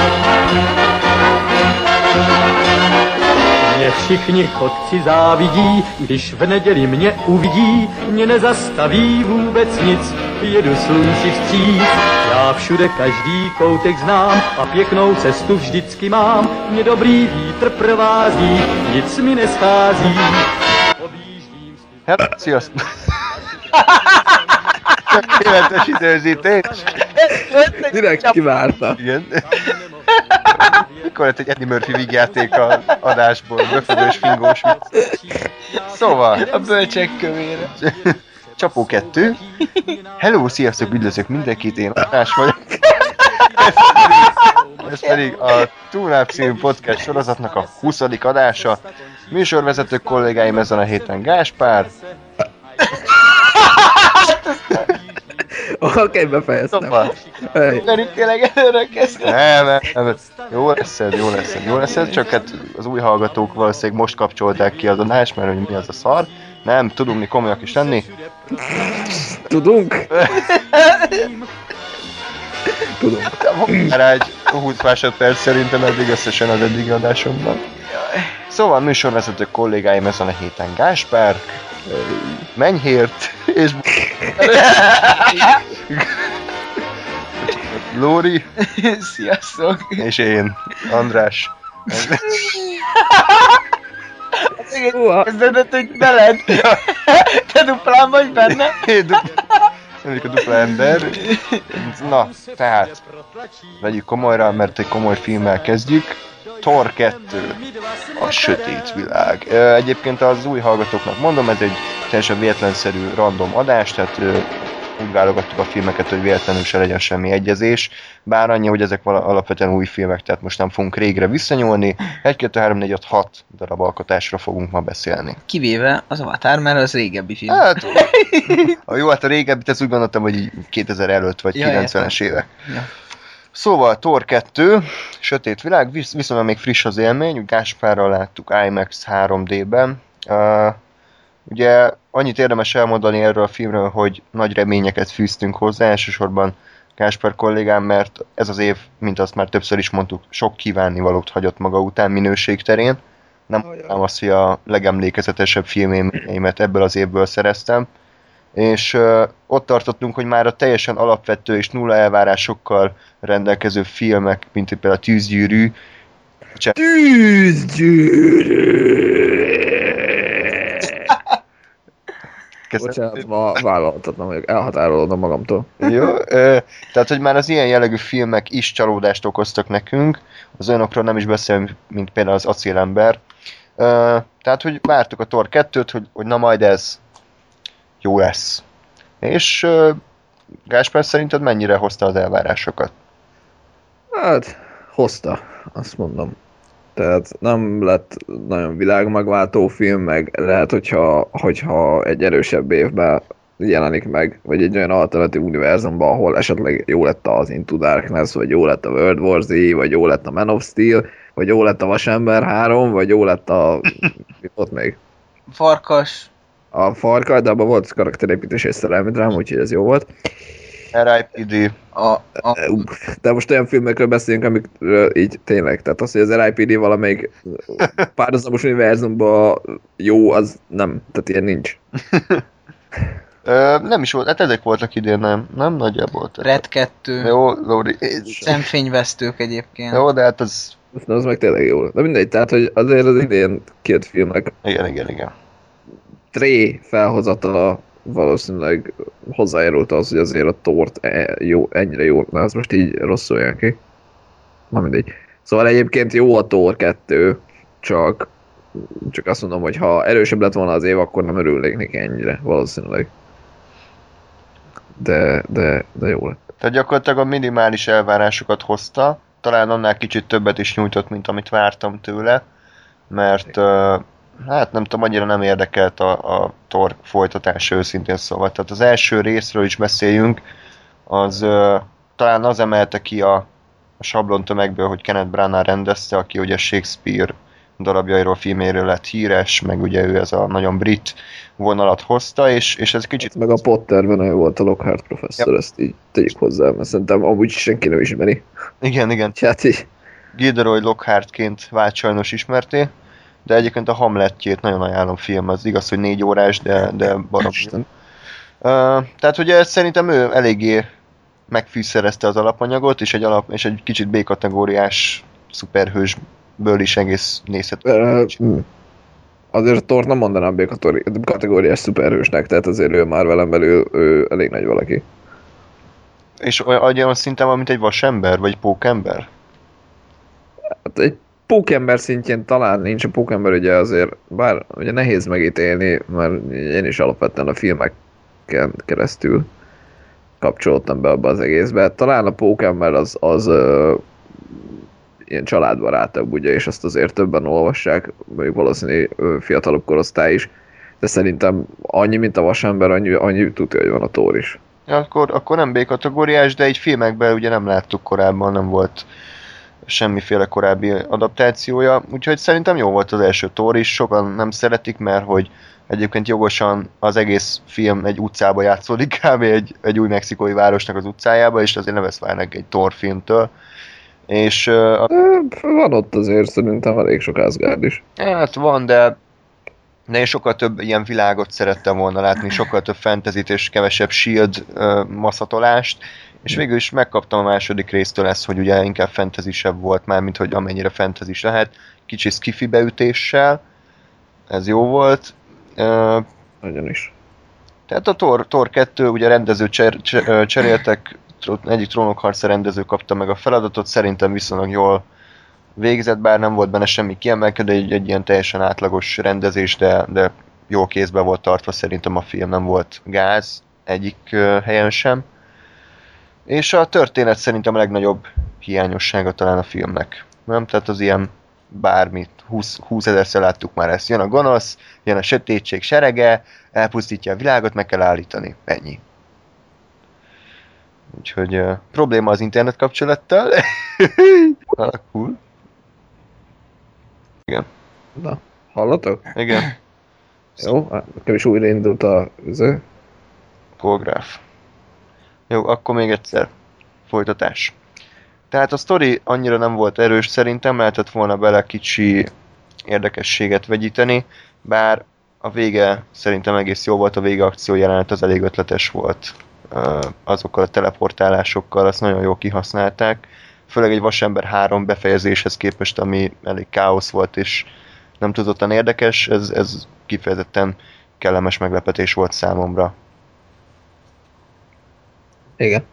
Mě všichni chodci závidí, když v neděli mě uvidí, mě nezastaví vůbec nic, jedu slunci vstříc. Já všude každý koutek znám a pěknou cestu vždycky mám, mě dobrý vítr provází, nic mi neschází. Objíždím... Sziasztok! Tökéletes időzítés! Direkt kivárta. Igen. Mikor lett egy Eddie Murphy vígjáték az adásból, befedős, fingós vicc. Szóval... A bölcsek kövére. Csapó 2. Hello, sziasztok, üdvözlök mindenkit, én András vagyok. Ez pedig a Túlnáp című podcast sorozatnak a 20. adása. Műsorvezető kollégáim ezen a héten Gáspár. Oké, befejeztem. Szóval. Mert tényleg előre kezdtem. Nem. Jó lesz ez, csak hát az új hallgatók valószínűleg most kapcsolták ki az adást, mert hogy mi az a szar. Nem, tudunk mi komolyak is lenni. Tudunk? Tudunk. Erre egy 20 másodperc szerintem eddig összesen az eddigi adásomban. Szóval műsorvezető kollégáim ezen a héten Gáspár, Menyhért és Lóri. Sziasztok. És én, András. Kezdődött, hogy veled. Te duplán vagy benne. Mondjuk a dupla ember. Na, tehát vegyük komolyra, mert egy komoly filmmel kezdjük. Thor 2. A sötét világ. Egyébként az új hallgatóknak mondom, ez egy teljesen véletlenszerű random adás, tehát úgy válogattuk a filmeket, hogy véletlenül se legyen semmi egyezés. Bár annyi, hogy ezek alapvetően új filmek, tehát most nem fogunk régre visszanyúlni. 1, 2, 3, 4, 5, 6 darab alkotásra fogunk ma beszélni. Kivéve az Avatar, mert az régebbi film. Hát, jó, hát a régebbit, ezt úgy gondoltam, hogy 2000 előtt, vagy 90-es évek. Ja. Szóval Thor 2, sötét világ, viszont még friss az élmény, Gáspárral láttuk IMAX 3D-ben. Ugye annyit érdemes elmondani erről a filmről, hogy nagy reményeket fűztünk hozzá, elsősorban Gáspár kollégám, mert ez az év, mint azt már többször is mondtuk, sok kívánnivalót hagyott maga után minőség terén. Nem azt, hogy a legemlékezetesebb filmjeimet ebből az évből szereztem. És ott tartottunk, hogy már a teljesen alapvető és nulla elvárásokkal rendelkező filmek, mint például a Tűzgyűrű. Bocsánat, ma vállalhatatlan vagyok, elhatárolódom magamtól. Jó, tehát, hogy már az ilyen jellegű filmek is csalódást okoztak nekünk, az olyanokról nem is beszélünk, mint például az Acélember. Tehát, hogy vártuk a Thor 2-t, hogy na majd ez jó lesz. És Gáspár, szerinted mennyire hozta az elvárásokat? Hát, hozta, azt mondom. Tehát nem lett nagyon világmegváltó film, meg lehet, hogyha egy erősebb évben jelenik meg, vagy egy olyan alternatív univerzumban, ahol esetleg jó lett az Into Darkness, vagy jó lett a World War Z, vagy jó lett a Man of Steel, vagy jó lett a Vasember 3, vagy jó lett a... mi volt még? Farkas. A Farkas, de abban volt karakterépítés és szerelmi dráma, úgyhogy ez jó volt. R.I.P.D. De most olyan filmekről beszélünk, amik így tényleg, tehát az, hogy az R.I.P.D. valamelyik párhuzamos univerzumban jó, az nem, tehát ilyen nincs. Nem is volt, hát ezek voltak idén, nem nagyjából. Red 2. Jó, Lóri. Szemfényvesztők egyébként. Jó, de hát az... Az meg tényleg jó. De mindegy, tehát hogy azért az idén két filmnek. Igen. Tré felhozatala valószínűleg hozzájárult az, hogy azért a Thort ennyire jó, na az most így rosszul jön ki. Na mindegy. Szóval egyébként jó a Thor 2, csak azt mondom, hogy ha erősebb lett volna az év, akkor nem örülnék neki ennyire, valószínűleg. De jó lett. Tehát gyakorlatilag a minimális elvárásokat hozta, talán annál kicsit többet is nyújtott, mint amit vártam tőle, mert hát nem tudom, annyira nem érdekelt a Thor folytatása őszintén szóval. Tehát az első részről is beszéljünk, az talán az emelte ki a sablon tömegből, hogy Kenneth Branagh rendezte, aki ugye Shakespeare darabjairól, filméről lett híres, meg ugye ő ez a nagyon brit vonalat hozta, és ez kicsit... Meg a Potterben ő volt a Lockhart professzor, ezt így tegyük hozzá, mert szerintem amúgy senki nem ismeri. Igen. Hát így. Gilderoy Lockhartként vált sajnos ismerté, de egyébként a Hamletjét nagyon ajánlom film, az igaz, hogy 4 órás, de baromi. Tehát ugye szerintem ő eléggé megfűszerezte az alapanyagot, és egy kicsit B-kategóriás szuperhősből is egész nézhető. Azért Thor nem mondanám B-kategóriás szuperhősnek, tehát azért ő már velem belül ő elég nagy valaki. És olyan szinten van, mint egy vasember, vagy pókember? Hát egy pókember szintjén talán nincs, a pókember ugye azért, bár ugye nehéz megítélni, mert én is alapvetően a filmeken keresztül kapcsolódtam be abba az egészbe. Talán a pókember az ilyen családbarátabb, ugye, és azt azért többen olvassák, mondjuk valószínű fiatalabb korosztály is, de szerintem annyi, mint a vasember, annyi tudja, hogy van a Thor is. Ja, akkor nem B-kategóriás, de így filmekben ugye nem láttuk korábban, nem volt semmiféle korábbi adaptációja, úgyhogy szerintem jó volt az első Thor is, sokan nem szeretik, mert hogy egyébként jogosan az egész film egy utcába játszódik, kb. egy új mexikói városnak az utcájába, és azért ne vesz várnak egy Thor filmtől. És... Van ott azért szerintem elég sok Asgard is. Hát van, de én sokkal több ilyen világot szerettem volna látni, sokkal több fantasyt és kevesebb shield maszatolást, és végül is megkaptam a második résztől ezt, hogy ugye inkább fantasy-sebb volt már, mint hogy amennyire fantasy lehet, kicsi skifi beütéssel, ez jó volt. Nagyon is. Tehát a Thor 2, ugye rendező cseréltek, egyik Trónokharca rendező kapta meg a feladatot, szerintem viszonylag jól végzett, bár nem volt benne semmi kiemelkedő, egy ilyen teljesen átlagos rendezés, de jó kézbe volt tartva, szerintem a film nem volt gáz egyik helyen sem. És a történet szerintem a legnagyobb hiányossága talán a filmnek. Nem? Tehát az ilyen bármit, 20 000-szer láttuk már ezt. Jön a gonosz, jön a sötétség serege, elpusztítja a világot, meg kell állítani. Ennyi. Úgyhogy probléma az internet kapcsolattal. Cool. Igen. Na, hallatok? Igen. Jó, nekem is újra indult a Polgráf. Jó, akkor még egyszer. Folytatás. Tehát a sztori annyira nem volt erős, szerintem lehetett volna bele kicsi érdekességet vegyíteni, bár a vége szerintem egész jó volt, a vége akció jelenet az elég ötletes volt. Azokkal a teleportálásokkal, azt nagyon jól kihasználták. Főleg egy Vasember 3 befejezéshez képest, ami elég káosz volt, és nem tudottan érdekes, ez kifejezetten kellemes meglepetés volt számomra. Igen.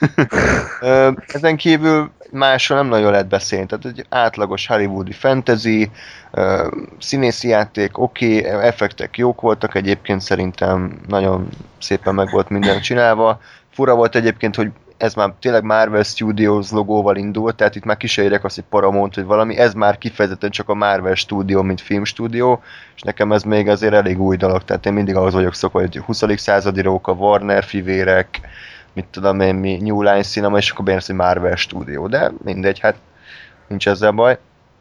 Ezen kívül másról nem nagyon lehet beszélni, tehát egy átlagos hollywoodi fantasy, színészi játék, oké, effektek jók voltak, egyébként szerintem nagyon szépen meg volt minden csinálva. Fura volt egyébként, hogy ez már tényleg Marvel Studios logóval indult, tehát itt már kísérjek azt, hogy Paramount, hogy valami, ez már kifejezetten csak a Marvel Studio, mint filmstúdió, és nekem ez még azért elég új dolog, tehát én mindig ahhoz vagyok szokva, hogy 20. századi róka, Warner fivérek, mit tudom én, mi New Line Cinema, és akkor bejön az, hogy Marvel Studio, de mindegy, hát nincs ezzel baj.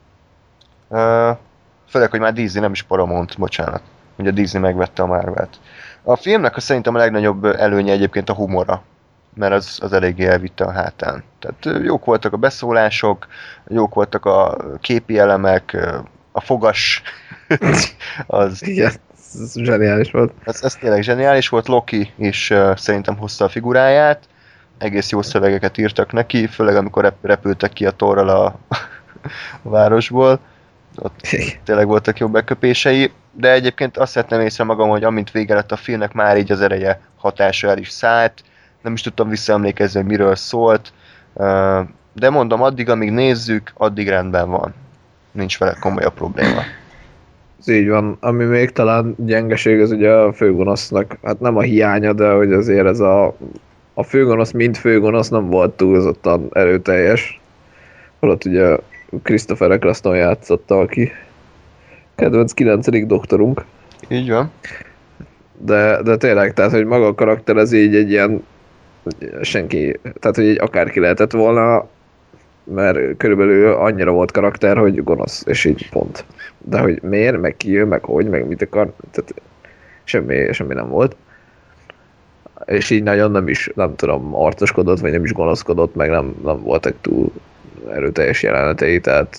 Főleg, hogy már Disney, nem is Paramount, bocsánat. Ugye Disney megvette a Marvelt. A filmnek szerintem a legnagyobb előnye egyébként a humora, mert az eléggé elvitte a hátán. Tehát jók voltak a beszólások, jók voltak a képi elemek, a fogas, az... Igen, ez zseniális volt. Ez tényleg zseniális volt, Loki is szerintem hozta a figuráját, egész jó szövegeket írtak neki, főleg amikor repültek ki a Thorral a városból, ott tényleg voltak jó beköpései, de egyébként azt vettem észre magam, hogy amint vége lett a filmnek, már így az ereje hatása el is szállt, nem is tudtam visszaemlékezni, hogy miről szólt, de mondom, addig, amíg nézzük, addig rendben van. Nincs vele komolyabb probléma. Ez így van. Ami még talán gyengeség, az ugye a főgonosznak, hát nem a hiánya, de hogy azért ez a főgonosz, mint főgonosz nem volt túlzottan erőteljes. Holott ugye Christopher Eccleston játszotta, aki kedvenc 9. doktorunk. Így van. De tényleg, tehát, hogy maga a karakter az így egy ilyen senki, tehát, hogy így akárki lehetett volna, mert körülbelül annyira volt karakter, hogy gonosz, és így pont. De hogy miért, meg ki jön, meg hogy, meg mit akar, tehát semmi nem volt. És így nagyon nem tudom, arcoskodott, vagy nem is gonoszkodott, meg nem voltak túl erőteljes jelenetei, tehát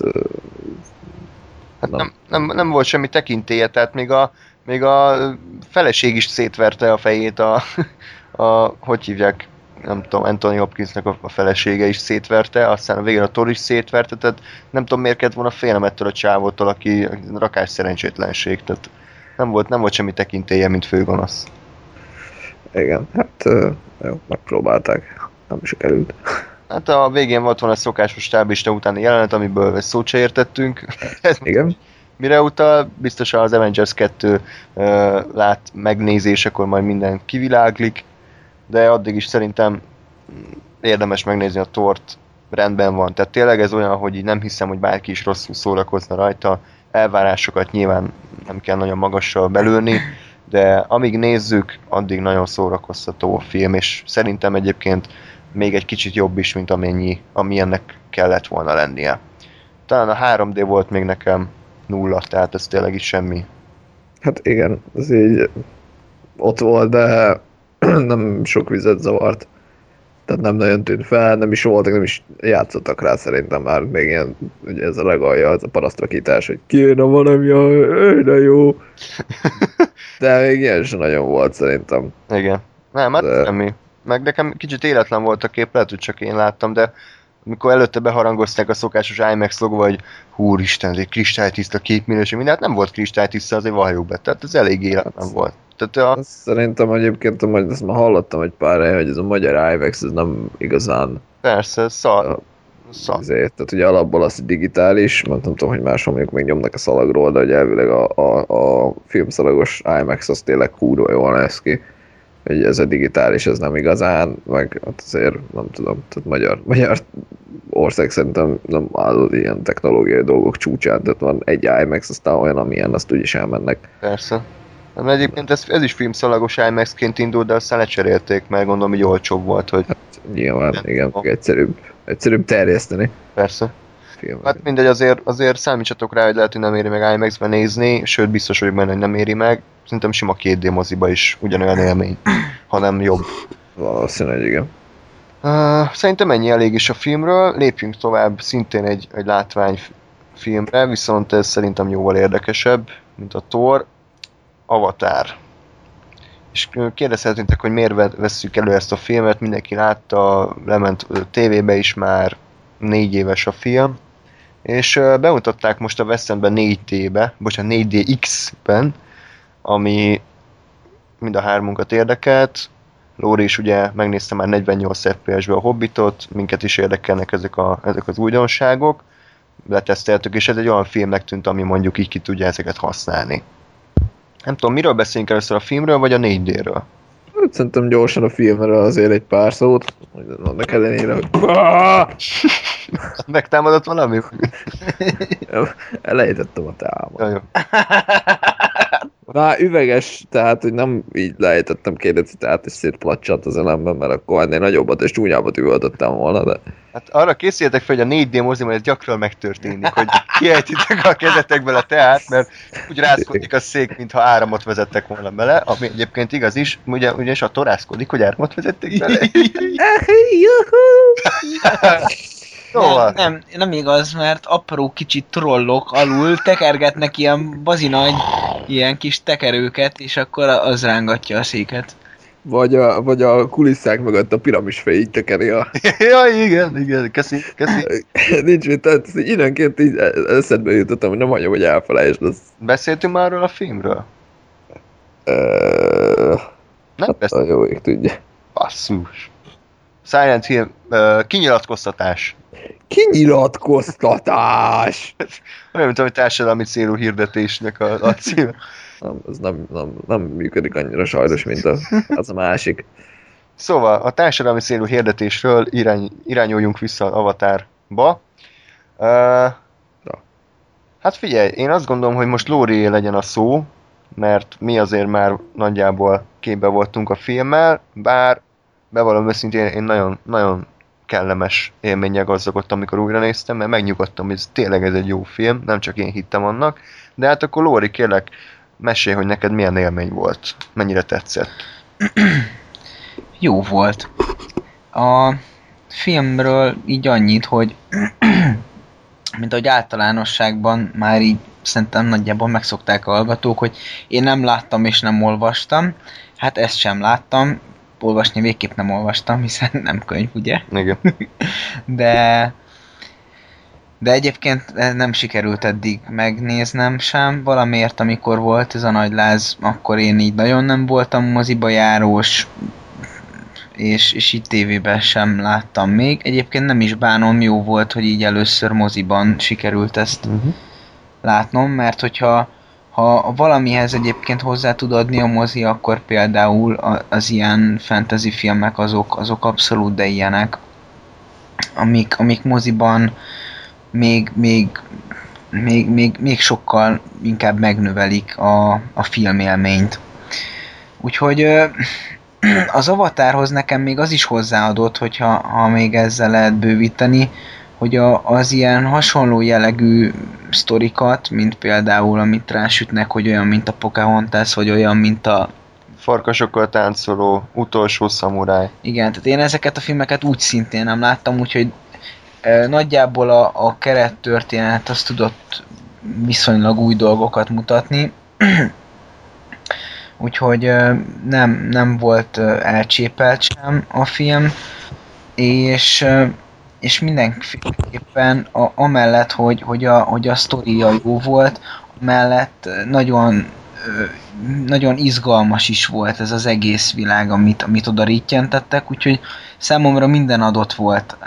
Hát nem volt semmi tekintélye, tehát még a feleség is szétverte a fejét, hogy hívják, nem tudom, Anthony Hopkinsnek a felesége is szétverte, aztán a végén a Thor is szétverte, tehát nem tudom miért kellett volna félnem ettől a csávótól, aki rakás szerencsétlenség, tehát nem volt semmi tekintélye, mint főgonosz. igen, hát jó, megpróbálták, nem is került. Hát a végén volt volna a szokásos stábista utáni jelenet, amiből egy szót se értettünk. Igen. Mire utal? Biztosan az Avengers 2 megnézésekor majd minden kiviláglik, de addig is szerintem érdemes megnézni a Thort, rendben van. Tehát tényleg ez olyan, hogy így nem hiszem, hogy bárki is rosszul szórakozna rajta. Elvárásokat nyilván nem kell nagyon magassal belőni, de amíg nézzük, addig nagyon szórakoztató a film, és szerintem egyébként még egy kicsit jobb is, mint ami ennek kellett volna lennie. Talán a 3D volt még nekem 0, tehát ez tényleg is semmi. Hát igen, ez így ott volt, de nem sok vizet zavart. Tehát nem nagyon tűnt fel, nem is voltak, nem is játszottak rá szerintem már még ilyen, ugye ez a legalja, ez a parasztrakítás, hogy kéne valami, de jó. De még ilyen sem nagyon volt szerintem. Igen. Nem, hát De- semmi. Meg nekem kicsit életlen volt a kép, lehet, hogy csak én láttam, de amikor előtte beharangozták a szokásos IMAX logo, hogy húristen, egy kristálytiszta képminőség, minden, hát nem volt kristálytiszta, azért valljuk be, tehát ez elég életlen volt. Tehát Azt szerintem egyébként, ezt már hallottam egy pár helyen, hogy ez a magyar IMAX ez nem igazán persze, szar. azért, tehát ugye alapból az digitális, mert nem tudom, hogy máshol mondjuk még nyomnak a szalagról, de hogy elvileg a filmszalagos IMAX az tényleg kurva jól néz ki. Hogy ez a digitális, ez nem igazán, meg hát azért nem tudom, tehát magyar ország szerintem nem áll ilyen technológiai dolgok csúcsán, tehát van egy IMAX, aztán olyan, amilyen, azt úgyis elmennek. Persze. Nem, egyébként ez is filmszalagos IMAX-ként indult, de aztán lecserélték, mert gondolom, hogy olcsóbb volt, hogy Nyilván, Nem igen, tudom. meg egyszerűbb terjeszteni persze. filmet. Hát mindegy, azért számítsatok rá, hogy lehet, hogy nem éri meg IMAX-ben nézni, sőt biztos vagyok benne, hogy nem éri meg. Szerintem sima 2D moziba is ugyanolyan élmény, hanem jobb. Valószínűleg igen. Szerintem ennyi elég is a filmről, lépjünk tovább szintén egy látványfilmre, viszont ez szerintem jóval érdekesebb, mint a Thor, Avatar. És kérdezhetnétek, hogy miért vesszük elő ezt a filmet, mindenki látta, lement tévébe is már, 4 éves a film, és bemutatták most a West Endben 4D-be, bocsánat 4DX-ben, ami mind a hármunkat érdekelt. Lóri is ugye megnézte már 48 FPS-be a Hobbitot, minket is érdekelnek ezek az újdonságok, leteszteltük, és ez egy olyan filmnek tűnt, ami mondjuk így ki tudja ezeket használni. Nem tudom, miről beszélünk először, a filmről, vagy a 4D-ről? Hát szerintem gyorsan a filmről azért egy pár szót, hogy annak ellenére, hogy Megtámadott valami? elejtettem a támat. Ja, jó. Már üveges, tehát hogy nem így lejtettem kérdezni, tehát és szétplacsant az elemben, mert akkor ennél nagyobbat és csúnyábbat üvöltöttem volna, de Hát arra készüljetek fel, hogy a 4D moziban ez gyakran megtörténik, hogy kiejtitek a kezetekből a teát, mert úgy rázkodik a szék, mintha áramot vezettek volna bele, ami egyébként igaz is, ugyanis attól rázkodik, hogy áramot vezettek bele. Szóval, Nem igaz, mert apró kicsi trollok alul tekergetnek ilyen bazinagy, ilyen kis tekerőket, és akkor az rángatja a széket. vagy a kulisszák mögött a piramis fej így tekeri a... ja, igen, köszi. Nincs mit, tehát időnként így eszedbe jutottam, hogy nem hagyom, hogy elfelejtsd azt. Beszéltünk már arról a filmről? Nem Hát a jó ég tudja. Basszus. Silent Hill, kinyilatkoztatás. Kinyilatkoztatás! Olyan, mint a társadalmi célú hirdetésnek a címe. Ez nem működik annyira sajnos, mint az a másik. Szóval a társadalmi célú hirdetésről irányoljunk vissza az Avatarba. Hát figyelj, én azt gondolom, hogy most Lórié legyen a szó, mert mi azért már nagyjából képbe voltunk a filmmel, bár bevallom őszintén, én nagyon, nagyon kellemes élménnyel gazdagodtam, amikor újra néztem, mert megnyugodtam, hogy tényleg ez egy jó film, nem csak én hittem annak. De hát akkor Lóri, kérlek, mesélj, hogy neked milyen élmény volt, mennyire tetszett. Jó volt. A filmről így annyit, hogy mint ahogy általánosságban már így szerintem nagyjából megszokták a hallgatók, hogy én nem láttam és nem olvastam. Hát ezt sem láttam. Olvasni végképp nem olvastam, hiszen nem könyv, ugye? Igen. De egyébként nem sikerült eddig megnéznem sem. Valamiért, amikor volt ez a nagy láz, akkor én így nagyon nem voltam moziba járós, és így tévében sem láttam még. Egyébként nem is bánom, jó volt, hogy így először moziban sikerült ezt látnom, mert hogyha valamihez egyébként hozzá tud adni a mozi, akkor például az ilyen fantasy filmek azok abszolút de ilyenek, amik moziban még sokkal inkább megnövelik a filmélményt. Úgyhogy az Avatarhoz nekem még az is hozzáadott, hogyha még ezzel lehet bővíteni, hogy az ilyen hasonló jellegű sztorikat, mint például amit rásütnek, hogy olyan, mint a Pocahontas, vagy olyan, mint a Farkasokkal táncoló, utolsó szamuráj. Igen, tehát én ezeket a filmeket úgy szintén nem láttam, úgyhogy nagyjából a kerettörténet azt tudott viszonylag új dolgokat mutatni. Úgyhogy nem volt elcsépelt sem a film, és mindenképpen amellett, hogy a sztoria jó volt, amellett nagyon izgalmas is volt ez az egész világ, amit oda rittyentettek, úgyhogy számomra minden adott volt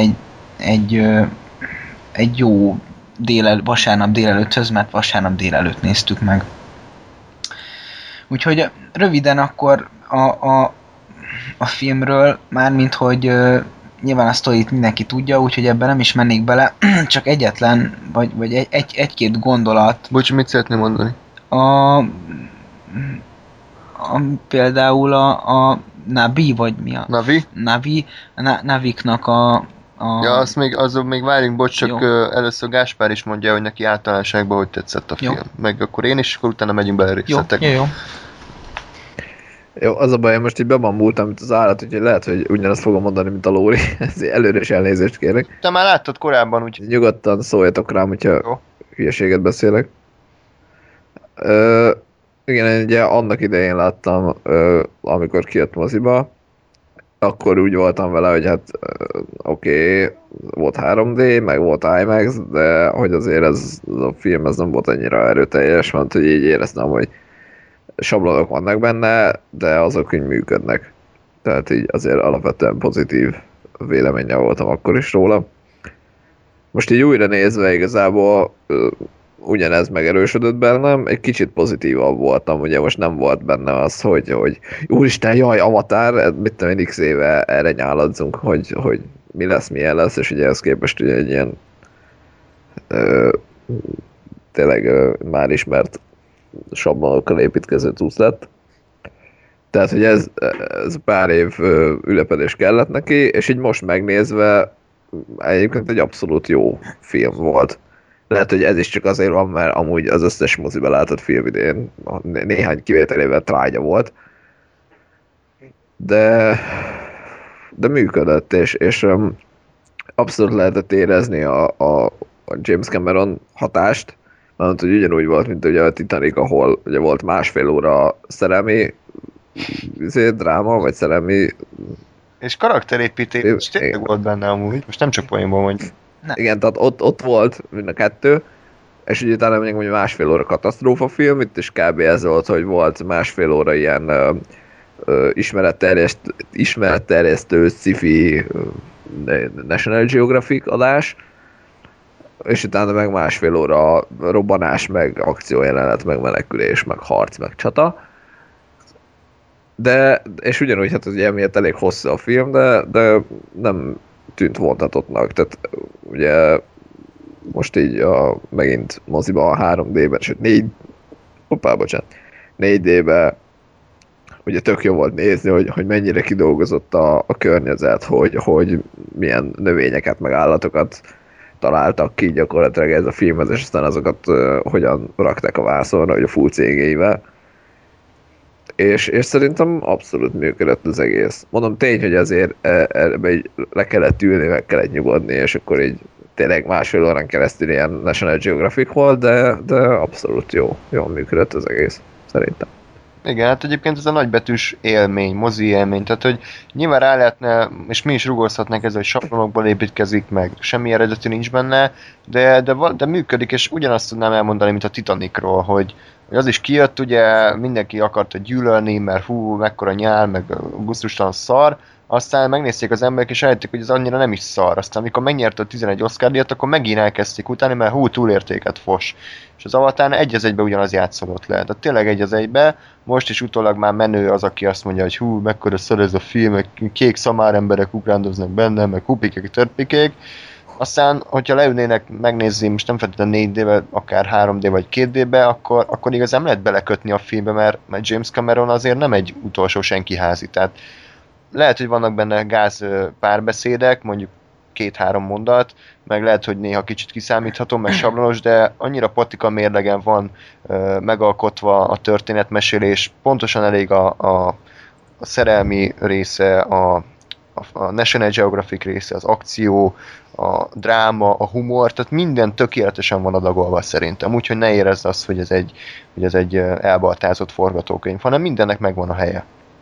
egy jó vasárnap délelőtthöz, mert vasárnap délelőtt néztük meg. Úgyhogy röviden akkor a filmről, mármint hogy nyilván a sztorit mindenki tudja, úgyhogy ebben nem is mennék bele, csak egyetlen, vagy egy-két gondolat. Bocs, mit szeretném mondani? Például a Navi, vagy mi a? Navi? Naviknak Ja, azon még várjunk, bocs, csak először Gáspár is mondja, hogy neki általánosságban hogy tetszett a film. Meg akkor én is, akkor utána megyünk bele részletekbe. Jó. Jó, az a baj, én most így bebambultam, mint az állat, úgyhogy lehet, hogy ugyanazt fogom mondani, mint a Lóri. Ezért előre is elnézést kérek. Te már láttad korábban, úgyhogy... Nyugodtan szóljatok rám, hogyha hülyeséget beszélek. Igen, én ugye annak idején láttam, amikor kijött moziba, akkor úgy voltam vele, hogy hát oké, volt 3D, meg volt IMAX, de hogy azért ez a film ez nem volt annyira erőteljes, mert hogy így éreztem, hogy sablonok vannak benne, de azok így működnek. Tehát így azért alapvetően pozitív véleménnyel voltam akkor is róla. Most így újra nézve igazából ugyanez megerősödött bennem, egy kicsit pozitívabb voltam, ugye most nem volt benne az, hogy úristen, jaj, Avatar, mit tudom én, x éve erre nyáladzunk, hogy mi lesz, milyen lesz, és ugye ehhez képest ugye egy ilyen tényleg már ismert sablonokkal építkező cucc lett. Tehát, hogy ez pár év ülepedés kellett neki, és így most megnézve egyébként egy abszolút jó film volt. Lehet, hogy ez is csak azért van, mert amúgy az összes moziba látott film idén néhány kivételével trágya volt. De működött, és abszolút lehetett érezni a James Cameron hatást, mert hogy ugyanúgy volt, mint ugye a Titanic, ahol ugye volt 1,5 óra szerelmi dráma, vagy szerelmi... És karakterépítés tényleg volt benne amúgy, most nem csak poénból mondjuk. Igen, tehát ott volt mind a kettő, és ugye utána még mondjuk 1,5 óra katasztrófa film, itt is kb. Ez volt, hogy volt 1,5 óra ilyen ismeretterjesztő sci-fi National Geographic adás, és utána meg 1,5 óra robbanás, meg akciójelenet, meg menekülés, meg harc, meg csata. És ugyanúgy, hát ugye emiatt elég hosszú a film, de nem tűnt vontatottnak, tehát ugye most így megint moziba a 3D-ben, sőt 4D-ben ugye tök jó volt nézni, hogy mennyire kidolgozott a környezet, hogy milyen növényeket, meg állatokat találtak ki gyakorlatilag ez a filmhez, és aztán azokat hogyan rakták a vászonra, hogy a full cégéivel. És szerintem abszolút működött az egész. Mondom, tény, hogy azért ebbe így le kellett ülni, meg kellett nyugodni, és akkor így tényleg másfél órán keresztül ilyen National Geographic volt, de abszolút jól működött az egész, szerintem. Igen, hát egyébként ez a nagybetűs élmény, mozi élmény, tehát hogy nyilván rá lehetne, és mi is rugózhatnánk ezzel, hogy sablonokból építkezik, meg semmi eredetű nincs benne, de működik, és ugyanazt tudnám elmondani, mint a Titanicról, hogy az is kijött, ugye mindenki akarta gyűlölni, mert hú, mekkora nyál, meg gusztustalan szar, aztán megnézték az emberek, és rájöttek, hogy ez annyira nem is szar. Aztán amikor megnyerte a 11 Oscar-díjat, akkor megint elkezdték utáni, mert hú, túlértéket fos. És az Avatar egy az egybe ugyanaz játszódott le. Tehát tényleg egy az egybe, most is utólag már menő az, aki azt mondja, hogy hú, mekkora szar ez a film, meg kék szamár emberek ugrándoznak benne, meg hupikek, törpikék. Aztán, hogyha leülnének megnézni, most nem feltétlenül 4D-be, akár 3D vagy 2D-be, akkor igazán lehet belekötni a filmbe, mert James Cameron azért nem egy utolsó senki házi. Tehát lehet, hogy vannak benne gáz párbeszédek, mondjuk 2-3 mondat, meg lehet, hogy néha kicsit kiszámítható, meg sablonos, de annyira patika mérlegen van megalkotva a történetmesélés, pontosan elég a szerelmi része, a National Geographic része, az akció, a dráma, a humor, tehát minden tökéletesen van adagolva szerintem, úgyhogy ne érezd azt, hogy ez egy elbaltázott forgatókönyv, hanem mindennek megvan a helye.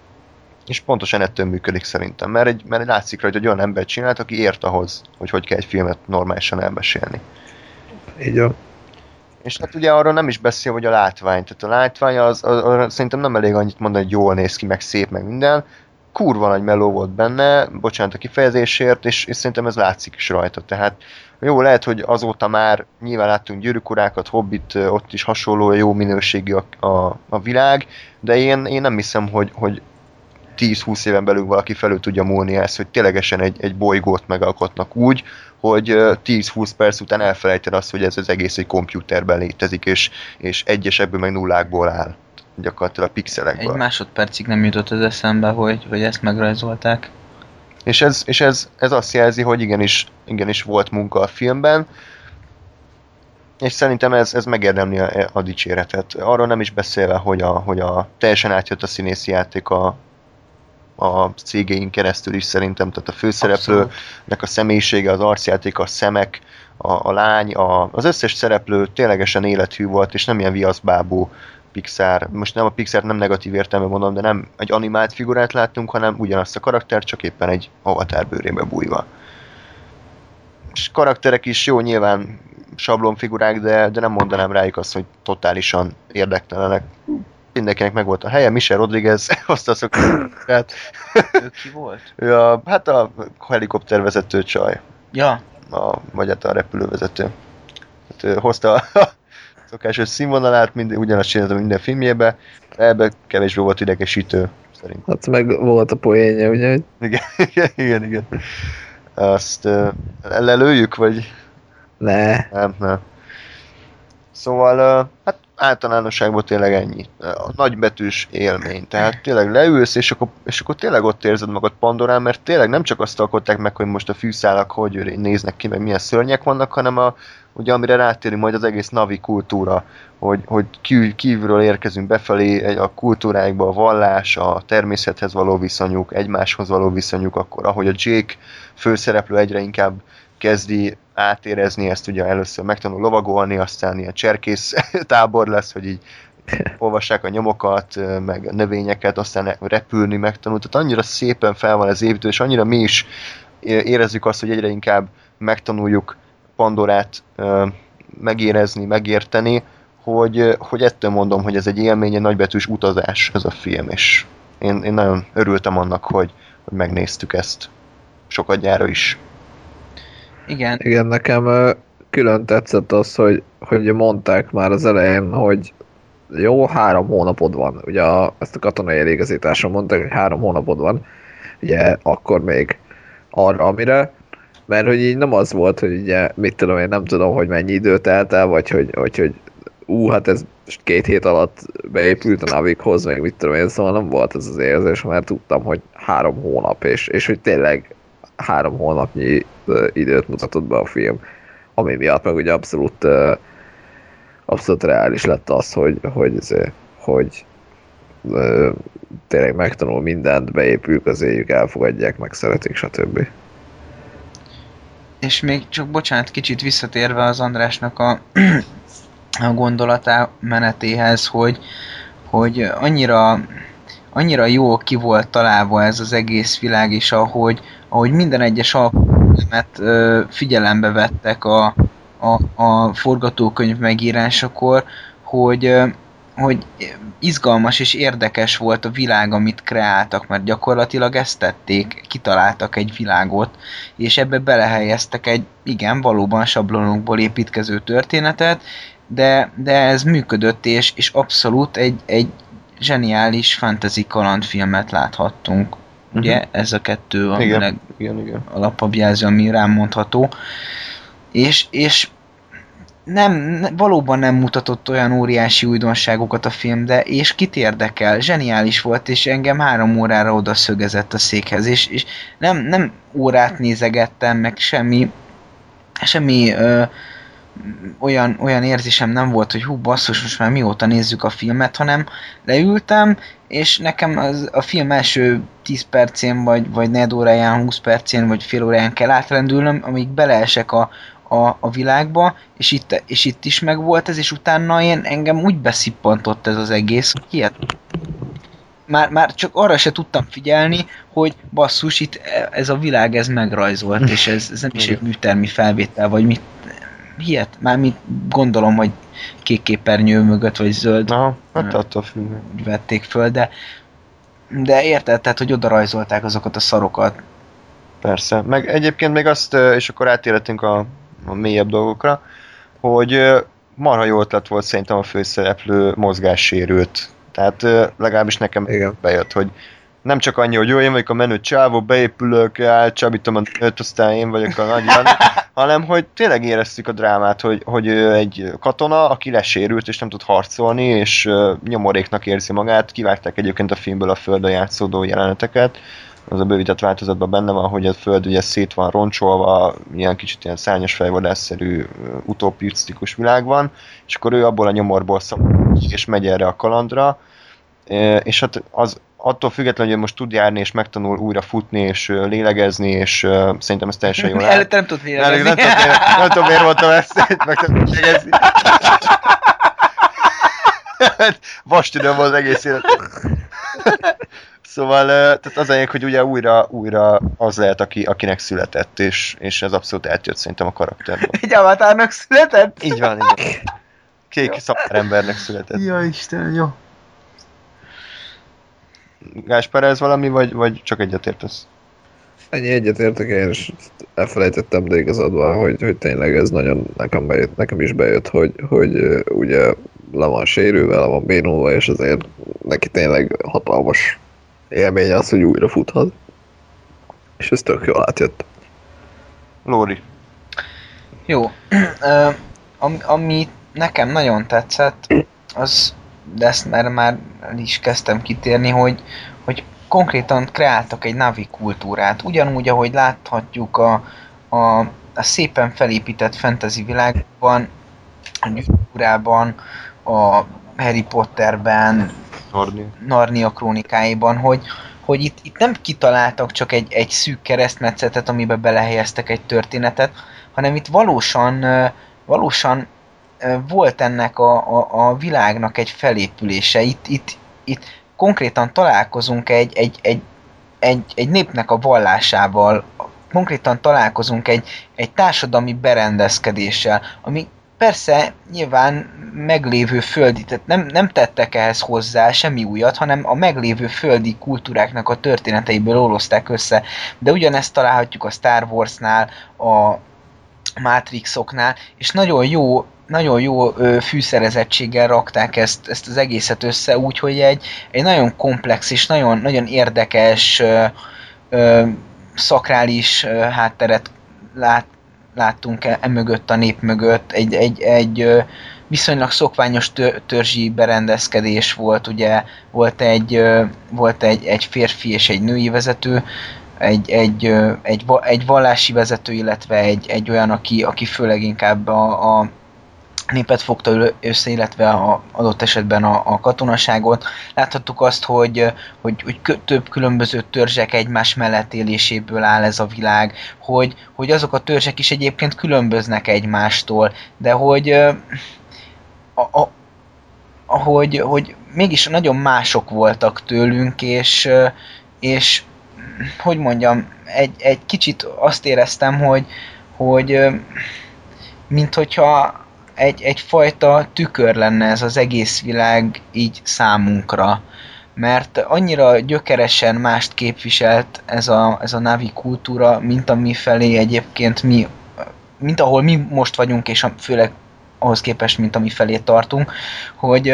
És pontosan ettől működik szerintem, mert látszik rajta, hogy olyan ember csinált, aki ért ahhoz, hogy kell egy filmet normálisan elmesélni. Így van. És hát ugye arról nem is beszél, hogy a látvány. Tehát a látvány az szerintem nem elég annyit mondani, hogy jól néz ki, meg szép, meg minden. Kurva nagy meló volt benne, bocsánat a kifejezésért, és szerintem ez látszik is rajta. Tehát jó, lehet, hogy azóta már nyilván láttunk Gyűrűk urákat, Hobbit, ott is hasonló jó minőségű a világ, de én nem hiszem, hogy 10-20 éven belül valaki felül tudja múlni ezt, hogy ténylegesen egy bolygót megalkotnak úgy, hogy 10-20 perc után elfelejted azt, hogy ez az egész egy kompjúterben létezik, és egyesekből meg nullákból áll. Gyakorlatilag pixelekből. Egy másodpercig nem jutott az eszembe, hogy ezt megrajzolták. És ez azt jelzi, hogy igenis volt munka a filmben, és szerintem ez megérdemli a dicséretet. Arról nem is beszélve, hogy a teljesen átjött a színészi játék a cégén keresztül is szerintem, tehát a főszereplőnek a személyisége, az arcjáték, a szemek, a lány, az összes szereplő ténylegesen élethű volt, és nem ilyen viaszbábú Pixar. Most nem a Pixar nem negatív értelme mondom, de nem egy animált figurát láttunk, hanem ugyanazt a karakter, csak éppen egy avatar bőrébe bújva. És karakterek is jó, nyilván sablonfigurák, de nem mondanám rájuk azt, hogy totálisan érdektelenek. Mindenkinek megvolt a helye, Michelle Rodriguez hozta a szokását. Ő ki volt? Ő hát a helikoptervezető csaj. Ja. Vagy hát a repülővezető. Hát ő hozta a szokásos színvonalát, ugyanazt csinálta minden filmjébe, ebben kevésbé volt idegesítő, szerintem. Hát meg volt a poénja, ugye? Igen. Azt lelőjük, vagy? Nem. Szóval, hát általánosságban tényleg ennyi. A nagybetűs élmény. Tehát tényleg leülsz, és akkor tényleg ott érzed magad Pandorán, mert tényleg nem csak azt alkották meg, hogy most a fűszálak hogy néznek ki, meg milyen szörnyek vannak, hanem ugye amire rátérünk majd az egész Navi kultúra, hogy kívülről érkezünk befelé, a kultúráikba a vallás, a természethez való viszonyuk, egymáshoz való viszonyuk, akkor ahogy a Jake főszereplő egyre inkább kezdi átérezni ezt, ugye először megtanul lovagolni, aztán ilyen cserkész tábor lesz, hogy így olvassák a nyomokat, meg a növényeket, aztán repülni megtanul. Tehát annyira szépen fel van ez építő, és annyira mi is érezzük azt, hogy egyre inkább megtanuljuk Pandorát megérezni, megérteni, hogy ettől mondom, hogy ez egy élmény, egy nagybetűs utazás ez a film, és én nagyon örültem annak, hogy megnéztük ezt sokadjára is. Igen, nekem külön tetszett az, hogy mondták már az elején, hogy jó, 3 hónapod van. Ugye ezt a katonai elégazításon mondták, hogy 3 hónapod van. Ugye akkor még arra, amire. Mert hogy így nem az volt, hogy ugye, mit tudom én, nem tudom, hogy mennyi időt telt el, vagy hogy hát ez most 2 hét alatt beépült a Navikhoz, meg mit tudom én, szóval nem volt ez az érzés, mert tudtam, hogy 3 hónap, és hogy tényleg 3 hónapnyi időt mutatott be a film, ami miatt meg ugye abszolút reális lett az, hogy tényleg megtanul mindent, beépül közéjük, elfogadják, meg szeretik, stb. És még csak bocsánat, kicsit visszatérve az Andrásnak a gondolatá menetéhez, hogy annyira jó ki volt találva ez az egész világ, és ahogy minden egyes alkalmat figyelembe vettek a forgatókönyv megírásakor, hogy izgalmas és érdekes volt a világ, amit kreáltak, mert gyakorlatilag ezt tették, kitaláltak egy világot, és ebbe belehelyeztek egy, igen, valóban sablonokból építkező történetet, de ez működött, és abszolút egy zseniális fantasy kalandfilmet láthattunk. Ugye ez a kettő a Igen. alapabb jelző, ami rám mondható. És valóban nem mutatott olyan óriási újdonságokat a film, de és kit érdekel, zseniális volt, és engem 3 órára oda szögezett a székhez, és nem órát nézegettem, meg semmi olyan érzésem nem volt, hogy hú basszus, most már mióta nézzük a filmet, hanem leültem, és nekem a film első 10 percén, vagy 4 óráján, 20 percén, vagy fél óráján kell átrendülnöm, amíg beleesek a világba, és itt is megvolt ez, és utána engem úgy beszippantott ez az egész, már csak arra se tudtam figyelni, hogy basszus, itt ez a világ ez megrajzolt, és ez nem is egy műtermi felvétel, vagy mit mármint gondolom, hogy kék képernyő mögött, vagy zöld. Aha, hát attól függ. Vették föl, de érted, tehát, hogy oda rajzolták azokat a szarokat. Persze. Meg egyébként még azt, és akkor átérhetünk a mélyebb dolgokra, hogy marha jó ötlet volt szerintem a főszereplő mozgássérült. Tehát legalábbis nekem bejött, hogy nem csak annyi, hogy jó, én vagyok a menő csávó, beépülök, elcsábítom a nőt, aztán én vagyok a nagy Jani, hanem hogy tényleg éreztük a drámát, hogy egy katona, aki lesérült és nem tud harcolni, és nyomoréknak érzi magát. Kivágták egyébként a filmből a földön játszódó jeleneteket, az a bővített változatban benne van, hogy a föld ugye szét van roncsolva, ilyen kicsit ilyen szárnyas fejvadászszerű utopisztikus világ van, és akkor ő abból a nyomorból szabad, és megy erre a kalandra, és hát az attól függetlenül, hogy most tud járni, és megtanul újra futni, és lélegezni, és szerintem ez teljesen jól áll. Előtte nem tud lélegezni. Nem tudom, miért mondtam ezt, meg tudom lélegezni. Vastidőm az egész élet. Szóval tehát az egyik, hogy ugye újra az lehet, akinek született, és ez abszolút eltűnt szerintem a karakterből. Egy avatárnak született? Így van. Kék szakembernek született. Ja, Isten, jó. Gáspár, ez valami, vagy csak egyetértesz? Ennyi egyetértek, én is elfelejtettem, de igazad van, hogy tényleg ez nagyon nekem is bejött, hogy ugye le van sérülve, le van bénulva, és azért neki tényleg hatalmas élmény az, hogy újra futhat. És ez tök jól átjött. Lóri. Jó. Ami nekem nagyon tetszett, az, de ezt már is kezdtem kitérni, hogy konkrétan kreáltak egy Navi kultúrát. Ugyanúgy, ahogy láthatjuk a szépen felépített fantasy világban, a Gyűrűurában, a Harry Potterben, Narnia krónikáiban, hogy itt nem kitaláltak csak egy szűk keresztmetszetet, amiben belehelyeztek egy történetet, hanem itt valósan volt ennek a világnak egy felépülése. Itt konkrétan találkozunk egy népnek a vallásával, konkrétan találkozunk egy társadalmi berendezkedéssel, ami persze nyilván meglévő földi, tehát nem tettek ehhez hozzá semmi újat, hanem a meglévő földi kultúráknak a történeteiből olozták össze, de ugyanezt találhatjuk a Star Warsnál, a Matrixoknál, és nagyon jó fűszerezettséggel rakták ezt az egészet össze, úgyhogy egy nagyon komplex és nagyon érdekes szakrális hátteret láttunk mögött, a nép mögött, egy viszonylag szokványos törzsi berendezkedés volt, ugye volt egy férfi és egy női vezető, egy vallási vezető, illetve egy olyan, aki főleg inkább a népet fogta össze, illetve adott esetben a katonaságot. Láthattuk azt, hogy több különböző törzsek egymás mellett éléséből áll ez a világ, hogy azok a törzsek is egyébként különböznek egymástól, de hogy mégis nagyon mások voltak tőlünk, és hogy mondjam, egy kicsit azt éreztem, hogy mint hogyha egyfajta tükör lenne ez az egész világ így számunkra. Mert annyira gyökeresen mást képviselt ez a Na'vi kultúra, mint ami felé egyébként mint ahol mi most vagyunk, és főleg ahhoz képest, mint ami felé tartunk, hogy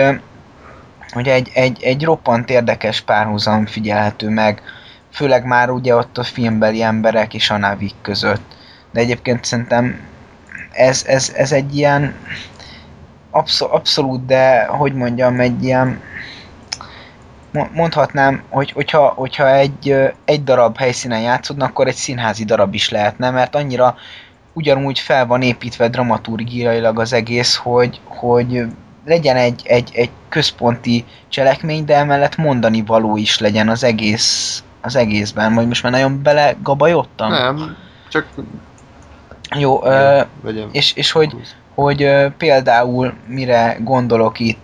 egy roppant érdekes párhuzam figyelhető meg, főleg már ugye ott a filmbeli emberek és a Na'vik között. De egyébként szerintem ez egy ilyen abszolút, de hogy mondjam, egy ilyen mondhatnám, hogyha egy darab helyszínen játszódna, akkor egy színházi darab is lehetne, mert annyira ugyanúgy fel van építve dramaturgiailag az egész, hogy legyen egy központi cselekmény, de emellett mondani való is legyen az egészben. Vagy most már nagyon belegabajodtam? Nem, csak... Jó, és hogy például mire gondolok itt,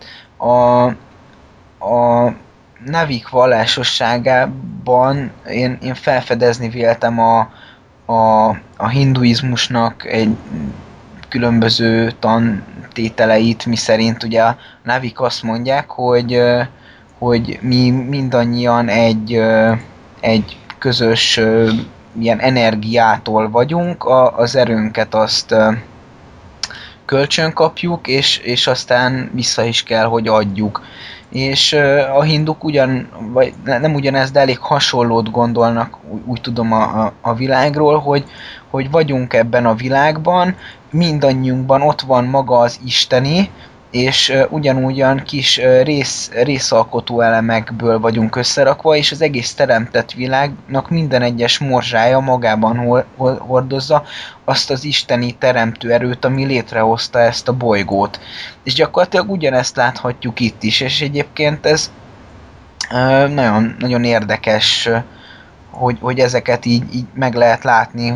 a Na'vik vallásosságában én felfedezni véltem a hinduizmusnak egy különböző tantételeit, miszerint ugye a Na'vik azt mondják, hogy mi mindannyian egy közös ilyen energiától vagyunk, az erőnket azt kölcsön kapjuk, és aztán vissza is kell, hogy adjuk. És a hinduk vagy nem ugyanez, de elég hasonlót gondolnak, úgy tudom a világról, hogy vagyunk ebben a világban, mindannyiunkban ott van maga az isteni, és ugyanúgyan kis részalkotó elemekből vagyunk összerakva, és az egész teremtett világnak minden egyes morzsája magában hordozza azt az isteni teremtő erőt, ami létrehozta ezt a bolygót. És gyakorlatilag ugyanezt láthatjuk itt is, és egyébként ez nagyon, nagyon érdekes, hogy ezeket így meg lehet látni,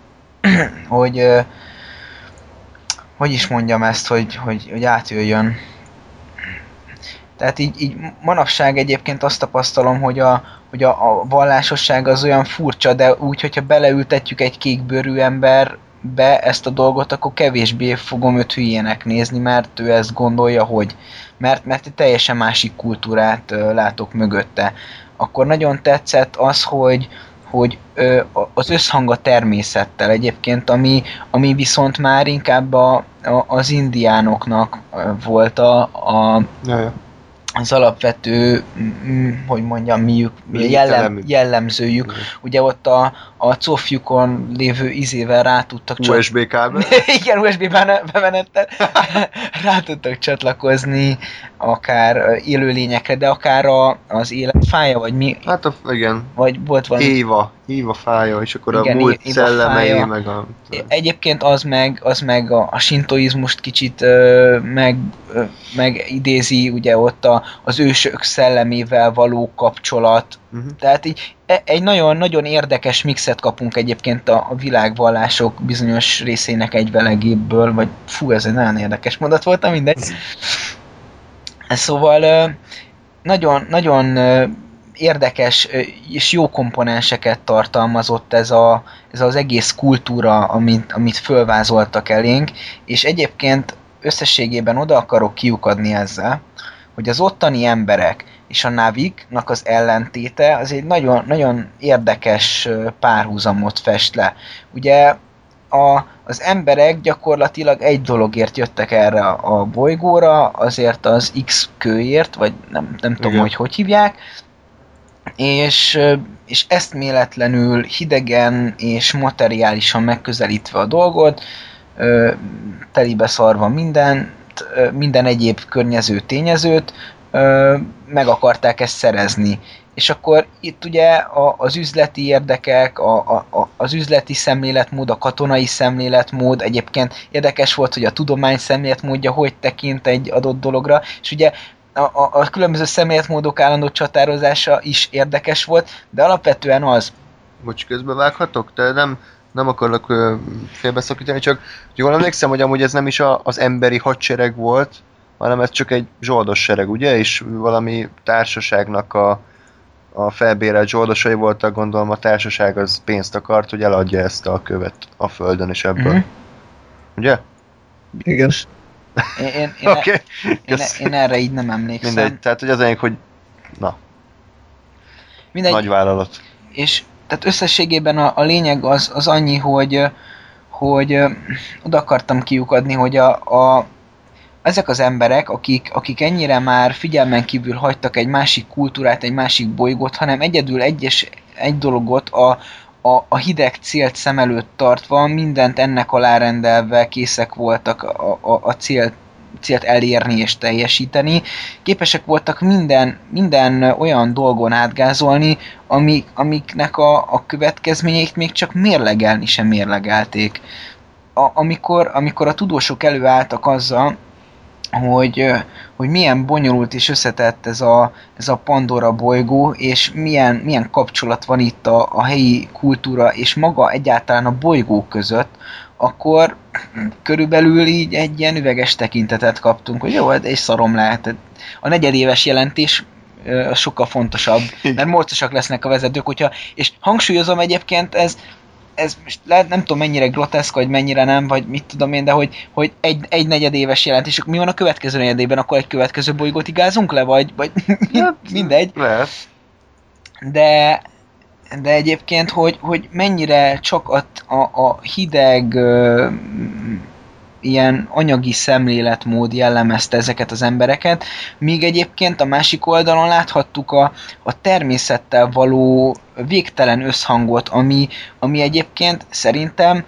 hogy is mondjam ezt, hogy átjöjjön. Tehát így manapság egyébként azt tapasztalom, hogy a vallásosság az olyan furcsa, de úgy, hogyha beleültetjük egy kékbőrű emberbe ezt a dolgot, akkor kevésbé fogom őt hülyének nézni, mert ő ezt gondolja, hogy. Mert egy teljesen másik kultúrát látok mögötte. Akkor nagyon tetszett az, hogy az összhang a természettel egyébként, ami viszont már inkább az indiánoknak volt az alapvető, hogy mondjam, jellemzőjük. Ugye ott a cofjukon lévő izével rá tudtak USB kábel? Igen, USB bemenettel rá tudtak csatlakozni akár élőlényekre, de akár az életfája, vagy mi? Hát igen. Vagy volt valami... Éva fája, és akkor igen, a múlt Éva szellemei, fája. meg a... Egyébként az meg a sintoizmust kicsit megidézi, ugye ott az ősök szellemével való kapcsolat. Tehát így egy nagyon-nagyon érdekes mixet kapunk egyébként a világvallások bizonyos részének egyvelegéből, vagy fú, ez egy nagyon érdekes mondat volt, mindegy. Szóval nagyon érdekes és jó komponenseket tartalmazott ez az egész kultúra, amit fölvázoltak elénk, és egyébként összességében oda akarok kiukadni ezzel, hogy az ottani emberek és a Na'viknak az ellentéte az egy nagyon, nagyon érdekes párhuzamot fest le. Ugye az emberek gyakorlatilag egy dologért jöttek erre a bolygóra, azért az X kőért, vagy nem tudom, hogy hívják, és eszméletlenül hidegen és materiálisan megközelítve a dolgot, telibe szarva mindent, minden egyéb környező tényezőt, meg akarták ezt szerezni. És akkor itt ugye az üzleti érdekek, az üzleti szemléletmód, a katonai szemléletmód, egyébként érdekes volt, hogy a tudomány szemléletmódja hogy tekint egy adott dologra, és ugye a különböző szemléletmódok állandó csatározása is érdekes volt, de alapvetően az... Bocs, közbevághatok? De nem akarok félbeszakítani, csak jól emlékszem, hogy amúgy ez nem is az emberi hadsereg volt, hanem ez csak egy zsoldos sereg, ugye? És valami társaságnak a felbérelt zsoldosai voltak, gondolom a társaság az pénzt akart, hogy eladja ezt a követ a földön, és ebből. Ugye? Igen. Okay. Én erre így nem emlékszem. Mindegy, tehát hogy az enyém, hogy mindegy, nagy vállalat. És tehát összességében a lényeg az annyi, hogy oda akartam kiukadni, hogy ezek az emberek, akik ennyire már figyelmen kívül hagytak egy másik kultúrát, egy másik bolygót, hanem egyedül egy dologot, a hideg célt szem előtt tartva, mindent ennek alárendelve készek voltak a célt elérni és teljesíteni. Képesek voltak minden olyan dolgon átgázolni, amiknek a következményeit még csak mérlegelni sem mérlegelték. Amikor a tudósok előálltak azzal, hogy milyen bonyolult és összetett ez a Pandora bolygó, és milyen kapcsolat van itt a helyi kultúra és maga egyáltalán a bolygó között, akkor körülbelül így egy ilyen üveges tekintetet kaptunk, hogy jó, és szarom lehet. A negyedéves jelentés az sokkal fontosabb, mert morcosak lesznek a vezetők, és hangsúlyozom egyébként, ez most lehet, nem tudom mennyire groteszk, vagy mennyire nem, vagy mit tudom én, de hogy egy negyedéves jelentés, mi van a következő negyedében, akkor egy következő bolygót igázunk le, vagy mindegy. Lehet. De egyébként, hogy mennyire csak a hideg ilyen anyagi szemléletmód jellemezte ezeket az embereket, míg egyébként a másik oldalon láthattuk a természettel való végtelen összhangot, ami egyébként szerintem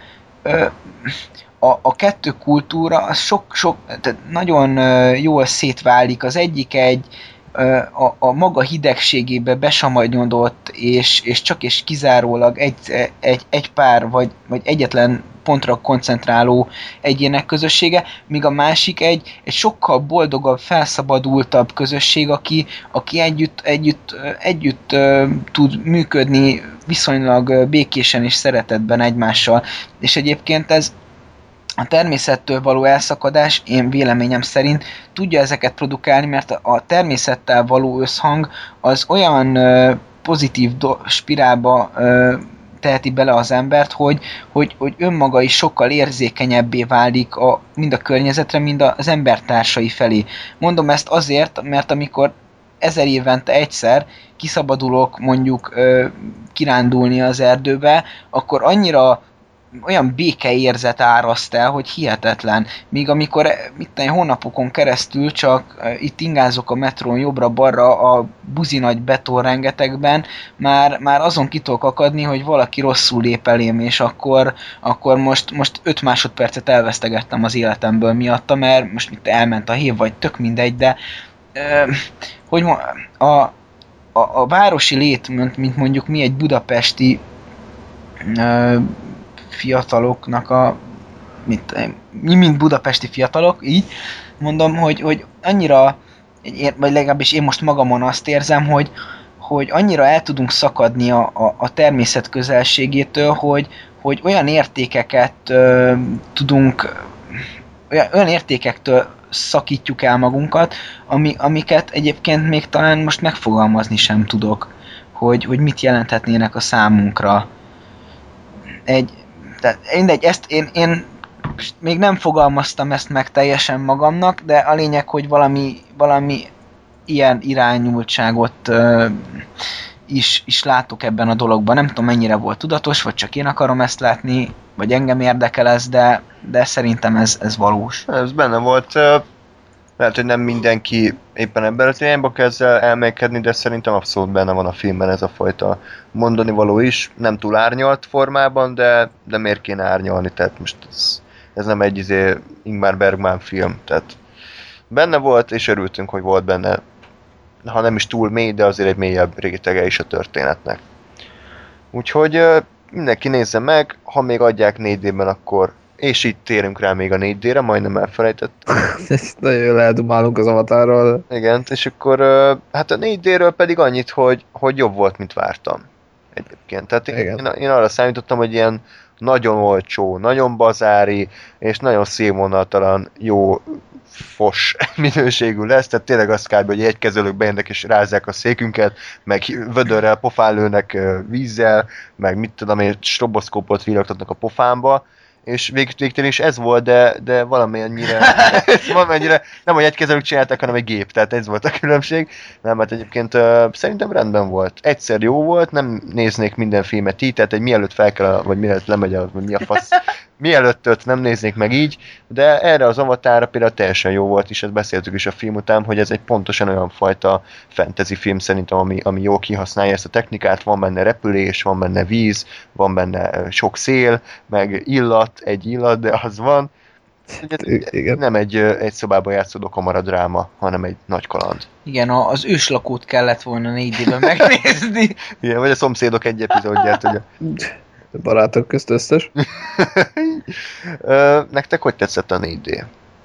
a kettő kultúra az sok nagyon jól szétválik. Az egyik a maga hidegségébe besamanyodott, és csak és kizárólag egy pár, vagy egyetlen pontra koncentráló egyének közössége, míg a másik egy sokkal boldogabb, felszabadultabb közösség, aki együtt tud működni viszonylag békésen és szeretetben egymással. És egyébként ez a természettől való elszakadás, én véleményem szerint tudja ezeket produkálni, mert a természettel való összhang az olyan pozitív spirálba teheti bele az embert, hogy önmaga is sokkal érzékenyebbé válik mind a környezetre, mind az embertársai felé. Mondom ezt azért, mert amikor 1000 évente egyszer kiszabadulok mondjuk kirándulni az erdőbe, akkor annyira olyan békeérzet áraszt el, hogy hihetetlen. Míg amikor hónapokon keresztül csak itt ingázok a metrón jobbra-balra a buzi nagy beton rengetegben, már azon ki tudok akadni, hogy valaki rosszul lép elém, és akkor most 5 másodpercet elvesztegettem az életemből miatta, mert most itt elment a hív, vagy tök mindegy, de hogy a városi lét, mint mondjuk mi egy budapesti fiataloknak mi mint budapesti fiatalok, így mondom, hogy annyira, vagy legalábbis én most magamon azt érzem, hogy annyira el tudunk szakadni a természet közelségétől, hogy olyan értékeket tudunk, olyan értékektől szakítjuk el magunkat, amiket egyébként még talán most megfogalmazni sem tudok, hogy mit jelenthetnének a számunkra. Tehát mindegy, ezt én még nem fogalmaztam ezt meg teljesen magamnak, de a lényeg, hogy valami ilyen irányultságot is látok ebben a dologban. Nem tudom, mennyire volt tudatos, vagy csak én akarom ezt látni, vagy engem érdekel ez, de szerintem ez valós. Ez benne volt. Lehet, hogy nem mindenki éppen ebben a irányba kezd el elmélkedni, de szerintem abszolút benne van a filmben ez a fajta mondani való is. Nem túl árnyalt formában, de miért kéne árnyalni? Tehát most ez nem egy Ingmar Bergman film. Tehát benne volt, és örültünk, hogy volt benne, ha nem is túl mély, de azért egy mélyebb rétege is a történetnek. Úgyhogy mindenki nézze meg, ha még adják 4D-ben, akkor... És itt térünk rá még a 4D-re, majdnem elfelejtettem. Ezt nagyon jól eldumálunk az Avatarról. Igen, és akkor hát a 4D-ről pedig annyit, hogy jobb volt, mint vártam. Egyébként. Tehát én arra számítottam, hogy ilyen nagyon olcsó, nagyon bazári, és nagyon színvonaltalan, jó fos minőségű lesz, tehát tényleg azt kb. Hogy egy kezelők bejönnek és rázzák a székünket, meg vödörrel pofán lőnek vízzel, meg mit tudom én, stroboszkópot villogtatnak a pofámba, és végtelen is ez volt, de valamennyire nem, hogy egy kezelők csináltak, hanem egy gép, tehát ez volt a különbség. Nem, hát egyébként szerintem rendben volt. Egyszer jó volt, nem néznék minden filmet így, tehát egy mielőtt fel kell, vagy mielőtt lemegy el, vagy mi a fasz, mielőtt nem néznék meg így, de erre az Avatarra például teljesen jó volt, és ezt beszéltük is a film után, hogy ez egy pontosan olyan fajta fantasy film szerintem, ami jól kihasználja ezt a technikát, van benne repülés, van benne víz, van benne sok szél, meg egy illat, de az van. Igen. Nem egy szobában játszódó kamaradráma, hanem egy nagy kaland. Igen, az őslakót kellett volna 4D-ben megnézni. Igen, vagy a szomszédok egy epizódját, ugye. Barátok közt összes. Nektek hogy tetszett a 4D?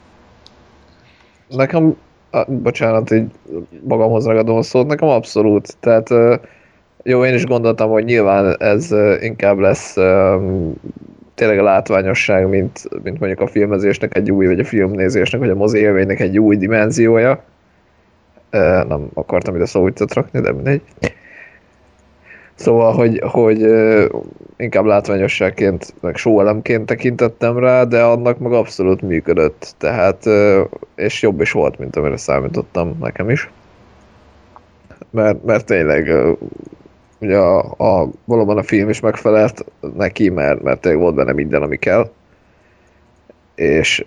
Nekem, bocsánat, így magamhoz ragadom a szót, nekem abszolút. Tehát jó, én is gondoltam, hogy nyilván ez inkább lesz tényleg a látványosság, mint mondjuk a filmezésnek egy új, vagy a filmnézésnek, vagy a mozi élménynek egy új dimenziója. Nem akartam ide szóviccet rakni, de mindegy. Szóval, hogy inkább látványosságként, meg show-elemként tekintettem rá, de annak meg abszolút működött. Tehát, és jobb is volt, mint amire számítottam nekem is. Mert tényleg ugye valóban a film is megfelelt neki, mert tényleg volt benne minden, ami kell. És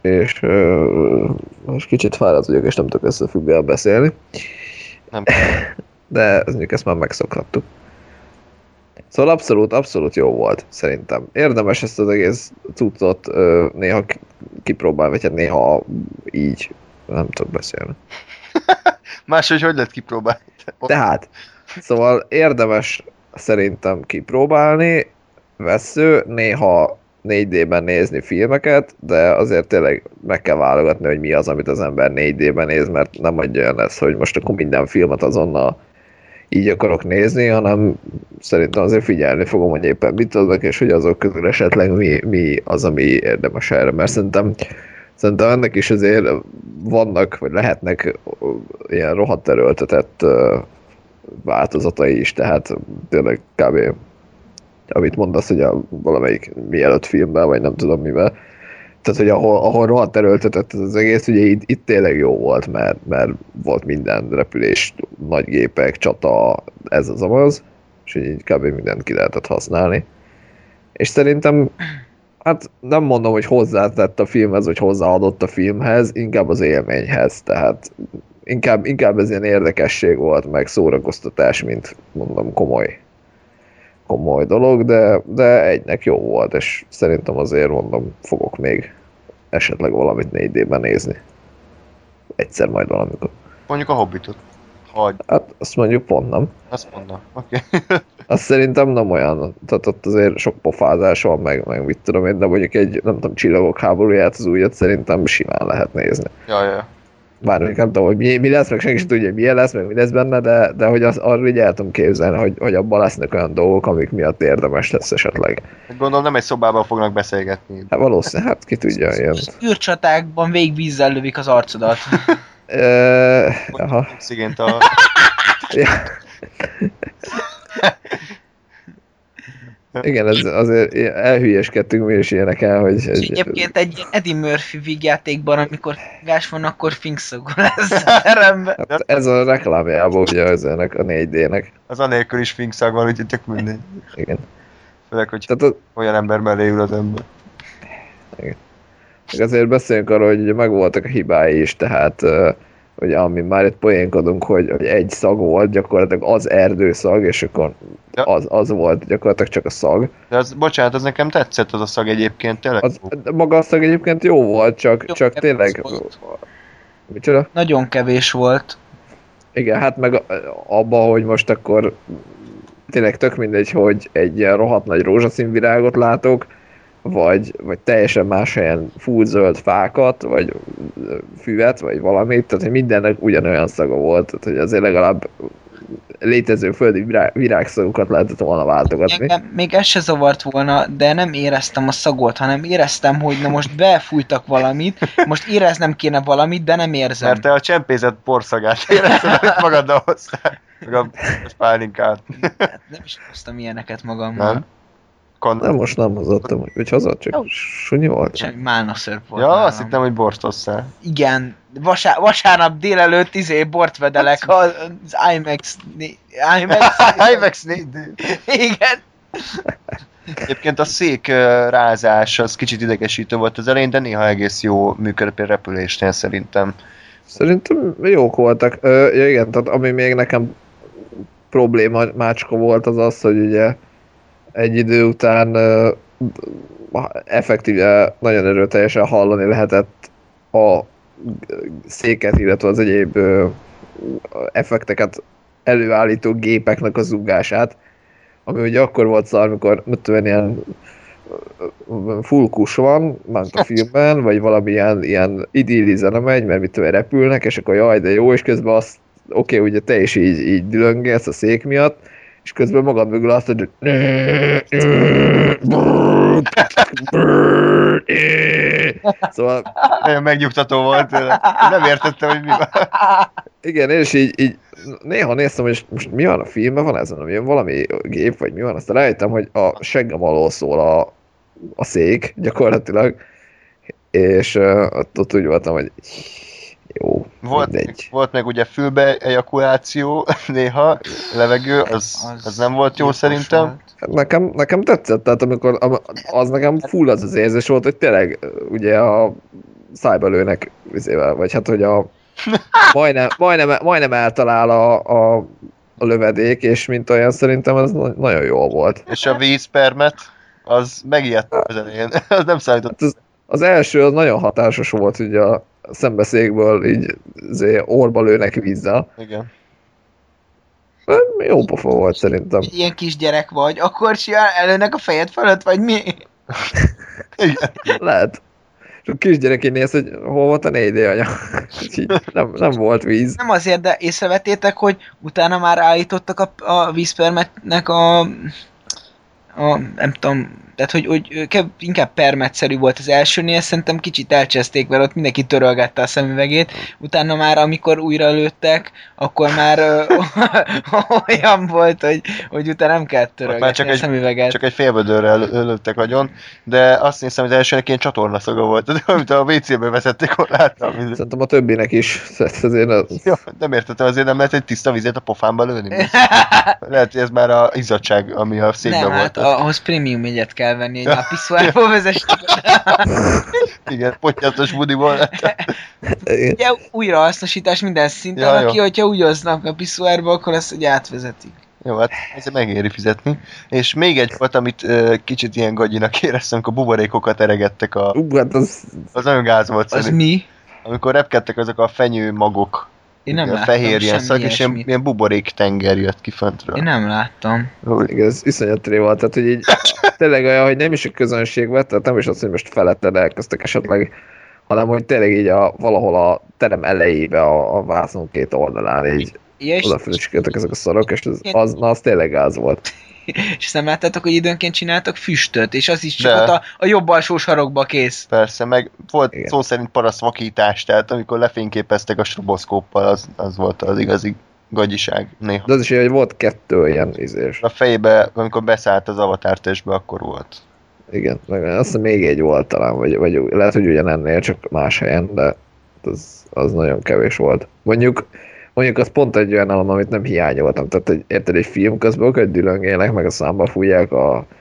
most kicsit fáradt vagyok, és nem tudok összefüggően beszélni. Nem. De mondjuk ezt már megszokhattuk. Szóval abszolút jó volt, szerintem. Érdemes ezt az egész cuccot néha kipróbálni, vagy hát néha így nem tudok beszélni. Máshogy hogy lehet kipróbálni? Tehát, szóval érdemes szerintem kipróbálni, vessző, néha 4D-ben nézni filmeket, de azért tényleg meg kell válogatni, hogy mi az, amit az ember 4D-ben néz, mert nem adja olyan lesz, hogy most akkor minden filmet azonnal így akarok nézni, hanem szerintem azért figyelni fogom, hogy éppen mit adnak, és hogy azok közül esetleg mi az, ami érdemes erre, mert szerintem ennek is azért vannak, vagy lehetnek ilyen rohadt erőltetett változatai is, tehát tényleg kb. Amit mondasz, hogy valamelyik mielőtt filmben, vagy nem tudom mivel, tehát, hogy ahol rohadt erőltetett az egész, ugye itt tényleg jó volt, mert volt minden repülés, nagy gépek, csata, ez az amaz, és így kb. Mindent ki lehetett használni. És szerintem, hát nem mondom, hogy hozzátett a filmhez, vagy hozzáadott a filmhez, inkább az élményhez, tehát inkább ez ilyen érdekesség volt, meg szórakoztatás, mint mondom komoly dolog, de egynek jó volt, és szerintem azért mondom, fogok még esetleg valamit 4D-ben nézni. Egyszer majd valamikor. Mondjuk a Hobbitot. Hát azt mondjuk pont nem. Azt mondom, oké. Azt szerintem nem olyan, tehát ott azért sok pofázás van, meg mit tudom én, de mondjuk egy, nem tudom, Csillagok háborúját, az újat szerintem simán lehet nézni. Ja. Bár nem tudom, hogy mi lesz, meg senki sem tudja, hogy milyen lesz, meg mi lesz benne, de hogy arra így el tudom képzelni, hogy abban lesznek olyan dolgok, amik miatt érdemes lesz esetleg. Gondolom nem egy szobában fognak beszélgetni. Hát valószínűleg, hát ki tudja ilyen. űrcsatákban végvízzel lövik az arcodat. Aha. Szigént a... Igen, ez azért elhülyeskedtünk mi is ilyeneken, hogy... Egyébként egy Eddie Murphy vígjátékban, amikor gás van, akkor finkszagol lesz a teremben. Hát ez a reklámjából ugye ennek a 4D-nek. Az anélkül is finkszag van, úgyhogy tök mindegy. Igen. Főleg, hogy Tehát olyan ember mellé ül az ember. Igen. Azért beszéljünk arról, hogy megvoltak a hibái is, tehát ugye ami már itt poénkodunk, hogy egy szag volt, gyakorlatilag az erdőszag, és akkor az volt gyakorlatilag csak a szag. De az, bocsánat, az nekem tetszett az a szag egyébként, tényleg. Maga a szag egyébként jó volt, csak tényleg... Micsoda? Nagyon kevés volt. Igen, hát meg abba, hogy most akkor tényleg tök mindegy, hogy egy ilyen rohadt nagy rózsaszín virágot látok, vagy teljesen más helyen full zöld fákat, vagy füvet, vagy valamit, tehát hogy mindennek ugyanolyan szaga volt, tehát hogy azért legalább létező földi virágszagokat lehetett volna váltogatni. Engem még ez se zavart volna, de nem éreztem a szagot, hanem éreztem, hogy na most befújtak valamit, most éreznem kéne valamit, de nem érzem. Mert te a csempézett porszagát érezted, amit magaddal hoztál. Meg a pálinkát. Hát nem is hoztam ilyeneket magammal. Nem? Nem, most nem hozottam, hogy hozott, csak sunyi volt. Semmi málnaszörp volt Ja, nálam. azt hittem, hogy borst hozzá. Igen, vasárnap délelőtt bort vedelek az IMAX... IMAX 4D. Igen. Egyébként a szék rázás az kicsit idegesítő volt az elején, de néha egész jó működött például repülésnél szerintem. Szerintem jók voltak. Ja igen, tehát ami még nekem problémácska volt az az, hogy ugye egy idő után effektíve nagyon erőteljesen hallani lehetett a széket, illetve az egyéb effekteket előállító gépeknek a zúgását, ami ugye akkor volt szar, amikor ilyen full kus van, ment a filmben, vagy valami ilyen idilli zene megy, mert mit tudom, repülnek, és akkor jaj, de jó, és közben azt, oké, ugye te is így dülöngélsz a szék miatt, és közben magad mögül azt, hogy szóval Nagyon megnyugtató volt. Nem értettem, hogy mi van. igen, és így néha néztem, hogy most mi van a filmben, van ezen, ami valami gép, vagy mi van, aztán rájöttem, hogy a seggem alól szól a szék, gyakorlatilag, és ott úgy voltam, hogy jó, mindegy. Volt meg ugye fülbe ejakuláció néha, levegő, az nem volt jó szerintem. Nekem tetszett, tehát amikor az nekem full az érzés volt, hogy tényleg ugye a szájba lőnek vizével, vagy hát hogy majdnem eltalál a lövedék, és mint olyan szerintem ez nagyon jó volt. És a vízpermet, az megijedt az elején. Az nem számított. Hát az első az nagyon hatásos volt, hogy a szembeszékből így orba lőnek vízzel. Igen. Jó pofa volt szerintem. Ilyen kisgyerek vagy, akkor előnek a fejed fölött, vagy mi? Igen. Lehet. És a kisgyerekén néz, hogy hol volt a 4D anya. Nem volt víz. Nem azért, de észrevettétek, hogy utána már állítottak a vízpermetnek a nem tudom, tehát hogy inkább permetszerű volt az elsőnél, szerintem kicsit elcseszték, mert ott mindenki törölgette a szemüvegét, utána már amikor újra lőttek, akkor már olyan volt, hogy utána nem kellett törölgetni a szemüveget. Csak egy félbödörrel lőttek agyon, de azt hiszem, hogy az elsőnek ilyen csatornaszaga volt, amit a WC-ből veszették, ott láttam. Szerintem a többinek is. Jó, nem értettem, azért nem lehet egy tiszta vizet a pofámba lőni. Lehet, hogy ez már a izzadság, ami a székben volt. Nem, hát ahhoz prémium jegyet kell venni, hogy a piszoárból vezessük. Igen, pottyatos budiból lett. Ugye újrahasznosítás minden szinten, Ja, aki, hogyha úgyoznak a piszoárba, akkor azt ugye átvezetik. Jó, hát ezért megéri fizetni. És még egy volt, amit kicsit ilyen gagyinak éreztem, amikor buborékokat eregettek Hát az nagyon gáz volt Az mi? Amikor repkedtek azok a fenyő magok. Én nem láttam fehér ilyen szag, és ilyesmit. ilyen buborék tenger jött ki föntről. Én nem láttam. Igen, ez iszonyat tré volt, tehát hogy így tényleg olyan, hogy nem is a közönség vett, tehát nem is az, hogy most feletted elkezdtek esetleg, hanem hogy tényleg így valahol a terem elejébe a vászon két oldalán így odafülösítettek ezek a szarok, és az tényleg gáz volt. És nem láttátok, hogy időnként csináltak füstöt, és az is csak ott a jobb alsó sarokba kész. Persze, meg volt igen. Szó szerint parasztvakítás, tehát amikor lefényképeztek a stroboszkóppal, az volt az igazi gagyiság néha. De az is, hogy volt 2 ilyen ízés. A fejébe, amikor beszállt az avatártestbe, akkor volt. Igen, meg azt hiszem még egy volt talán, vagy lehet, hogy ugyanennél, csak más helyen, de az nagyon kevés volt. Mondjuk az pont egy olyan állam, amit nem hiányoltam. Tehát érted, egy film közben, hogy dülöngélnek, meg a számba fújják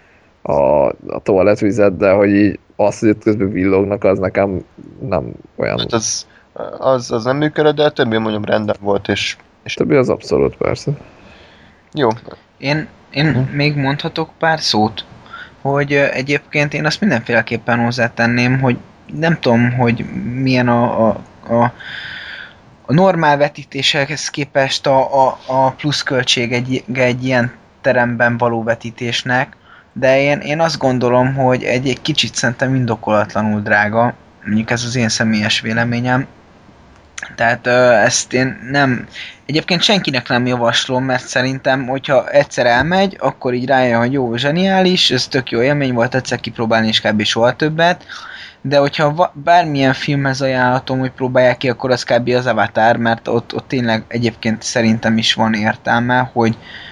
a toalettvizet, de hogy így azt, hogy közben villognak, az nekem nem olyan. Hát az nem működött, de a többi mondjam rendben volt, és többi az abszolút, persze. jó. Én még mondhatok pár szót, hogy egyébként én azt mindenféleképpen hozzátenném, hogy nem tudom, hogy milyen a normál vetítéshez képest a pluszköltség egy ilyen teremben való vetítésnek, de én azt gondolom, hogy egy kicsit szerintem indokolatlanul drága, mondjuk ez az én személyes véleményem. Tehát ezt én nem... Egyébként senkinek nem javaslom, mert szerintem, hogyha egyszer elmegy, akkor így rájön, hogy jó, zseniális, ez tök jó élmény volt egyszer kipróbálni, és kb. Soha többet. De hogyha bármilyen filmhez ajánlatom, hogy próbálják ki, akkor az kb. Az Avatar, mert ott tényleg egyébként szerintem is van értelme, hogy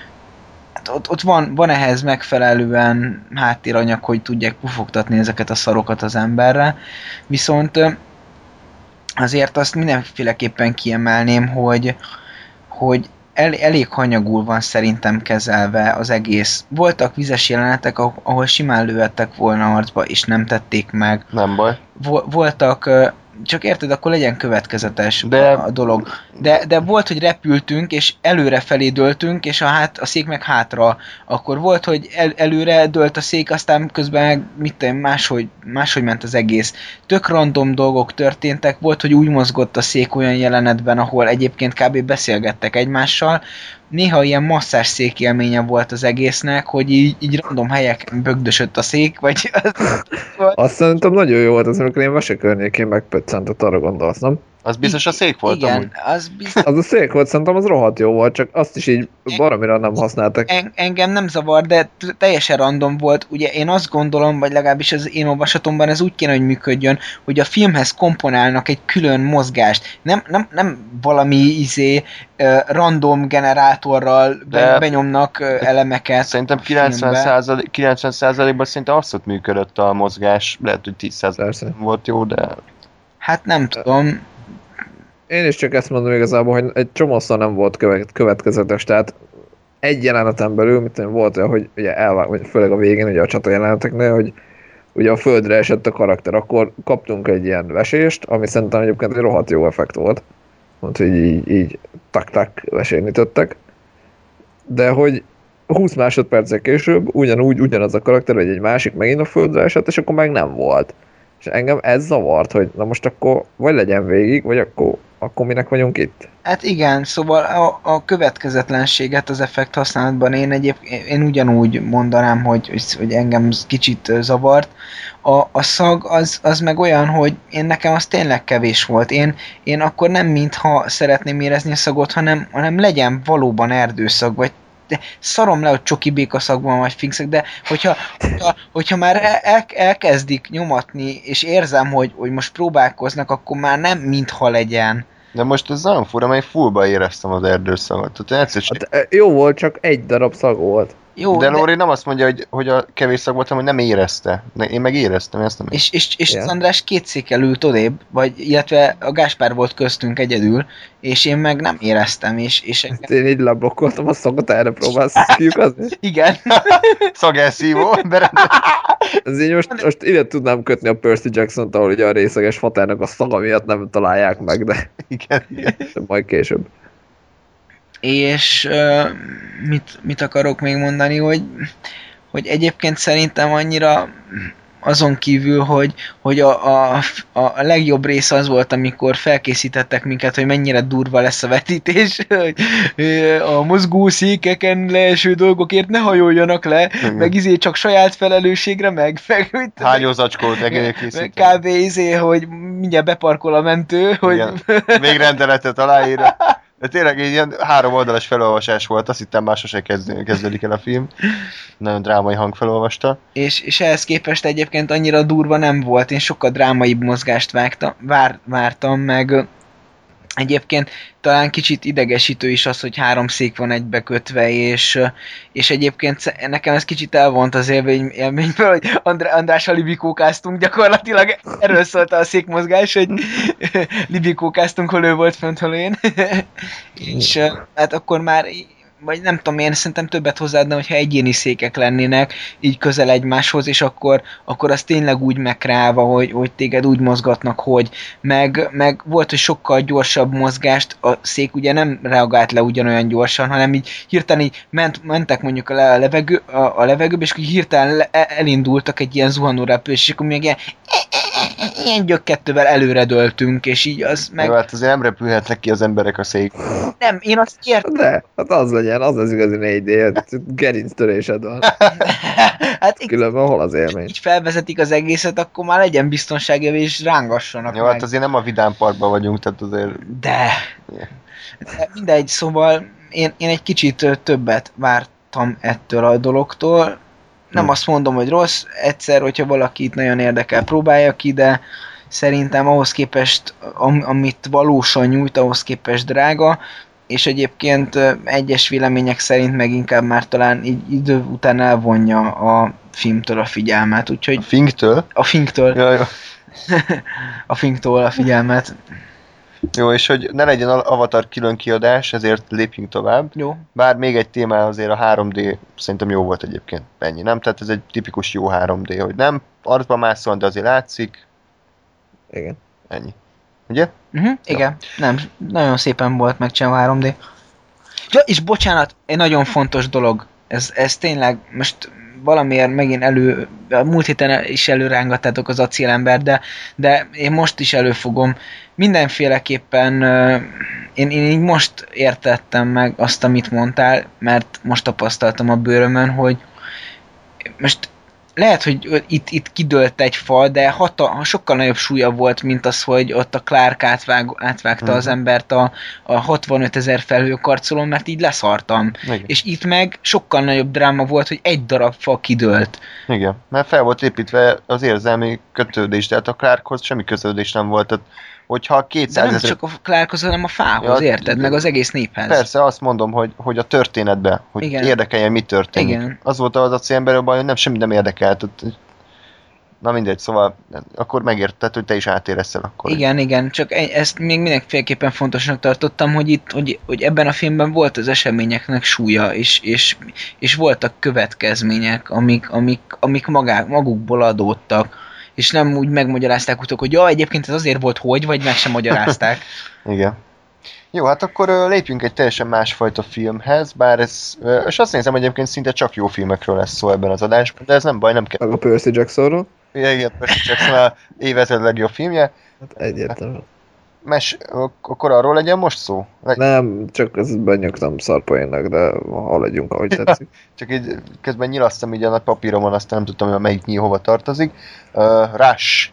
ott van ehhez megfelelően háttéranyag, hogy tudják pufogtatni ezeket a szarokat az emberre. Viszont azért azt mindenféleképpen kiemelném, hogy elég hanyagul van szerintem kezelve az egész. Voltak vizes jelenetek, ahol simán lőhettek volna arcba, és nem tették meg. Nem baj. Voltak, csak érted, akkor legyen következetes a dolog. De volt, hogy repültünk, és előre felé döltünk, és a szék meg hátra. Akkor volt, hogy előre dölt a szék, aztán közben máshogy ment az egész. Tök random dolgok történtek, volt, hogy úgy mozgott a szék olyan jelenetben, ahol egyébként kb. Beszélgettek egymással. Néha ilyen masszás szék élménye volt az egésznek, hogy így random helyeken bögdösött a szék, vagy... Azt szerintem nagyon jó volt, az amikor én Vese környékén megpöccentett, arra gondolsz, nem? Az biztos a szék volt igen, amúgy. az biztos. Az a szék volt, szerintem az rohadt jó volt, csak azt is így baromira nem használtak. Engem nem zavar, de teljesen random volt. Ugye én azt gondolom, vagy legalábbis az én olvasatomban ez úgy kéne, hogy működjön, hogy a filmhez komponálnak egy külön mozgást. Nem valami random generátorral benyomnak elemeket. Szerintem 90%-ban szinte abszolút működött a mozgás. Lehet, hogy 10% volt jó, de... Hát nem tudom. Én is csak ezt mondom igazából, hogy egy csomószor nem volt következetes, tehát egy jeleneten belül, mint volt olyan, hogy ugye főleg a végén, ugye a csata jeleneteknél, hogy ugye a földre esett a karakter, akkor kaptunk egy ilyen vesést, ami szerintem egyébként egy rohadt jó effekt volt. Mondta, hogy így tak-tak vesélni töttek. De hogy 20 másodperccel később ugyanaz a karakter, vagy egy másik megint a földre esett, és akkor meg nem volt. És engem ez zavart, hogy na most akkor vagy legyen végig, vagy akkor minek vagyunk itt? Hát igen, szóval a következetlenséget az effekt használatban én ugyanúgy mondanám, hogy engem kicsit zavart. A szag az meg olyan, hogy nekem az tényleg kevés volt. Én akkor nem mintha szeretném érezni a szagot, hanem legyen valóban erdőszag, vagy de szarom le, hogy csoki békaszagban vagy finkszek, de hogyha már elkezdik nyomatni, és érzem, hogy most próbálkoznak, akkor már nem mintha legyen. De most ez nagyon fura, mert fullba éreztem az erdőszagot. Hát, jó volt, csak egy darab szag volt. Jó, de Lóri nem azt mondja, hogy a kevés szag volt, hanem hogy nem érezte. Én meg éreztem, ezt nem És yeah. Az András két székkel ült odébb, illetve a Gáspár volt köztünk egyedül, és én meg nem éreztem, és engem... Én így leblokkoltam a szagot, erre próbálsz kiukazni? Igen. Szagelszívó. Ez így most ide tudnám kötni a Percy Jackson-t, ahol ugye a részeges fatárnak a szaga miatt nem találják meg, de... Igen. Majd később. És mit akarok még mondani, hogy egyébként szerintem annyira azon kívül, hogy a legjobb rész az volt, amikor felkészítettek minket, hogy mennyire durva lesz a vetítés, hogy a mozgó székeken leeső dolgokért ne hajoljanak le, meg csak saját felelősségre, meg hányózacskót meg kb. Hogy mindjárt beparkol a mentő, hogy... Végrendeletet aláírja. De tényleg egy ilyen 3 oldalas felolvasás volt, azt hittem már sose kezdődik el a film. Nagyon drámai hang felolvasta. És ehhez képest egyébként annyira durva nem volt, én sokkal drámaibb mozgást vártam, meg egyébként talán kicsit idegesítő is az, hogy 3 szék van egybekötve, és egyébként nekem ez kicsit elvont az élményből, hogy Andrással libikókáztunk, gyakorlatilag erről szólt a székmozgás, hogy libikókáztunk, hol ő volt fönt, hol én. És hát akkor már, vagy nem tudom, én szerintem többet hozzáadna, hogyha egyéni székek lennének így közel egymáshoz, és akkor az tényleg úgy megkreálva, hogy téged úgy mozgatnak, hogy meg volt, hogy sokkal gyorsabb mozgást, a szék ugye nem reagált le ugyanolyan gyorsan, hanem így hirtelen így mentek mondjuk a levegőbe, és így hirtelen elindultak egy ilyen zuhanó repülés, és akkor még ilyen ilyen gyökkettővel előre döltünk, és így az meg... Jó, hát azért nem repülhetnek ki az emberek a szék. Nem, én azt értem. De, hát az legyen, az az igazi 4D, gerinctörésed van. Hát Különben hol az élmény? így felvezetik az egészet, akkor már legyen biztonságja, és rángassanak Jó, meg. hát azért nem a Vidám Parkban vagyunk, tehát azért... De. De mindegy, szóval én egy kicsit többet vártam ettől a dologtól. Nem azt mondom, hogy rossz, egyszer, hogyha valakit nagyon érdekel, próbálja ki, de szerintem ahhoz képest, amit valósan nyújt, ahhoz képest drága, és egyébként egyes vélemények szerint meg inkább már talán így idő után elvonja a filmtől a figyelmet, úgyhogy... A Finktől? A Finktől. Ja, jó. A Finktől a figyelmet. Jó, és hogy ne legyen Avatar külön kiadás, ezért lépjünk tovább. Jó. Bár még egy téma azért a 3D szerintem jó volt egyébként. Ennyi, nem? Tehát ez egy tipikus jó 3D, hogy nem arcba mászol, de azért látszik. Igen. Ennyi. Ugye? Igen. Nem, nagyon szépen volt megcsinálva 3D. Ja, és bocsánat, egy nagyon fontos dolog. Ez tényleg, most valamiért megint a múlt héten is előrángattátok az acélember, de én most is előfogom. Mindenféleképpen én így most értettem meg azt, amit mondtál, mert most tapasztaltam a bőrömön, hogy most lehet, hogy itt kidőlt egy fal, de sokkal nagyobb súlya volt, mint az, hogy ott a Clark átvágta az embert a 65 000 felhőkarcolón, mert így leszartam. Igen. És itt meg sokkal nagyobb dráma volt, hogy egy darab fa kidőlt. Igen, mert fel volt építve az érzelmi kötődés, tehát a Clarkhoz semmi kötődés nem volt. Tehát, hogyha De 200 nem 000... csak a Clarkhoz, hanem a fához, Ja, érted? Meg az egész néphez. Persze, azt mondom, hogy a történetben, hogy Igen. érdekeljen, mi történik. Igen. Az volt az acélemberről baj, hogy nem semmi nem érdekelt. Na mindegy, szóval akkor megérted, hogy te is átérezzel akkor. Igen, csak ezt még mindenféleképpen fontosnak tartottam, hogy ebben a filmben volt az eseményeknek súlya, és voltak következmények, amik magukból adódtak, és nem úgy megmagyarázták utók, hogy egyébként ez azért volt, vagy meg sem magyarázták. Igen. Jó, hát akkor lépjünk egy teljesen másfajta filmhez, bár ez, és azt nézem, egyébként szinte csak jó filmekről lesz szó ebben az adásban, de ez nem baj, nem kell. Meg a Percy Jacksonról? Igen, Percy Jackson a évezred legjobb filmje. Hát egyértelmű. Akkor arról legyen most szó? Nem, csak ezt benyögtem szarpoénnak, de haladjunk, ahogy tetszik. Csak így közben nyilasztam így a nagy papíromon, aztán nem tudtam, hogy melyik nyíl hova tartozik. Rush,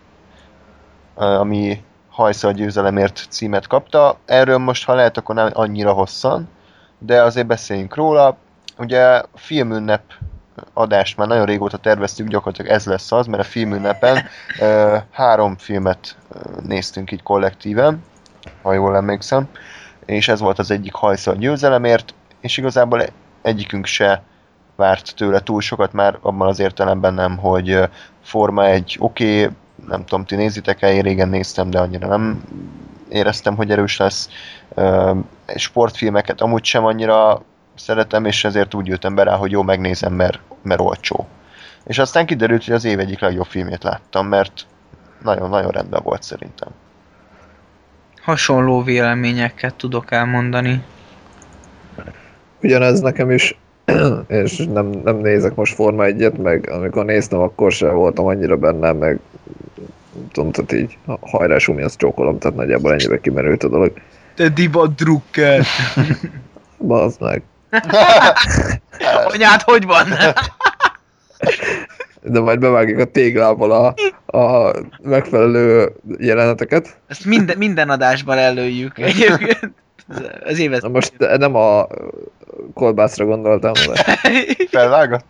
ami Hajsza a győzelemért címet kapta. Erről most, ha lehet, akkor nem annyira hosszan, de azért beszéljünk róla. Ugye a filmünnep adást már nagyon régóta terveztük, gyakorlatilag ez lesz az, mert a filmünnepen 3 filmet néztünk így kollektíven, ha jól emlékszem, és ez volt az egyik Hajsza a győzelemért, és igazából egyikünk se várt tőle túl sokat, már abban az értelemben nem, hogy Forma 1 oké, nem tudom, ti nézitek-e, én régen néztem, de annyira nem éreztem, hogy erős lesz. Sportfilmeket amúgy sem annyira szeretem, és ezért úgy jöttem be rá, hogy jó, megnézem, mert olcsó. És aztán kiderült, hogy az év egyik legjobb filmjét láttam, mert nagyon-nagyon rendben volt szerintem. Hasonló véleményeket tudok elmondani. Ugyanez nekem is, és nem nézek most Forma 1-et, meg amikor néztem, akkor sem voltam annyira benne, meg tudom, tehát így hajrá Sumi, azt csókolom, tehát nagyjából ennyibe kimerült a dolog. Te divat drukker! Bazd meg. Anyád, hogy van? De majd bevágjuk a téglából a megfelelő jeleneteket. Ezt minden adásban előjük egyébként. Az évet. Na most nem a kolbászra gondoltam, de Felvágott?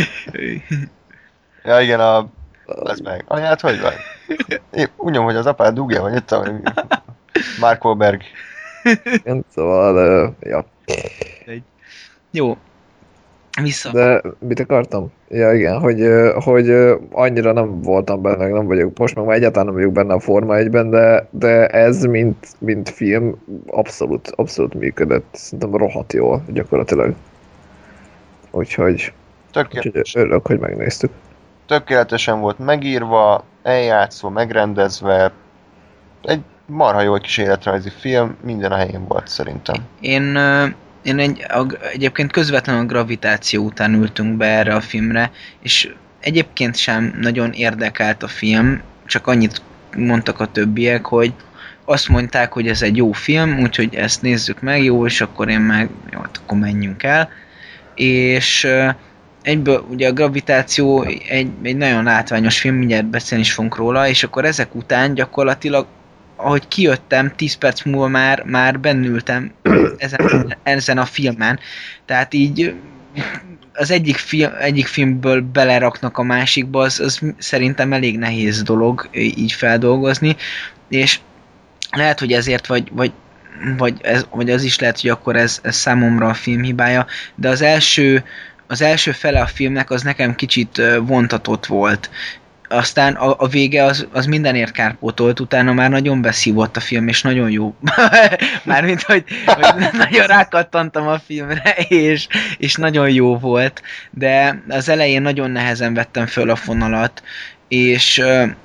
Ja igen, ez meg. Anyát, hogy vagy? Épp úgy nyom, hogy az apád dugja, vagy itt a Mark Wahlberg. igen, szóval, ja. Jó. Vissza. De mit akartam? Ja igen, hogy annyira nem voltam benne, meg nem vagyok, most meg már egyáltalán nem vagyok benne a Forma 1-ben, de ez mint film abszolút működött. Szerintem rohadt jól gyakorlatilag. Úgyhogy örülök, hogy megnéztük. Tökéletesen volt megírva, eljátszva, megrendezve. Egy marha jó kis életrajzi film, minden a helyén volt szerintem. Én egyébként közvetlenül a gravitáció után ültünk be erre a filmre, és egyébként sem nagyon érdekelt a film, csak annyit mondtak a többiek, hogy azt mondták, hogy ez egy jó film, úgyhogy ezt nézzük meg, jó, és akkor én meg, jó, akkor menjünk el. És egyből ugye a Gravitáció egy nagyon látványos film, mindjárt beszélni is fogunk róla, és akkor ezek után gyakorlatilag, ahogy kijöttem, 10 perc múlva már bennültem ezen a filmen. Tehát így az egyik filmből beleraknak a másikba, az szerintem elég nehéz dolog így feldolgozni, és lehet, hogy ezért vagy az is lehet, hogy akkor ez számomra a film hibája, de az első fele a filmnek az nekem kicsit vontatott volt. Aztán a vége az mindenért kárpótolt, utána már nagyon beszívott a film, és nagyon jó. Mármint, hogy nagyon rákattantam a filmre, és nagyon jó volt. De az elején nagyon nehezen vettem föl a fonalat, és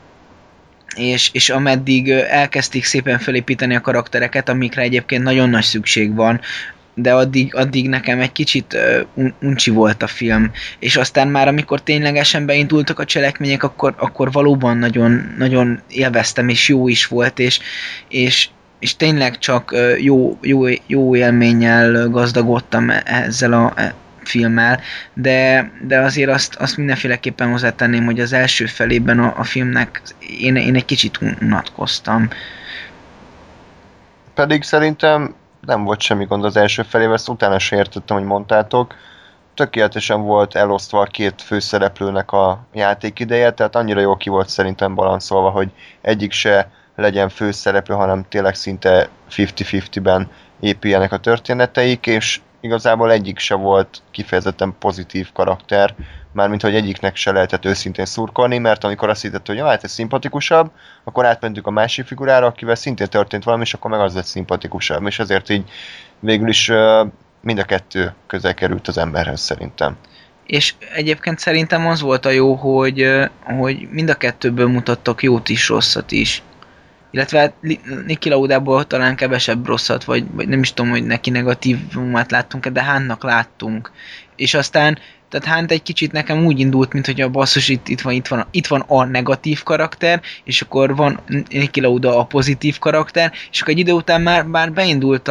ameddig elkezdték szépen felépíteni a karaktereket, amikre egyébként nagyon nagy szükség van, de addig nekem egy kicsit uncsi volt a film, és aztán már amikor ténylegesen beindultak a cselekmények, akkor valóban nagyon, nagyon élveztem, és jó is volt, és tényleg csak jó élménnyel gazdagodtam ezzel a filmmel, de azért azt mindenféleképpen hozzátenném, hogy az első felében a filmnek én egy kicsit unatkoztam. Pedig szerintem nem volt semmi gond az első felével, ezt utána se értettem, hogy mondtátok. Tökéletesen volt elosztva a két főszereplőnek a játékideje, tehát annyira jól ki volt szerintem balanszolva, hogy egyik se legyen főszereplő, hanem tényleg szinte 50-50-ben épüljenek a történeteik, és igazából egyik se volt kifejezetten pozitív karakter, mármint hogy egyiknek se lehetett őszintén szurkolni, mert amikor azt hittett, hogy hát ez szimpatikusabb, akkor átmentünk a másik figurára, akivel szintén történt valami, és akkor meg az lett szimpatikusabb, és ezért így végül is mind a kettő közel került az emberhez szerintem. És egyébként szerintem az volt a jó, hogy mind a kettőből mutattak jót is, rosszat is. Illetve hát Niki Laudából talán kevesebb rosszat, vagy nem is tudom, hogy neki negatívumát láttunk-e, de Hánnak láttunk. És aztán, tehát Hánt egy kicsit nekem úgy indult, mint hogy a basszus itt van a negatív karakter, és akkor van Niki Lauda a pozitív karakter, és akkor egy idő után már beindult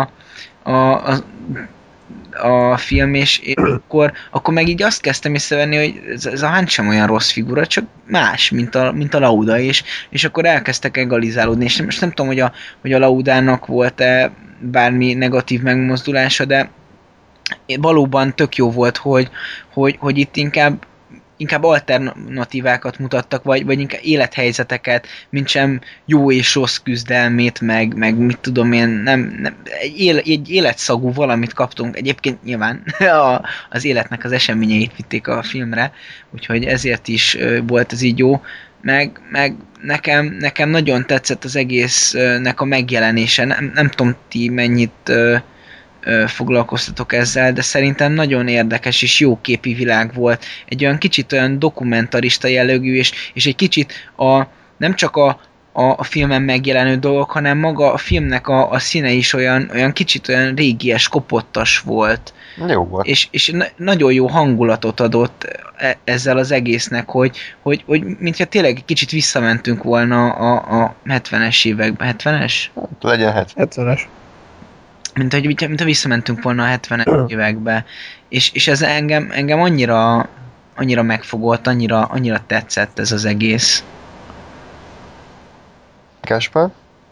a film, és akkor meg így azt kezdtem észrevenni, hogy ez a Hunt sem olyan rossz figura, csak más, mint a Lauda, és akkor elkezdtek egalizálódni, és most nem tudom, hogy a Laudának volt-e bármi negatív megmozdulása, de valóban tök jó volt, hogy itt inkább alternatívákat mutattak, vagy inkább élethelyzeteket, mint sem jó és rossz küzdelmét, meg mit tudom én, nem egy életszagú valamit kaptunk. Egyébként nyilván az életnek az eseményeit vitték a filmre, úgyhogy ezért is volt ez így jó. Meg nekem nagyon tetszett az egésznek a megjelenése. Nem tudom ti mennyit foglalkoztatok ezzel, de szerintem nagyon érdekes és jó képi világ volt. Egy olyan kicsit olyan dokumentarista jellegű, és egy kicsit nem csak a filmen megjelenő dolgok, hanem maga a filmnek a színe is olyan kicsit olyan régies, kopottas volt. Jó volt. És nagyon jó hangulatot adott ezzel az egésznek, hogy mintha tényleg kicsit visszamentünk volna a 70-es években. 70-es? Hát, legyen 70-es. Mint ha visszamentünk volna a 70-es évekbe. És ez engem annyira megfogott, annyira tetszett ez az egész. Gáspár?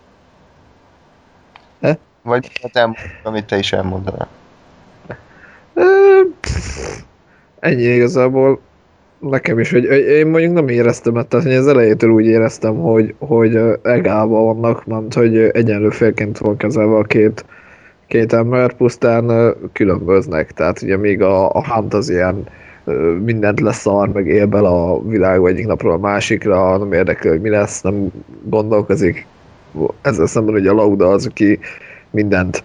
Vagy hát elmondom, amit te is elmondanál. Ennyi igazából nekem is, hogy én mondjuk nem éreztem, tehát az elejétől úgy éreztem, hogy egálban vannak, mert hogy egyenlő félként van kezelve a két ember, pusztán különböznek, tehát ugye még a Hunt az ilyen mindent leszar, meg él bele a világ egyik napról a másikra, nem érdekel, hogy mi lesz, nem gondolkozik. Ezzel szemben ugye a Lauda az, aki mindent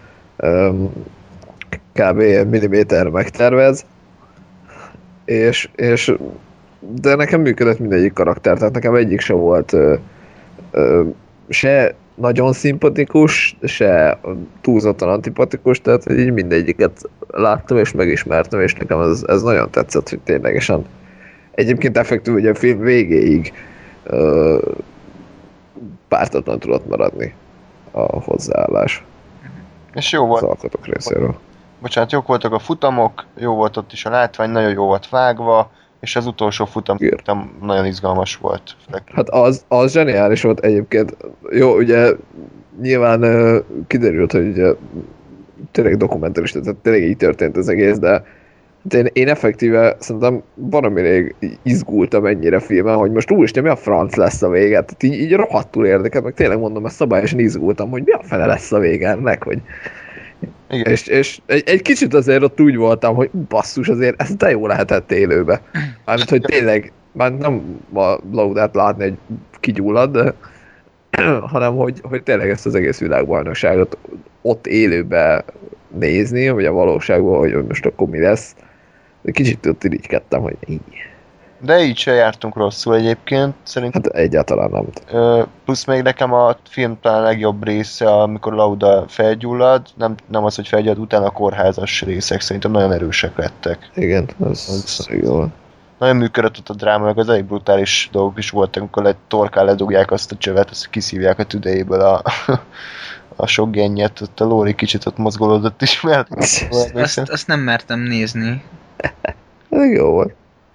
kb. Milliméter megtervez, de nekem működött mindegyik karakter, tehát nekem egyik se volt se nagyon szimpatikus, se túlzottan antipatikus, tehát így mindegyiket láttam és megismertem, és nekem ez nagyon tetszett, hogy ténylegesen egyébként effektív, hogy a film végéig pártatlan tudott maradni a hozzáállás És jó az volt, alkotók részéről. bocsánat, jók voltak a futamok, jó volt ott is a látvány, nagyon jó volt vágva, és az utolsó futam Igen. szerintem nagyon izgalmas volt. Hát az zseniális volt egyébként. Jó, ugye nyilván kiderült, hogy ugye, tényleg dokumentáris, tehát tényleg így történt az egész, de hát én effektíve szerintem valami rég izgultam ennyire filmen, hogy most úristen, mi a franc lesz a vége. Tehát így rohadtul érdekel, meg tényleg mondom, ezt szabályosan izgultam, hogy mi a fele lesz a vége ennek, hogy Igen. és egy kicsit azért ott úgy voltam, hogy basszus, azért ez de jó lehetett élőbe. Mármint, hogy tényleg, már nem a Laudát látni, hogy kigyullad, de hanem hogy tényleg ezt az egész világbajnokságot ott élőbe nézni, vagy a valóságban, hogy most akkor mi lesz. De kicsit ott irigykedtem, hogy így. De így se jártunk rosszul egyébként, szerintem. Hát egyáltalán nem. Plusz még nekem a film talán legjobb része, amikor Lauda felgyullad, nem az, hogy felgyullad, utána a kórházas részek szerintem nagyon erősek lettek. Igen, az jó. Nagyon működött ott a dráma, meg az elég brutális dolgok is voltak, amikor egy torkán ledugják azt a csövet, azt kiszívják a tüdejéből a sok gennyet, ott a Lóri kicsit ott mozgolódott is, mert... Azt nem mertem nézni. Ez jó volt.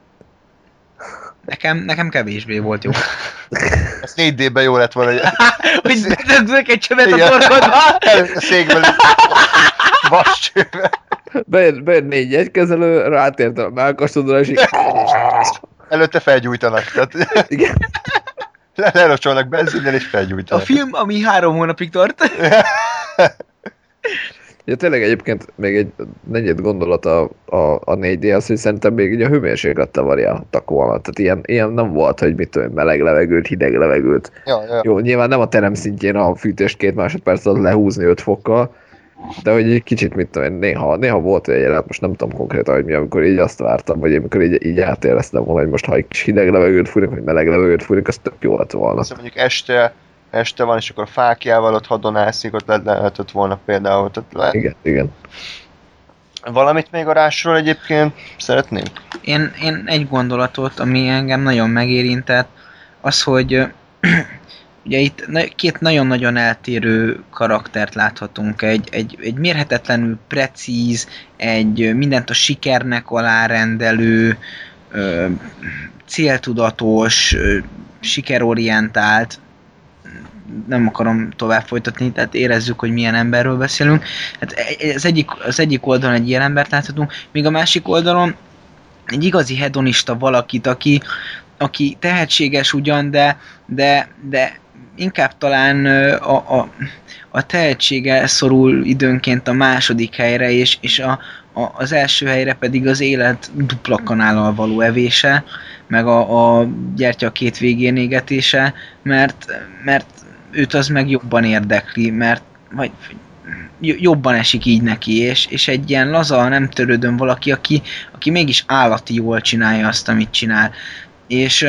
Nekem kevésbé volt jó. Ez 4D-ben jó lett volna, hogy... Hogy bedögzök egy csövet a Igen. torkodba! Előtt a székből vascsővel. Bejön 4 jegykezelő, rátért a melkasodra, és így... Előtte felgyújtanak, tehát Igen. lerocsolnak benzinnel és A felgyújtanak. film, ami 3 hónapig tart. Ja, tényleg egyébként még egy negyed gondolat a 4D az, hogy szerintem még így a hőmérséklettel variálhattak volna. Tehát ilyen nem volt, hogy mit tudom, meleg levegőt, hideg levegőt. Ja. Jó, nyilván nem a terem szintjén a fűtést 2 másodperc alatt lehúzni 5 fokkal, de hogy egy kicsit, mit tudom, néha volt egy jelenet, most nem tudom konkrétan, hogy mi, amikor így azt vártam, vagy amikor így átéreztem volna, hogy most ha egy kis hideg levegőt fújnak, vagy meleg levegőt fújnak, az tök jó lett volna. Azt mondjuk este van, és akkor fákjával ott hadonászik, ott lehetett volna például. Tehát Igen. Valamit még a Rushról egyébként szeretnénk? Én egy gondolatot, ami engem nagyon megérintett, az, hogy ugye itt 2 nagyon-nagyon eltérő karaktert láthatunk. Egy mérhetetlenül precíz, egy mindent a sikernek alárendelő, céltudatos, sikerorientált, nem akarom tovább folytatni, tehát érezzük, hogy milyen emberről beszélünk. Hát az egyik oldalon egy ilyen embert láthatunk, míg a másik oldalon egy igazi hedonista valakit, aki tehetséges ugyan, de inkább talán a tehetsége szorul időnként a második helyre, és az első helyre pedig az élet dupla kanállal való evése, meg a gyertya 2 végén égetése, mert őt az meg jobban érdekli, vagy jobban esik így neki, és egy ilyen laza, nem törődön valaki, aki mégis állati jól csinálja azt, amit csinál. És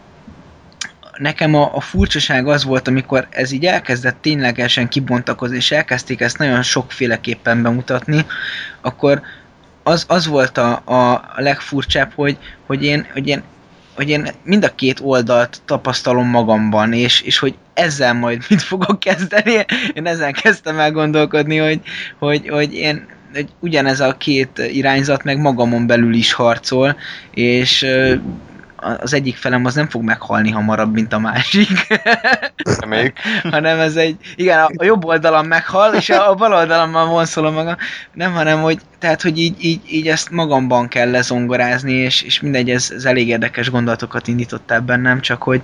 nekem a furcsaság az volt, amikor ez így elkezdett ténylegesen kibontakozni, és elkezdték ezt nagyon sokféleképpen bemutatni, akkor az volt a legfurcsább, hogy én mind a 2 oldalt tapasztalom magamban, és hogy ezzel majd mit fogok kezdeni. Én ezen kezdtem el gondolkodni, hogy ugyanez a 2 irányzat meg magamon belül is harcol, és az egyik felem az nem fog meghalni hamarabb, mint a másik. Még. Hanem ez igen, a jobb oldalam meghal, és a bal oldalammal vonszolom magam. Nem, hanem, hogy így ezt magamban kell lezongorázni, és mindegy, ez elég érdekes gondolatokat indítottál bennem, csak hogy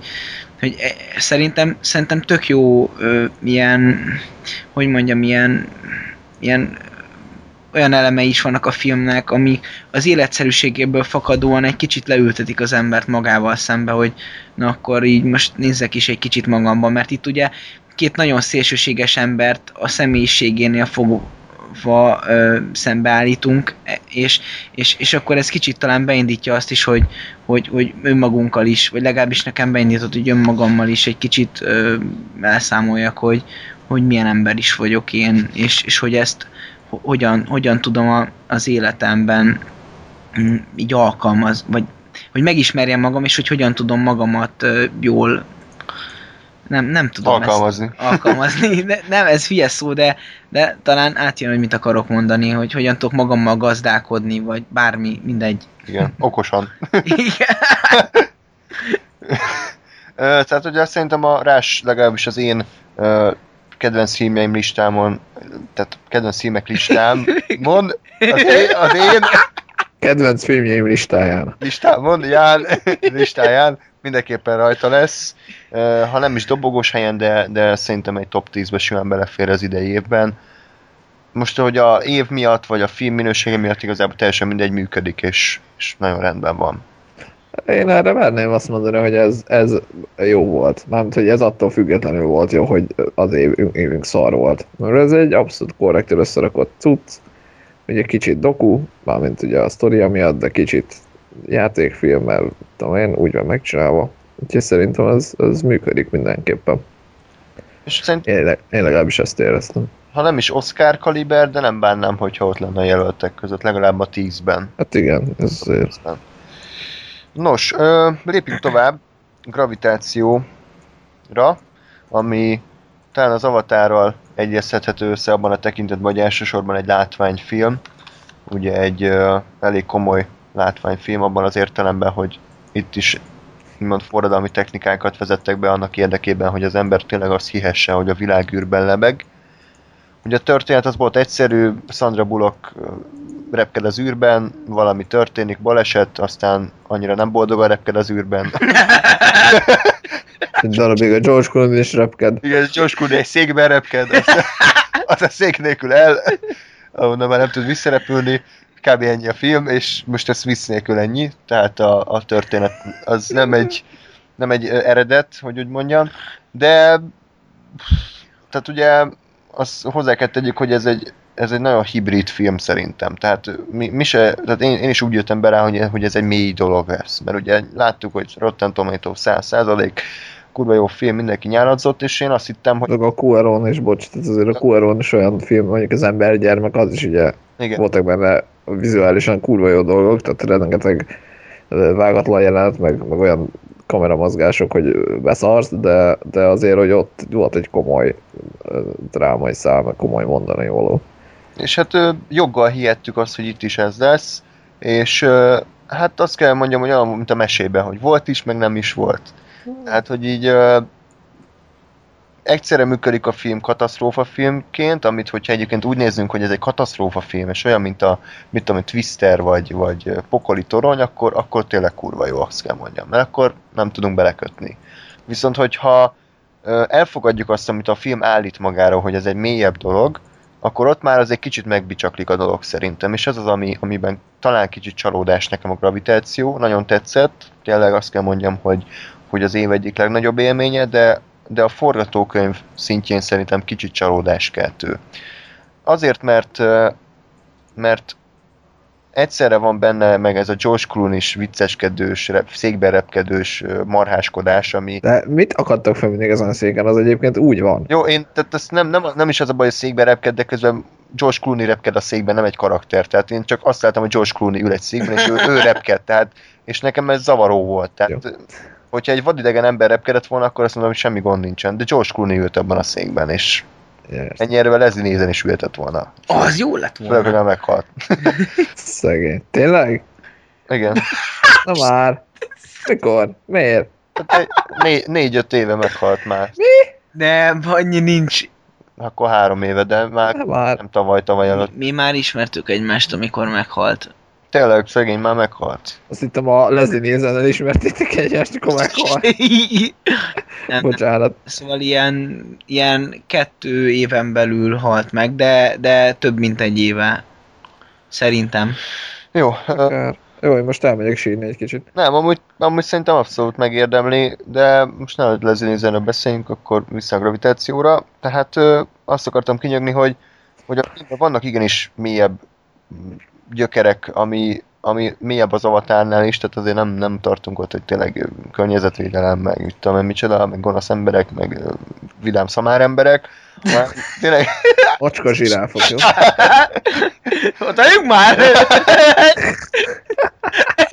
szerintem tök jó ilyen, hogy mondjam, ilyen olyan elemei is vannak a filmnek, ami az életszerűségéből fakadóan egy kicsit leültetik az embert magával szembe, hogy na akkor így most nézzek is egy kicsit magamban, mert itt ugye 2 nagyon szélsőséges embert a személyiségénél fogva szembeállítunk, és akkor ez kicsit talán beindítja azt is, hogy önmagunkkal is, vagy legalábbis nekem beindított, hogy önmagammal is egy kicsit elszámoljak, hogy milyen ember is vagyok én, és hogy ezt hogyan tudom az életemben így vagy hogy megismerjem magam, és hogy hogyan tudom magamat jól nem tudom alkalmazni. Nem, ez hülye szó, de talán átjön, hogy mit akarok mondani, hogy hogyan tudok magammal gazdálkodni, vagy bármi, mindegy. Igen, okosan. Igen. Tehát ugye szerintem a Rás legalábbis az én kedvenc filmjeim listámon, tehát kedvenc filmek listámon, az én Kedvenc filmjeim listámon, listáján mindenképpen rajta lesz. Ha nem is dobogós helyen, de szerintem egy top 10-be simán belefér az idei évben. Most, hogy a év miatt, vagy a film minősége miatt igazából teljesen mindegy működik, és nagyon rendben van. Én erre várném azt mondani, hogy ez jó volt. Mármint, hogy ez attól függetlenül volt jó, hogy az évünk szar volt. Mert ez egy abszolút korrekt összerakott cucc, ugye kicsit doku, mármint ugye a sztoria miatt, de kicsit játékfilmmel, tudom én, úgy van megcsinálva. Úgyhogy szerintem ez működik mindenképpen. És én legalábbis ezt éreztem. Ha nem is Oscar kaliber, de nem bánnám, hogyha ott lenne a jelöltek között, legalább a 10-ben. Hát igen, ez azért. Nos, lépjünk tovább Gravitációra, ami talán az Avatárral egyeztethető össze abban a tekintetben, hogy elsősorban egy látványfilm. Ugye egy elég komoly látványfilm abban az értelemben, hogy itt is úgymond forradalmi technikákat vezettek be annak érdekében, hogy az ember tényleg azt hihesse, hogy a világ űrben lebeg. Ugye a történet az volt egyszerű, Sandra Bullock repked az űrben, valami történik, baleset, aztán annyira nem boldogan repked az űrben. Egy darabig a George Clooney is repked. Igen, George Clooney egy székben repked, az a szék nélkül ahonnan már nem tud visszarepülni, kb. Ennyi a film, és most ez vicc nélkül ennyi, tehát a történet az nem egy eredet, hogy úgy mondjam, de tehát ugye azt hozzá kell tegyük, hogy ez egy nagyon hibrid film szerintem. Tehát, tehát én is úgy jöttem be rá, hogy ez egy mély dolog lesz. Mert ugye láttuk, hogy Rotten Tomatoes 100%, kurva jó film, mindenki nyáladzott, és én azt hittem, hogy... A Cuarón is, bocs, tehát azért a Cuarón is olyan film, mondjuk az Embergyermek, az is ugye igen. Voltak benne vizuálisan kurva jó dolgok, tehát rengeteg vágatlan jelenet, meg olyan kameramozgások, hogy beszarsz, de azért, hogy ott volt egy komoly drámai szám, komoly mondani való. És hát joggal hihettük azt, hogy itt is ez lesz, és hát azt kell mondjam, hogy olyan, mint a mesében, hogy volt is, meg nem is volt. Tehát, hogy így egyszerre működik a film katasztrófafilmként, amit hogyha egyébként úgy nézzünk, hogy ez egy katasztrófafilm, és olyan, mint a Twister vagy Pokoli torony, akkor tényleg kurva jó, azt kell mondjam, mert akkor nem tudunk belekötni. Viszont, hogyha elfogadjuk azt, amit a film állít magára, hogy ez egy mélyebb dolog, akkor ott már az egy kicsit megbicsaklik a dolog szerintem, és ez az, amiben talán kicsit csalódás nekem a Gravitáció, nagyon tetszett, tényleg azt kell mondjam, hogy az év egyik legnagyobb élménye, de a forgatókönyv szintjén szerintem kicsit csalódáskeltő. Azért, mert egyszerre van benne meg ez a George Clooney-s vicceskedős, székben repkedős marháskodás, ami... De mit akadtak fel mindig ezen a széken? Az egyébként úgy van. Jó, tehát ezt nem is az a baj, hogy székben repked, de közben George Clooney repked a székben, nem egy karakter. Tehát én csak azt láttam, hogy George Clooney ül egy székben, és ő repked, tehát, és nekem ez zavaró volt. Tehát, hogyha egy vadidegen ember repkedett volna, akkor azt mondom, hogy semmi gond nincsen. De George Clooney ült abban a székben, és ennyi erővel Leslie Nielsen is ültett volna. Az jó lett volna. Főleg, hogy meghalt. Szegény. Tényleg? Igen. Na már. Mikor? Miért? 4-5 éve meghalt már. Mi? De annyi nincs. Akkor 3 éve, de már nem tavaly előtt. Mi már ismertük egymást, amikor meghalt. Tényleg, szegény már meghalt. Azt hittem a Leslie Nielsen-nel ismertétek egymást, akkor meghalt. Bocsánat. Szóval ilyen 2 éven belül halt meg, de több mint 1 éve. Szerintem. Jó. Jó, én most elmegyek sírni egy kicsit. Nem, amúgy szerintem abszolút megérdemli, de most nem Leslie Nielsenről beszéljünk, akkor vissza a Gravitációra. Tehát azt akartam kinyögni, hogy vannak igenis mélyebb gyökerek, ami mélyebb az Avatárnál is, tehát azért nem tartunk ott, hogy tényleg környezetvédelem, meg mit tudom én micsoda, meg gonosz emberek, meg vidám szamár emberek. Tényleg... Macska zsiráfok, jó? Odajuk már! Ez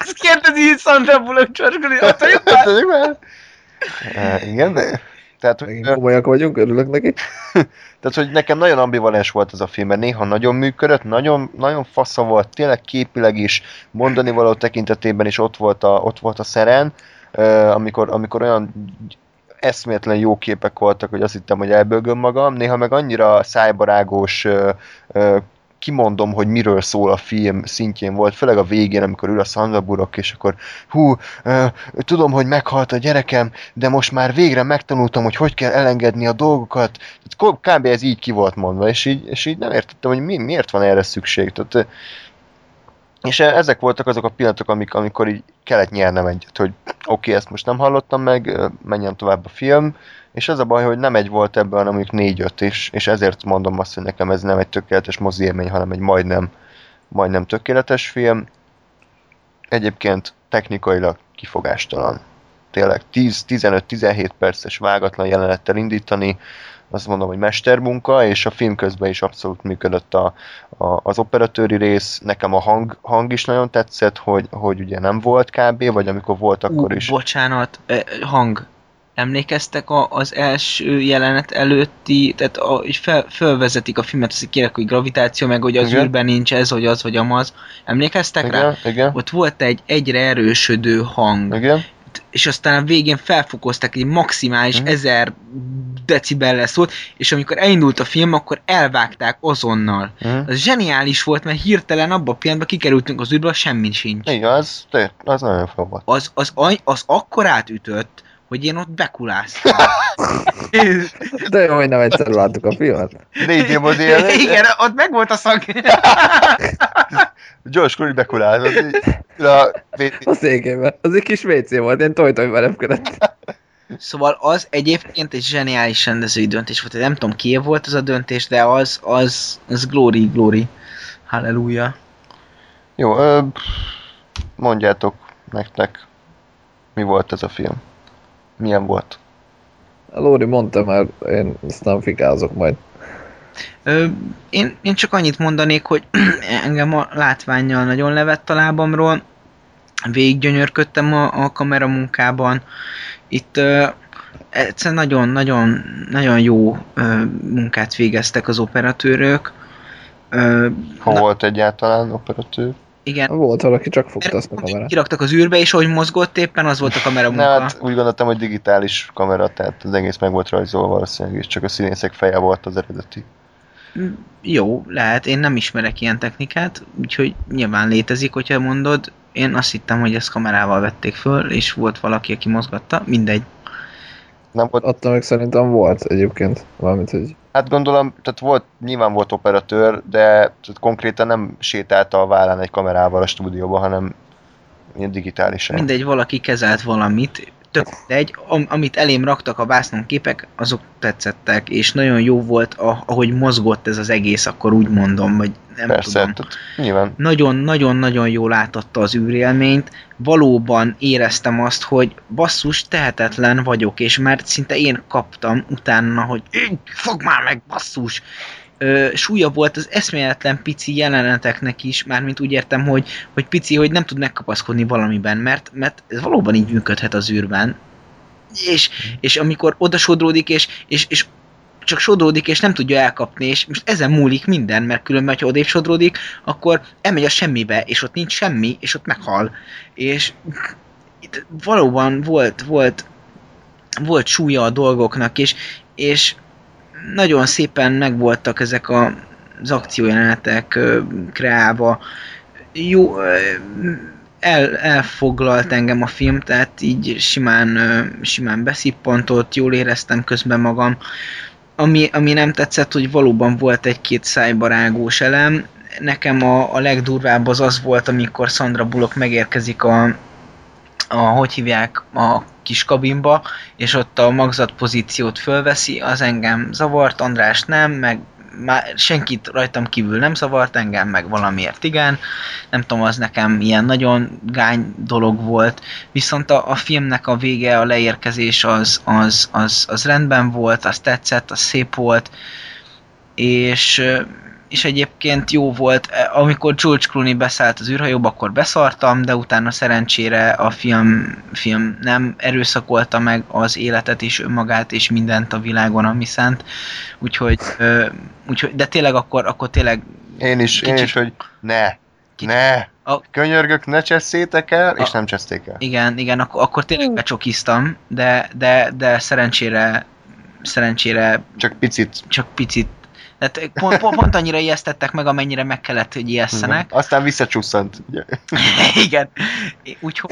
Ezt kérdezi Sandra Bullock George Clooney, ott vagyok már? Tudjuk már? Igen. Tehát, Megint komolyak vagyunk, örülök neki. tehát, hogy nekem nagyon ambivalens volt ez a film, mert néha nagyon működött, nagyon, nagyon fasza volt, tényleg képileg is, mondani való tekintetében is ott volt a szeren, amikor olyan eszméletlen jó képek voltak, hogy azt hittem, hogy elbőgöm magam, néha meg annyira szájbarágos, kimondom, hogy miről szól a film szintjén volt, főleg a végén, amikor ül a Sandra Bullock, és akkor tudom, hogy meghalt a gyerekem, de most már végre megtanultam, hogy kell elengedni a dolgokat. Kb. Ez így ki volt mondva, és így nem értettem, hogy miért van erre szükség. Tehát, és ezek voltak azok a pillanatok, amikor így kellett nyernem egyet, hogy oké, ezt most nem hallottam meg, menjen tovább a film, és az a baj, hogy nem egy volt ebből, hanem mondjuk 4-5 is, és ezért mondom azt, hogy nekem ez nem egy tökéletes mozi élmény, hanem egy majdnem tökéletes film. Egyébként technikailag kifogástalan. Tényleg 10-15-17 perces vágatlan jelenettel indítani, azt mondom, hogy mestermunka, és a film közben is abszolút működött az operatőri rész. Nekem a hang is nagyon tetszett, hogy ugye nem volt kb, vagy amikor volt, akkor is. Bocsánat, hang. Emlékeztek az első jelenet előtti, tehát fölvezetik a filmet, azt kérek, hogy gravitáció, meg hogy az űrben nincs ez, vagy az, vagy amaz. Emlékeztek rá? Igen. Ott volt egy egyre erősödő hang. Igen. És aztán a végén felfokozták, egy maximális 1000 decibellel szólt, és amikor elindult a film, akkor elvágták azonnal. Az zseniális volt, mert hirtelen abban a pillanatban kikerültünk az űrből, semmi sincs. Igen, az nagyon fel volt. Az akkor átütött, hogy én ott bekuláztam. De jó, hogy nem egyszer láttuk a filmet. 4D mozi élmény. Igen, ott meg volt a szag. George Clooney bekulázott. A székében. Az egy kis WC volt, én tojtoj velem. Szóval az egyébként egy zseniális rendezői döntés volt. Nem tudom, ki volt az a döntés, de az glory. Halleluja. Jó, mondjátok nektek, mi volt ez a film? Milyen volt? Lóri mondta már, én ezt nem fikázok majd. Én csak annyit mondanék, hogy engem a látvánnyal nagyon levett a lábamról, végig gyönyörködtem a kameramunkában. Itt egyszerűen nagyon jó munkát végeztek az operatőrök. Hol volt egyáltalán operatőr? Igen. Volt valaki, csak fogta azt a kamerát. Kiraktak az űrbe, és ahogy mozgott éppen, az volt a kameramunka. Hát úgy gondoltam, hogy digitális kamera, tehát az egész meg volt rajzolva valószínűleg, és csak a színészek feje volt az eredeti. Jó, lehet, én nem ismerek ilyen technikát, úgyhogy nyilván létezik, hogyha mondod. Én azt hittem, hogy ezt kamerával vették föl, és volt valaki, aki mozgatta, mindegy. Nem volt... Attól meg szerintem volt egyébként, valamint, hogy... Hát gondolom, tehát nyilván volt operatőr, de tehát konkrétan nem sétálta a vállán egy kamerával a stúdióba, hanem ilyen digitálisan. Mindegy, valaki kezelt valamit, tök mindegy, amit elém raktak a vásznon képek, azok tetszettek, és nagyon jó volt, ahogy mozgott ez az egész, akkor úgy mondom, vagy nem Persze, tudom. tehát nyilván. Nagyon-nagyon jól átadta az űrélményt, valóban éreztem azt, hogy basszus, tehetetlen vagyok, és már szinte én kaptam utána, hogy fogd már meg, basszus! Súlya volt az eszméletlen pici jeleneteknek is, mármint úgy értem, hogy pici, hogy nem tud megkapaszkodni valamiben, mert ez valóban így működhet az űrben. És amikor oda sodródik, és csak sodródik, és nem tudja elkapni, és most ezen múlik minden, mert különben, ha odébb sodródik, akkor elmegy a semmibe, és ott nincs semmi, és ott meghal. És itt valóban volt súlya a dolgoknak, és nagyon szépen megvoltak ezek az akciójelenetek kreálva. Jó, elfoglalt engem a film, tehát így simán beszippantott, jól éreztem közben magam. Ami nem tetszett, hogy valóban volt egy-két szájbarágós elem. Nekem a legdurvább az volt, amikor Sandra Bullock megérkezik hogy hívják, a kis kabinba, és ott a magzat pozíciót fölveszi, az engem zavart, András nem, meg már senkit rajtam kívül nem zavart, engem meg valamiért igen. Nem tudom, az nekem ilyen nagyon gány dolog volt. Viszont a filmnek a vége, a leérkezés az rendben volt, az tetszett, az szép volt, és és egyébként jó volt, amikor George Clooney beszállt az űrhajóba, akkor beszartam, de utána szerencsére a film nem erőszakolta meg az életet és önmagát és mindent a világon, ami szánt, úgyhogy de tényleg akkor tényleg Én is, hogy ne, könyörgök, ne cseszétek el, és nem cseszték el. Igen, akkor tényleg becsokiztam, de szerencsére csak picit. Tehát pont annyira ijesztettek meg, amennyire meg kellett, hogy ijesszenek. Aztán visszacsusszant. Igen. Úgyhogy...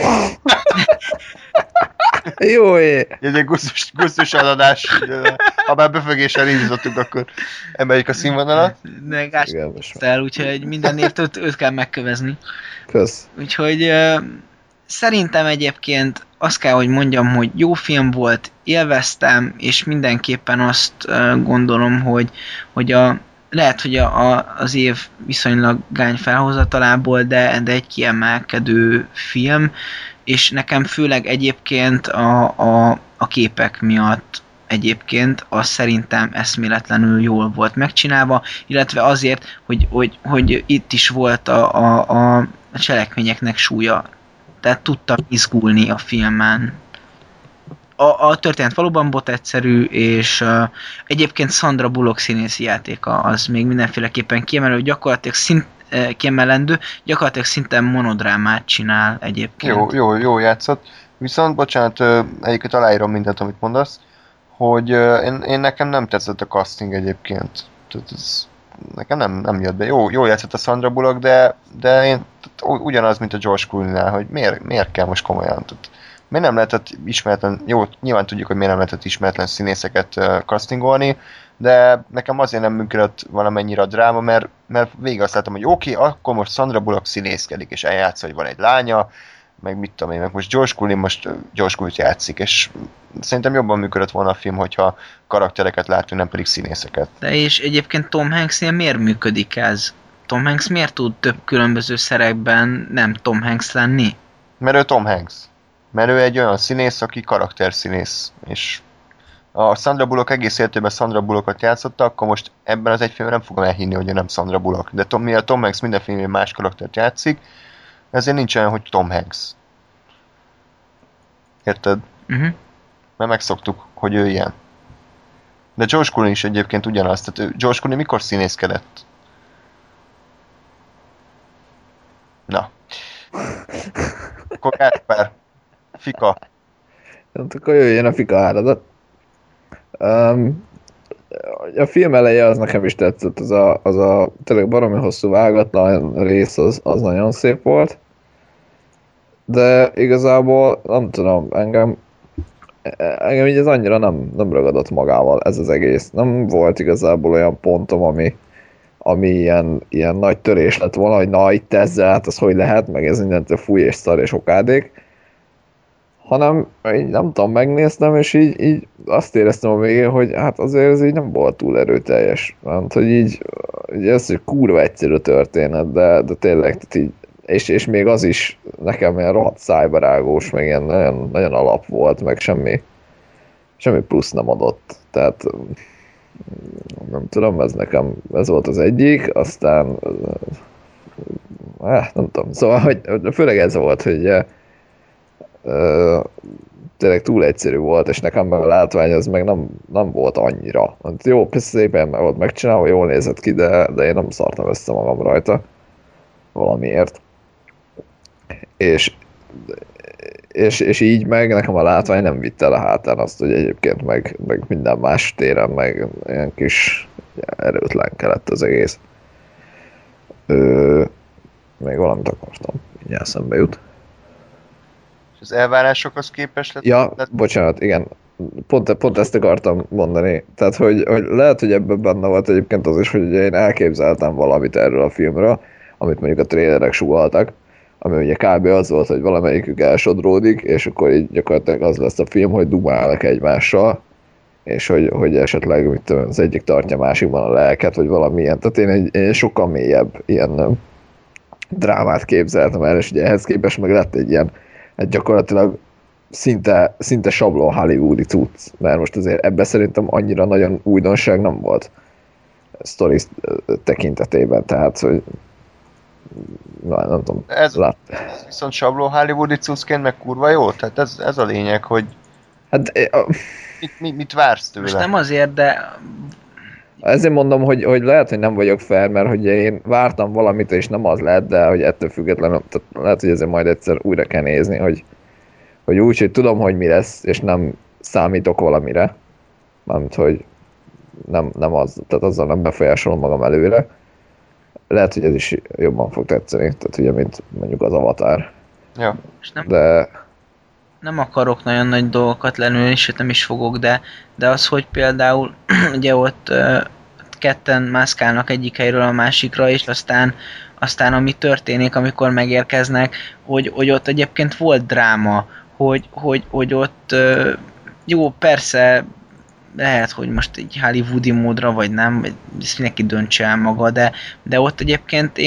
Jó Ez egy gusztus eladás. Ha már befögéssel indítottuk, akkor emeljük a színvonalat. Úgyhogy minden névt őt kell megkövezni. Kösz. Úgyhogy szerintem egyébként azt kell, hogy mondjam, hogy jó film volt, élveztem, és mindenképpen azt gondolom, hogy lehet, hogy az év viszonylag gány felhozatalából, de egy kiemelkedő film, és nekem főleg egyébként a képek miatt egyébként az szerintem eszméletlenül jól volt megcsinálva, illetve azért, hogy itt is volt a cselekményeknek súlya. Tehát tudtam izgulni a filmen. A történet valóban botegyszerű, és egyébként Sandra Bullock színészi játéka az még mindenféleképpen kiemelendő, gyakorlatilag szinte monodrámát csinál egyébként. Jó játszott. Viszont, bocsánat, egyébként aláírom mindent, amit mondasz, hogy én nekem nem tetszett a casting egyébként. Tehát nekem nem jött be. Jó játszott a Sandra Bullock, de én ugyanaz, mint a George Clooney-nál, hogy miért kell most komolyan. Tehát, miért nem lehetett ismeretlen, jó, nyilván tudjuk, hogy miért nem lehetett ismeretlen színészeket castingolni, de nekem azért nem működött valamennyire a dráma, mert végig azt láttam, hogy oké, akkor most Sandra Bullock színészkedik, és eljátsza, hogy van egy lánya, meg mit tudom én, meg most George Clooney-t játszik, és szerintem jobban működött volna a film, hogyha karaktereket látunk, nem pedig színészeket. De és egyébként Tom Hanksnél miért működik ez? Tom Hanks miért tud több különböző szerepben nem Tom Hanks lenni? Mert ő Tom Hanks. Mert ő egy olyan színész, aki karakterszínész, és a Sandra Bullock egész életében Sandra Bullockot játszotta, akkor most ebben az egy filmben nem fogom elhinni, hogy ő nem Sandra Bullock. De mivel Tom Hanks minden filmben más karaktert játszik, ezért nincs olyan, hogy Tom Hanks. Érted? Uh-huh. Mert megszoktuk, hogy ő ilyen. De George Clooney is egyébként ugyanaz. Tehát George Clooney mikor színészkedett? Na. Akkor Gáspár. Fika. Hát akkor jöjjön a fika áradat. A film eleje az nekem is tetszett, az a tényleg baromi hosszú vágatlan rész az nagyon szép volt. De igazából nem tudom, engem így ez annyira nem ragadott magával ez az egész. Nem volt igazából olyan pontom, ami ilyen nagy törés lett volna, hogy na itt ezzel, hát az hogy lehet, meg ez mindentől fúj és szar és okádék. Hanem így nem tudom, megnéztem, és így azt éreztem a végén, hogy hát azért ez így nem volt túl erőteljes. Mert hogy így ez egy kurva egyszerű történet, de tényleg, tehát így, és még az is nekem ilyen rohadt szájbarágós, meg ilyen nagyon, nagyon alap volt, meg semmi plusz nem adott. Tehát nem tudom, ez volt az egyik, aztán nem tudom, szóval, hogy főleg ez volt, hogy tényleg túl egyszerű volt, és nekem meg a látvány az meg nem volt annyira. Hát jó, szépen meg volt megcsinálva, jól nézett ki, de én nem szartam össze magam rajta valamiért. És így meg nekem a látvány nem vitte el a hátán azt, hogy egyébként meg minden más téren meg ilyen kis erőtlen lett az egész. Még valamit akartam, így eszembe jut. És az elvárásokhoz képest lett? Ja, bocsánat, igen. Pont ezt akartam mondani. Tehát, hogy lehet, hogy ebben benne volt egyébként az is, hogy én elképzeltem valamit erről a filmről, amit mondjuk a trélerek sugalltak, ami ugye kb. Az volt, hogy valamelyikük elsodródik, és akkor így gyakorlatilag az lesz a film, hogy dumálnak egymással, és hogy esetleg mit tudom, az egyik tartja másikban a lelket, vagy valamilyen. Tehát én egy sokkal mélyebb ilyen drámát képzeltem el, és ugye ehhez képest meg lett egy ilyen gyakorlatilag szinte sablon hollywoodi cucc, mert most azért ebben szerintem annyira nagyon újdonság nem volt. sztori tekintetében, tehát, hogy nem tudom, Ez viszont sabló hollywoodi cuccként meg kurva jó, tehát ez a lényeg, hogy Hát mit vársz tőle? Most nem azért, de ezért mondom, hogy lehet, hogy nem vagyok fair, mert hogy én vártam valamit, és nem az lett, de hogy ettől függetlenül, tehát lehet, hogy ezért majd egyszer újra kell nézni, hogy úgy, hogy tudom, hogy mi lesz, és nem számítok valamire. Mármint, hogy nem az, tehát azzal nem befolyásolom magam előre. Lehet, hogy ez is jobban fog tetszeni, tehát ugye, mint mondjuk az Avatar. Ja. De nem akarok nagyon nagy dolgokat lelőni, sőt nem is fogok, de az, hogy például ugye ott ketten mászkálnak egyik helyről a másikra, és aztán ami történik, amikor megérkeznek, hogy ott egyébként volt dráma, hogy ott jó, persze lehet, hogy most egy hollywoodi módra, vagy nem, vagy ezt mindenki döntse el maga, de ott egyébként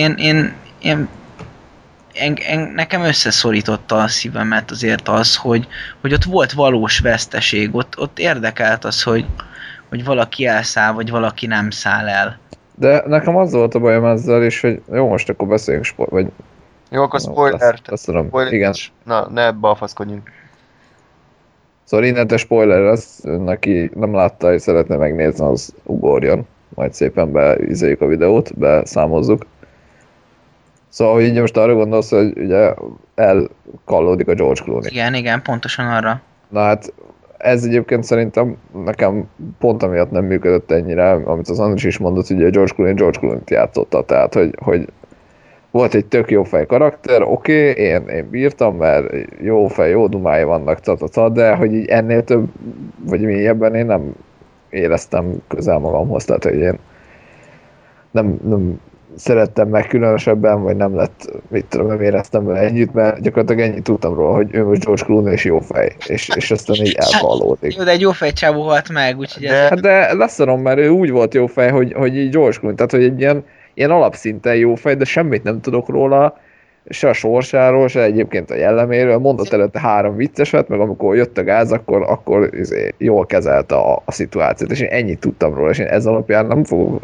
nekem összeszorította a szívemet azért az, hogy ott volt valós veszteség, ott érdekelt az, hogy valaki elszáll, vagy valaki nem száll el. De nekem az volt a bajom ezzel is, hogy jó, most akkor beszéljünk vagy... Jó, akkor spoiler. Igen. Na, ne balfaszkodjunk. Szóval innen spoiler lesz, neki nem látta, és szeretne megnézni, az ugorjon. Majd szépen beüzeljük a videót, beszámozzuk. Szóval, hogy így most arra gondolsz, hogy ugye elkallódik a George Clooney. Igen, pontosan arra. Na hát, ez egyébként szerintem nekem pont amiatt nem működött ennyire, amit az Andris is mondott, hogy a George Clooney-t játszotta, tehát, hogy volt egy tök jó fej karakter, oké, én bírtam, mert jó fej, jó dumái vannak, de hogy így ennél több, vagy mélyebben én nem éreztem közel magamhoz, tehát hogy én nem szerettem meg különösebben, vagy nem lett, mit tudom, nem éreztem vele együtt, mert gyakorlatilag ennyit tudtam róla, hogy ő most George Clooney és jó fej, és aztán így elkallódik. Jó, de egy jó fej csávó halt meg, úgyhogy ez... De leszarom, mert ő úgy volt jó fej, hogy így George Clooney, tehát hogy egy ilyen alapszinten jó fej, de semmit nem tudok róla, se a sorsáról, se egyébként a jelleméről, mondott előtte 3 vicceset, meg amikor jött a gáz, akkor jól kezelte a szituációt, és én ennyit tudtam róla, és én ez alapján nem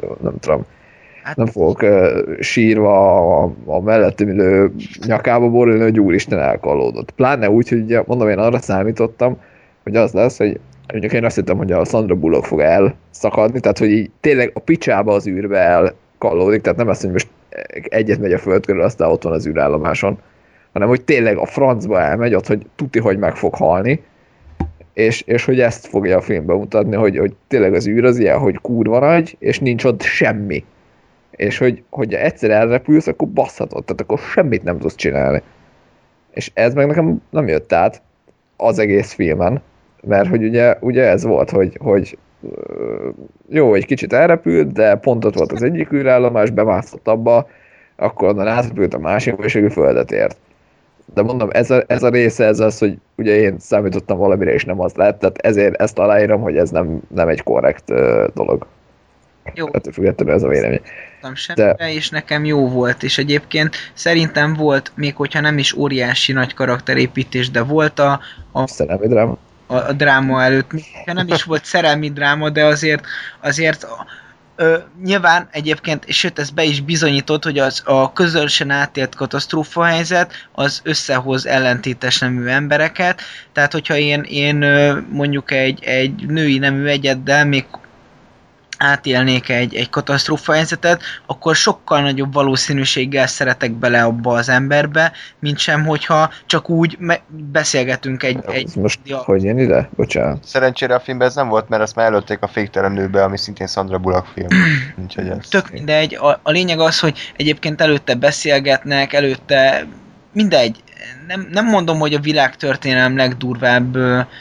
fogok sírva a mellettem ülő nyakába borulni, hogy úristen elkallódott. Pláne úgy, hogy ugye, mondom, én arra számítottam, hogy az lesz, hogy mondjuk én azt hittem, hogy a Sandra Bullock fog elszakadni, tehát hogy így tényleg a picsába az űrbe elkallódik, tehát nem azt, hogy most egyet megy a föld körül, aztán ott van az űrállomáson, hanem hogy tényleg a francba elmegy, ott, hogy tuti, hogy meg fog halni, és hogy ezt fogja a filmbe mutatni, hogy tényleg az űr az ilyen, hogy kurva nagy, és nincs ott semmi. És hogy egyszer elrepülsz, akkor basszhatod, tehát akkor semmit nem tudsz csinálni. És ez meg nekem nem jött át az egész filmen, mert hogy ugye ez volt, hogy jó, egy kicsit elrepült, de pont ott volt az egyik űrállomás, bemászott abba, akkor onnan átrepült a másikba, és a földet ért. De mondom, ez a része ez az, hogy ugye én számítottam valamire, és nem az lett, tehát ezért ezt aláírom, hogy ez nem egy korrekt dolog. Jó. Ettől függetlenül ez a vélemény. Semmire, és nekem jó volt, és egyébként szerintem volt, még hogyha nem is óriási nagy karakterépítés, de volt a szerelmi dráma. A dráma előtt, ha nem is volt szerelmi dráma, de azért nyilván egyébként, és sőt, ez be is bizonyított, hogy a közösen átélt katasztrófa helyzet az összehoz ellentétes nemű embereket, tehát hogyha én mondjuk egy női nemű egyeddel még átélnék egy katasztrófa helyzetet, akkor sokkal nagyobb valószínűséggel szeretek bele abba az emberbe, mint sem, hogyha csak úgy beszélgetünk egy most hogy jön ide? Bocsánat. Szerencsére a filmben ez nem volt, mert ezt már előtték a Féktelen nőbe, ami szintén Sandra Bullock film. Tök mindegy. A lényeg az, hogy egyébként előtte beszélgetnek, előtte mindegy. Nem mondom, hogy a világtörténelem legdurvább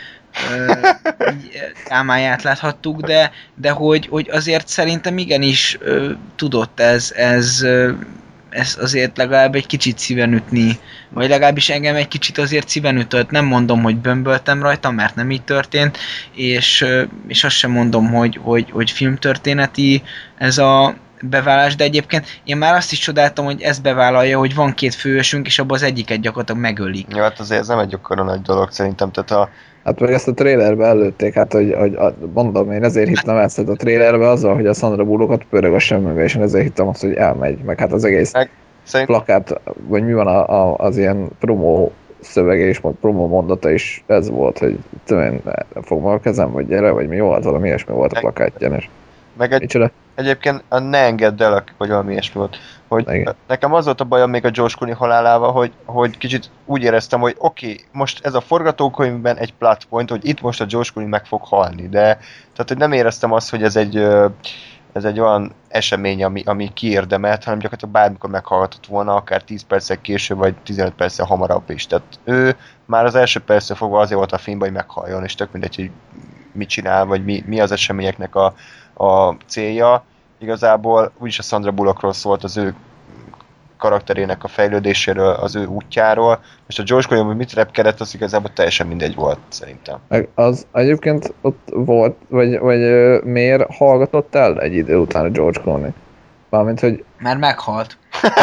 drámáját láthattuk, de hogy azért szerintem igenis tudott ez azért legalább egy kicsit szíven ütni, vagy legalábbis engem egy kicsit azért szíven ütött. Nem mondom, hogy bömböltem rajta, mert nem így történt, és azt sem mondom, hogy filmtörténeti ez a beválás, de egyébként én már azt is csodáltam, hogy ezt bevállalja, hogy van 2 főösünk, és abban az egyiket gyakorlatilag megölik. Ja, hát azért ez nem egy akkora nagy dolog szerintem, tehát Hát meg ezt a trailerbe előtték, hát hogy mondom, én ezért hittem ezt, hogy a trailerbe azzal, hogy a Sandra Bullockot pörög a semmibe, és én ezért hittem azt, hogy elmegy, meg hát az egész plakát, vagy mi van az ilyen promó szövege és promó mondata is ez volt, hogy tudom, fogom a kezem, vagy gyere, vagy mi volt, valami ilyesmi volt a plakátján, és egyébként ne engedd el, vagy valami ilyesmi volt. Hogy nekem az volt a bajom még a George Clooney halálával, hogy kicsit úgy éreztem, hogy oké, most ez a forgatókönyvben egy plot point, hogy itt most a George Clooney meg fog halni, de tehát, hogy nem éreztem azt, hogy ez egy olyan esemény, ami kiérdemelt, hanem gyakorlatilag bármikor meghalhatott volna, akár 10 perccel később, vagy 15 perccel hamarabb is. Tehát ő már az első perccel fogva azért volt a filmben, hogy meghaljon, és tök mindegy, hogy mit csinál, vagy mi az eseményeknek a célja. Igazából úgyis a Sandra Bullockról szólt, az ő karakterének a fejlődéséről, az ő útjáról, és a George Clooney, hogy mit repkedett, az igazából teljesen mindegy volt, szerintem. Az egyébként ott volt, vagy miért hallgatott el egy idő után a George Clooney? Mármint, hogy... Már meghalt.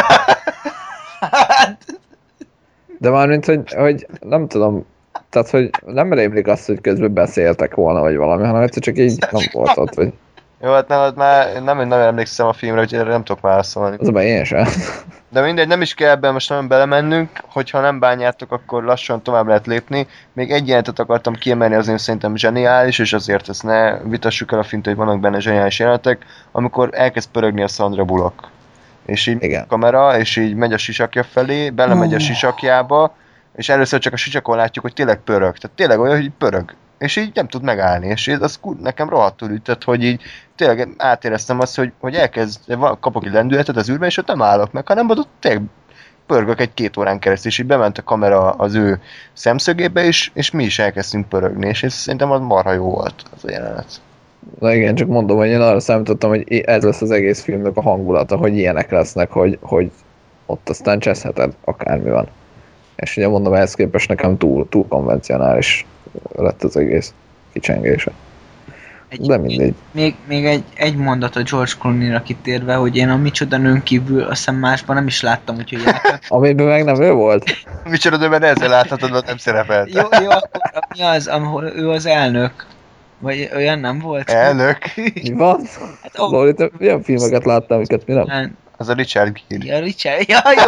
De mármint, hogy nem tudom, tehát, hogy nem rémlik azt, hogy közben beszéltek volna, vagy valami, hanem egyszer csak így nem volt ott, vagy... Jó, hát már nem emlékszem a filmre, úgyhogy nem tudok válaszolni. Az a baj, én sem. De mindegy, nem is kell ebben most nagyon belemennünk, hogyha nem bánjátok, akkor lassan tovább lehet lépni. Még egy jelenetet akartam kiemelni, azért szerintem zseniális, és azért ezt ne vitassuk el a fint, hogy vannak benne zseniális jelenetek, amikor elkezd pörögni a Sandra Bullock. És így igen. A kamera, és így megy a sisakja felé, belemegy a sisakjába, és először csak a sisakon látjuk, hogy tényleg pörög. Tehát tényleg olyan, hogy pörög. És így nem tud megállni, és az nekem rohadtul ütött, hogy így tényleg átéreztem azt, hogy kapok egy lendületet az űrben, és ott nem állok meg, hanem ott tényleg pörgök egy 2 órán keresztül, és így bement a kamera az ő szemszögébe, és mi is elkezdtünk pörögni, és szerintem az marha jó volt az a jelenet. Na igen, csak mondom, hogy én arra számítottam, hogy ez lesz az egész filmnek a hangulata, hogy ilyenek lesznek, hogy ott aztán cseszheted, akármi van. És ugye mondom, ehhez képest nekem túl konvencionális lett az egész kicsengése. De mindegy. Még egy mondat a George Clooney-ra kitérve, hogy én a Micsoda nőn kívül azt hiszem másban nem is láttam, úgyhogy amiben meg nem ő volt? Micsoda nőben ezzel láthatod, mert nem szerepelt. Jó, akkor mi az, ahol ő az elnök? Vagy olyan nem volt? Elnök? Mi van? Hát, Lóri, te milyen filmeket láttál, amiket mi nem? Az a Richard Gere. Ja, Richard, ja, jó.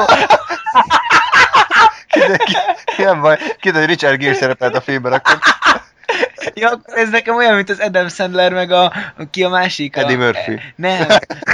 Nem baj, hogy Richard Gere szerepelt a filmben, akkor... Ja, akkor ez nekem olyan, mint az Adam Sandler, meg ki a másik? Eddie Murphy. Nem.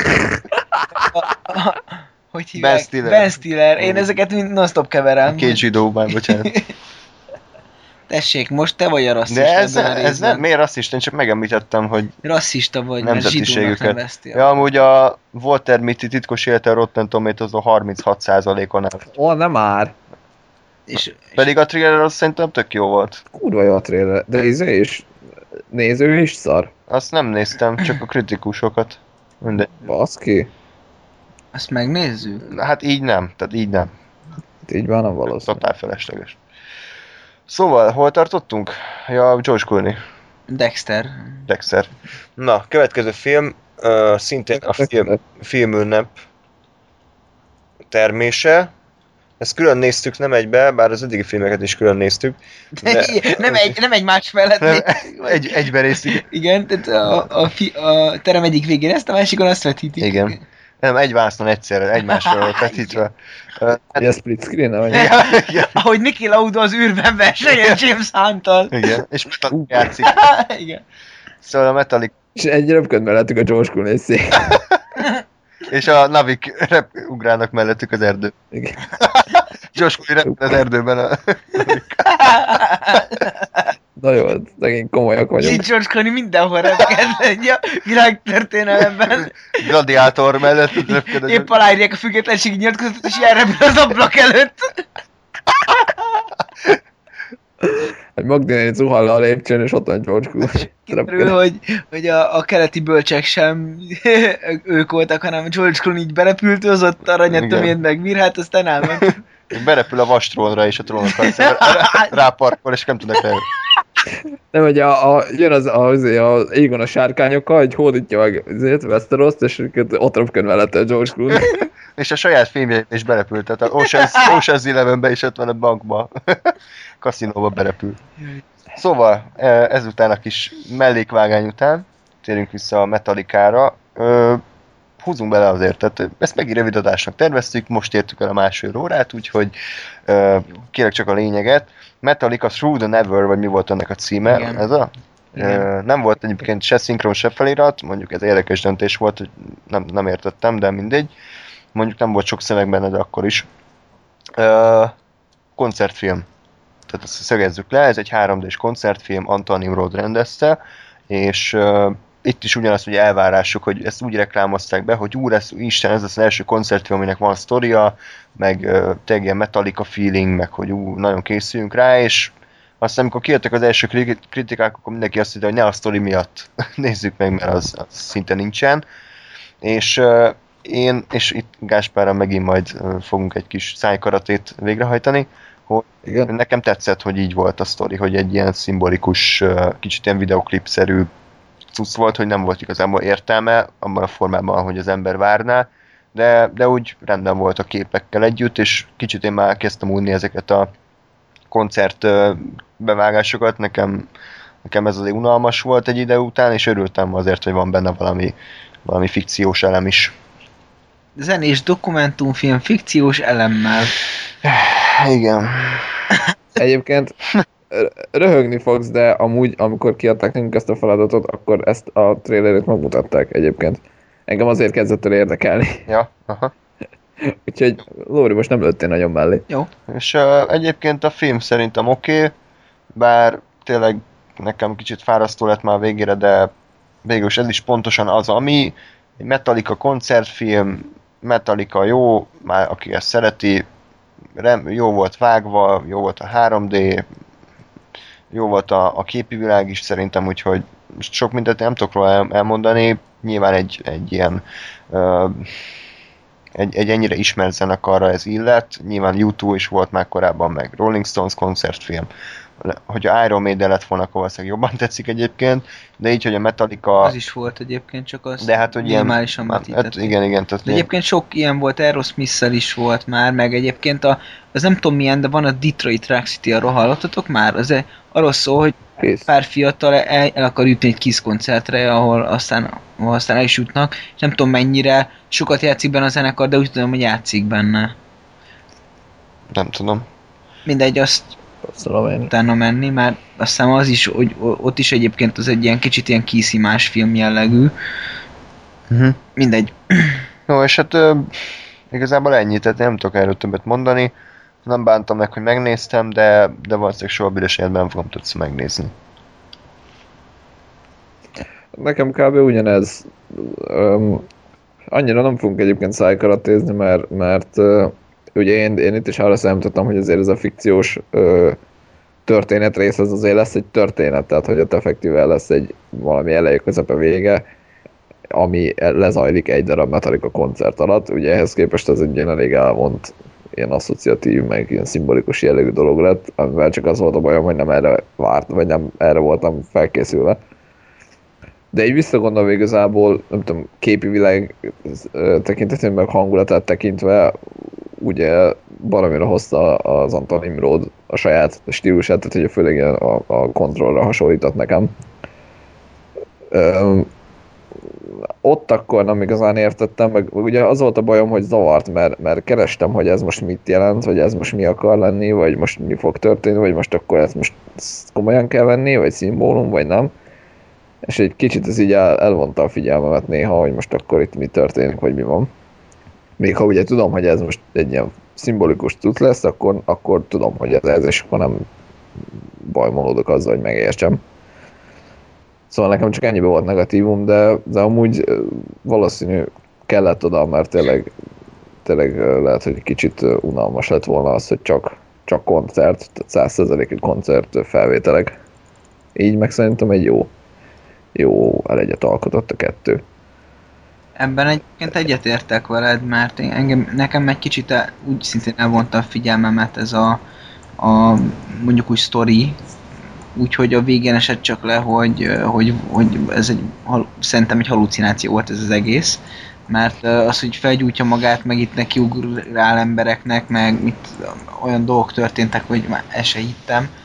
Hogy hívják? Ben Stiller. Ben Stiller. Én ezeket mind non-stop keverem. Két zsidó, már bocsánat. Tessék, most te vagy a rasszista. De ez nem, miért rasszista? Én csak megemlítettem, hogy... Rasszista vagy, mert zsidónak neveztél. Ja, amúgy a Walter Mitty titkos élete a Rotten Tomatoes-on 36%-on áll. Nem már. Pedig a trailer az szerintem tök jó volt. Kurva jó a trailer, de is néző is szar. Azt nem néztem, csak a kritikusokat. Mindegy. Baszki. Azt megnézzük? Hát így nem, tehát így nem. Hát így van, nem valószínű. Totál felesleges. Szóval, hol tartottunk? Ja, George Clooney. Dexter. Na, következő film, szintén a filmünnep termése. Ezt külön néztük, nem egybe, bár az eddigi filmeket is külön néztük. De nem egymás mellett. Egyben néztük. Igen, tehát a terem egyik végén ezt, a másikon azt vetítik. Igen. Nem, egy vásznon egyszerre, egymásra volt vetítve. Ilyen split screen, nem? Ahogy Niki Lauda az űrben versenyen James Hunt-tal. Igen, és Metallica játszik. Igen. Szóval a Metallica... És egy röpköd mellettük a George Clooney szék. És a Navik ugrálnak mellettük az erdő. Igen. George Clooney repül az erdőben. Na jó, szegény komolyak vagyunk. Így George Clooney mindenhol repked a világtörténelemben. Gladiátor mellett repked. Épp aláírják a függetlenségi nyilatkozatot, és ilyen repül az ablak előtt. Egy Magdalene zuhall a lépcsőn, és ott van George Clooney. Kiderül, hogy a keleti bölcsek sem ők voltak, hanem George Clooney így berepült, az ott aranyat töményt meg hát aztán elment. Berepül a vastrónra, és a trónokkal ráparkol, és nem tudnak lehetni. Nem, hogy jön az égon a sárkányokkal, hogy hódítja meg Westerost, és ott röpkön mellette a George Clooney. És a saját filmjét is berepült, tehát a Ocean's Eleven-be is ott van a bankba. Kaszinóba berepül. Szóval, ezután a kis mellékvágány után térünk vissza a Metallicára. Húzunk bele azért, tehát ezt megint rövid adásnak terveztük, most értük el a másfél órát, úgyhogy kérek csak a lényeget. Metallica Through the Never, vagy mi volt ennek a címe? Igen. Ez a? Igen. Nem volt egyébként se szinkron, se felirat, mondjuk ez érdekes döntés volt, hogy nem értettem, de mindegy. Mondjuk nem volt sok szöveg benne, de akkor is. Koncertfilm. Tehát ezt szögezzük le, ez egy 3D-s koncertfilm, Antal Nimrod rendezte, és itt is ugyanazt, hogy elvárásuk, hogy ezt úgy reklámozták be, hogy Isten, ez az első koncertfilm, aminek van sztoria, meg tényleg ilyen Metallica feeling, meg hogy nagyon készüljünk rá, és aztán amikor kijöttek az első kritikák, akkor mindenki azt mondta, hogy ne a sztori miatt nézzük meg, mert az szinte nincsen. És és itt Gáspárral megint majd fogunk egy kis szájkaratét végrehajtani, hogy Igen. nekem tetszett, hogy így volt a sztori, hogy egy ilyen szimbolikus, kicsit ilyen videoklipszerű cucc volt, hogy nem volt igazából értelme abban a formában, hogy az ember várná, de úgy rendben volt a képekkel együtt, és kicsit én már kezdtem unni ezeket a koncert bevágásokat, nekem ez azért unalmas volt egy idő után, és örültem azért, hogy van benne valami fikciós elem is. Zenés dokumentumfilm fikciós elemmel. Igen. Egyébként röhögni fogsz, de amúgy, amikor kiadták nekünk ezt a feladatot, akkor ezt a trailerét megmutatták egyébként. Engem azért kezdett el érdekelni. Ja, aha. Úgyhogy Lóri, most nem lőttél nagyon mellé. Jó. És egyébként a film szerintem oké, bár tényleg nekem kicsit fárasztó lett már végére, de végülis ez is pontosan az, ami egy Metallica koncertfilm, Metallica jó, már aki ezt szereti, jó volt vágva, jó volt a 3D, jó volt a képi világ is szerintem, úgyhogy sok mindent nem tudok róla elmondani, nyilván egy ilyen egy ennyire ismert zenekarra ez illet, nyilván U2 is volt már korábban, meg Rolling Stones koncertfilm. Hogyha Iron Maiden lett volna, akkor valószínűleg jobban tetszik egyébként, de így, hogy a Metallica... Az is volt egyébként, csak az de hát, hogy minimálisan hát, betítették. igen. Tehát De egyébként sok ilyen volt, Aerosmith-szel is volt már, meg egyébként az nem tudom milyen, de van a Detroit Rock City, arról hallottatok már? Az arról szól, hogy Kész. pár fiatal el akar jutni egy kis koncertre, ahol aztán el is jutnak, és nem tudom mennyire sokat játszik benne a zenekar, de úgy tudom, hogy játszik benne. nem tudom. Mindegy, azt Szóval én. utána menni, mert azt hiszem az is, hogy ott is egyébként az egy ilyen kicsit ilyen kiszimás film jellegű. Mindegy. Jó, és hát igazából ennyi, tehát nem tudok erről többet mondani. Nem bántam meg, hogy megnéztem, de valószínűleg soha büdös életben nem fogom tudsz megnézni. Nekem kb. Ugyanez. Annyira nem fogunk egyébként szájkaratézni, mert ugye én itt is arra számítottam, hogy azért ez a fikciós történet rész, az azért lesz egy történet, tehát hogy ott effektíven lesz egy valami eleje, közepe, vége, ami lezajlik egy darab Metallica koncert alatt. Ugye ehhez képest ez egy ilyen elég elvont, ilyen asszociatív, meg ilyen szimbolikus jellegű dolog lett, amivel csak az volt a bajom, hogy nem erre várt, vagy nem erre voltam felkészülve. De így visszagondolva igazából, nem tudom, képi világ tekintetén, meg hangulatát tekintve, ugye baromira hozta az Antal Nimrod a saját stílusát, tehát ugye főleg a kontrollra hasonlított nekem. Ott akkor nem igazán értettem, meg ugye az volt a bajom, hogy zavart, mert kerestem, hogy ez most mit jelent, vagy ez most mi akar lenni, vagy most mi fog történni, vagy most akkor ezt most komolyan kell venni, vagy szimbólum, vagy nem. És egy kicsit ez így elvonta a figyelmemet néha, hogy most akkor itt mi történik, vagy mi van. Még ha ugye tudom, hogy ez most egy ilyen szimbolikus tud lesz, akkor tudom, hogy ez, és akkor nem bajmolódok azzal, hogy megértsem. Szóval nekem csak ennyibe volt negatívum, de amúgy valószínű kellett oda, mert tényleg lehet, hogy kicsit unalmas lett volna az, hogy csak koncert, tehát 100%-i koncert felvételek. Így meg szerintem egy jó elegyet alkotott a kettő. Ebben egyébként egyetértek veled, mert nekem egy kicsit úgy szintén elvonta a figyelmemet ez a mondjuk úgy sztori, úgyhogy a végén esett csak le, hogy ez szerintem egy hallucináció volt ez az egész, mert az, hogy felgyújtja magát, meg itt neki ugrál embereknek, meg olyan dolgok történtek, hogy már ezt se hittem.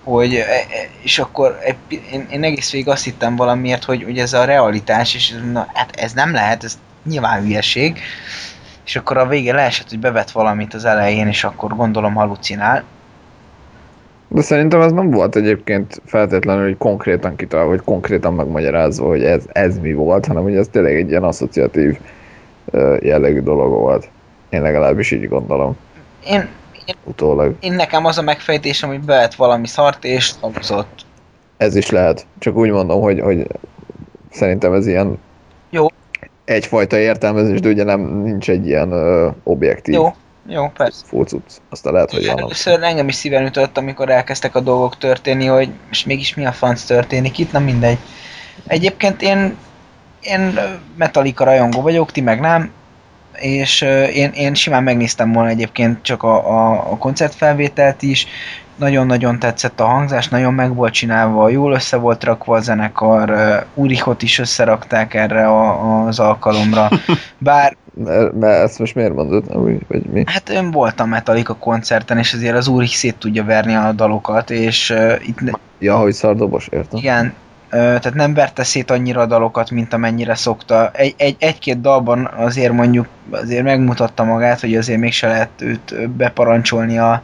és akkor én egész végig azt hittem valamiért, hogy ez a realitás, és na, hát ez nem lehet, ez nyilván hülyeség, és akkor a vége leesett, hogy bevet valamit az elején, és akkor gondolom halucinál. De szerintem ez nem volt egyébként feltétlenül, hogy konkrétan kitalálva, vagy konkrétan megmagyarázva, hogy ez mi volt, hanem hogy ez tényleg egy ilyen asszociatív jellegű dolog volt. Én legalábbis így gondolom. Utólag. Én nekem az a megfejtésem, hogy bevet valami szart, és szavuzott. Ez is lehet. Csak úgy mondom, hogy szerintem ez ilyen jó. Egyfajta értelmezés, de ugye nincs egy ilyen objektív. Jó, persze. Fócuc. Aztán lehet, hogy van. Először engem is szíven ütött, amikor elkezdtek a dolgok történni, hogy most mégis mi a franc történik itt, na mindegy. Egyébként én Metallica rajongó vagyok, ti meg nem, és én simán megnéztem volna egyébként csak a koncertfelvételt is, nagyon-nagyon tetszett a hangzás, nagyon meg volt csinálva, jól össze volt rakva a zenekar, Urichot is összerakták erre az alkalomra, bár... Mert ezt most miért mondod? Vagy mi? Hát én voltam Metallica koncerten, és azért az Urich szét tudja verni a dalokat, és itt... Ja, hogy szardobos, értem. Igen, tehát nem verte szét annyira a dalokat, mint amennyire szokta. Egy-két dalban azért mondjuk azért megmutatta magát, hogy azért mégse lehet őt beparancsolni a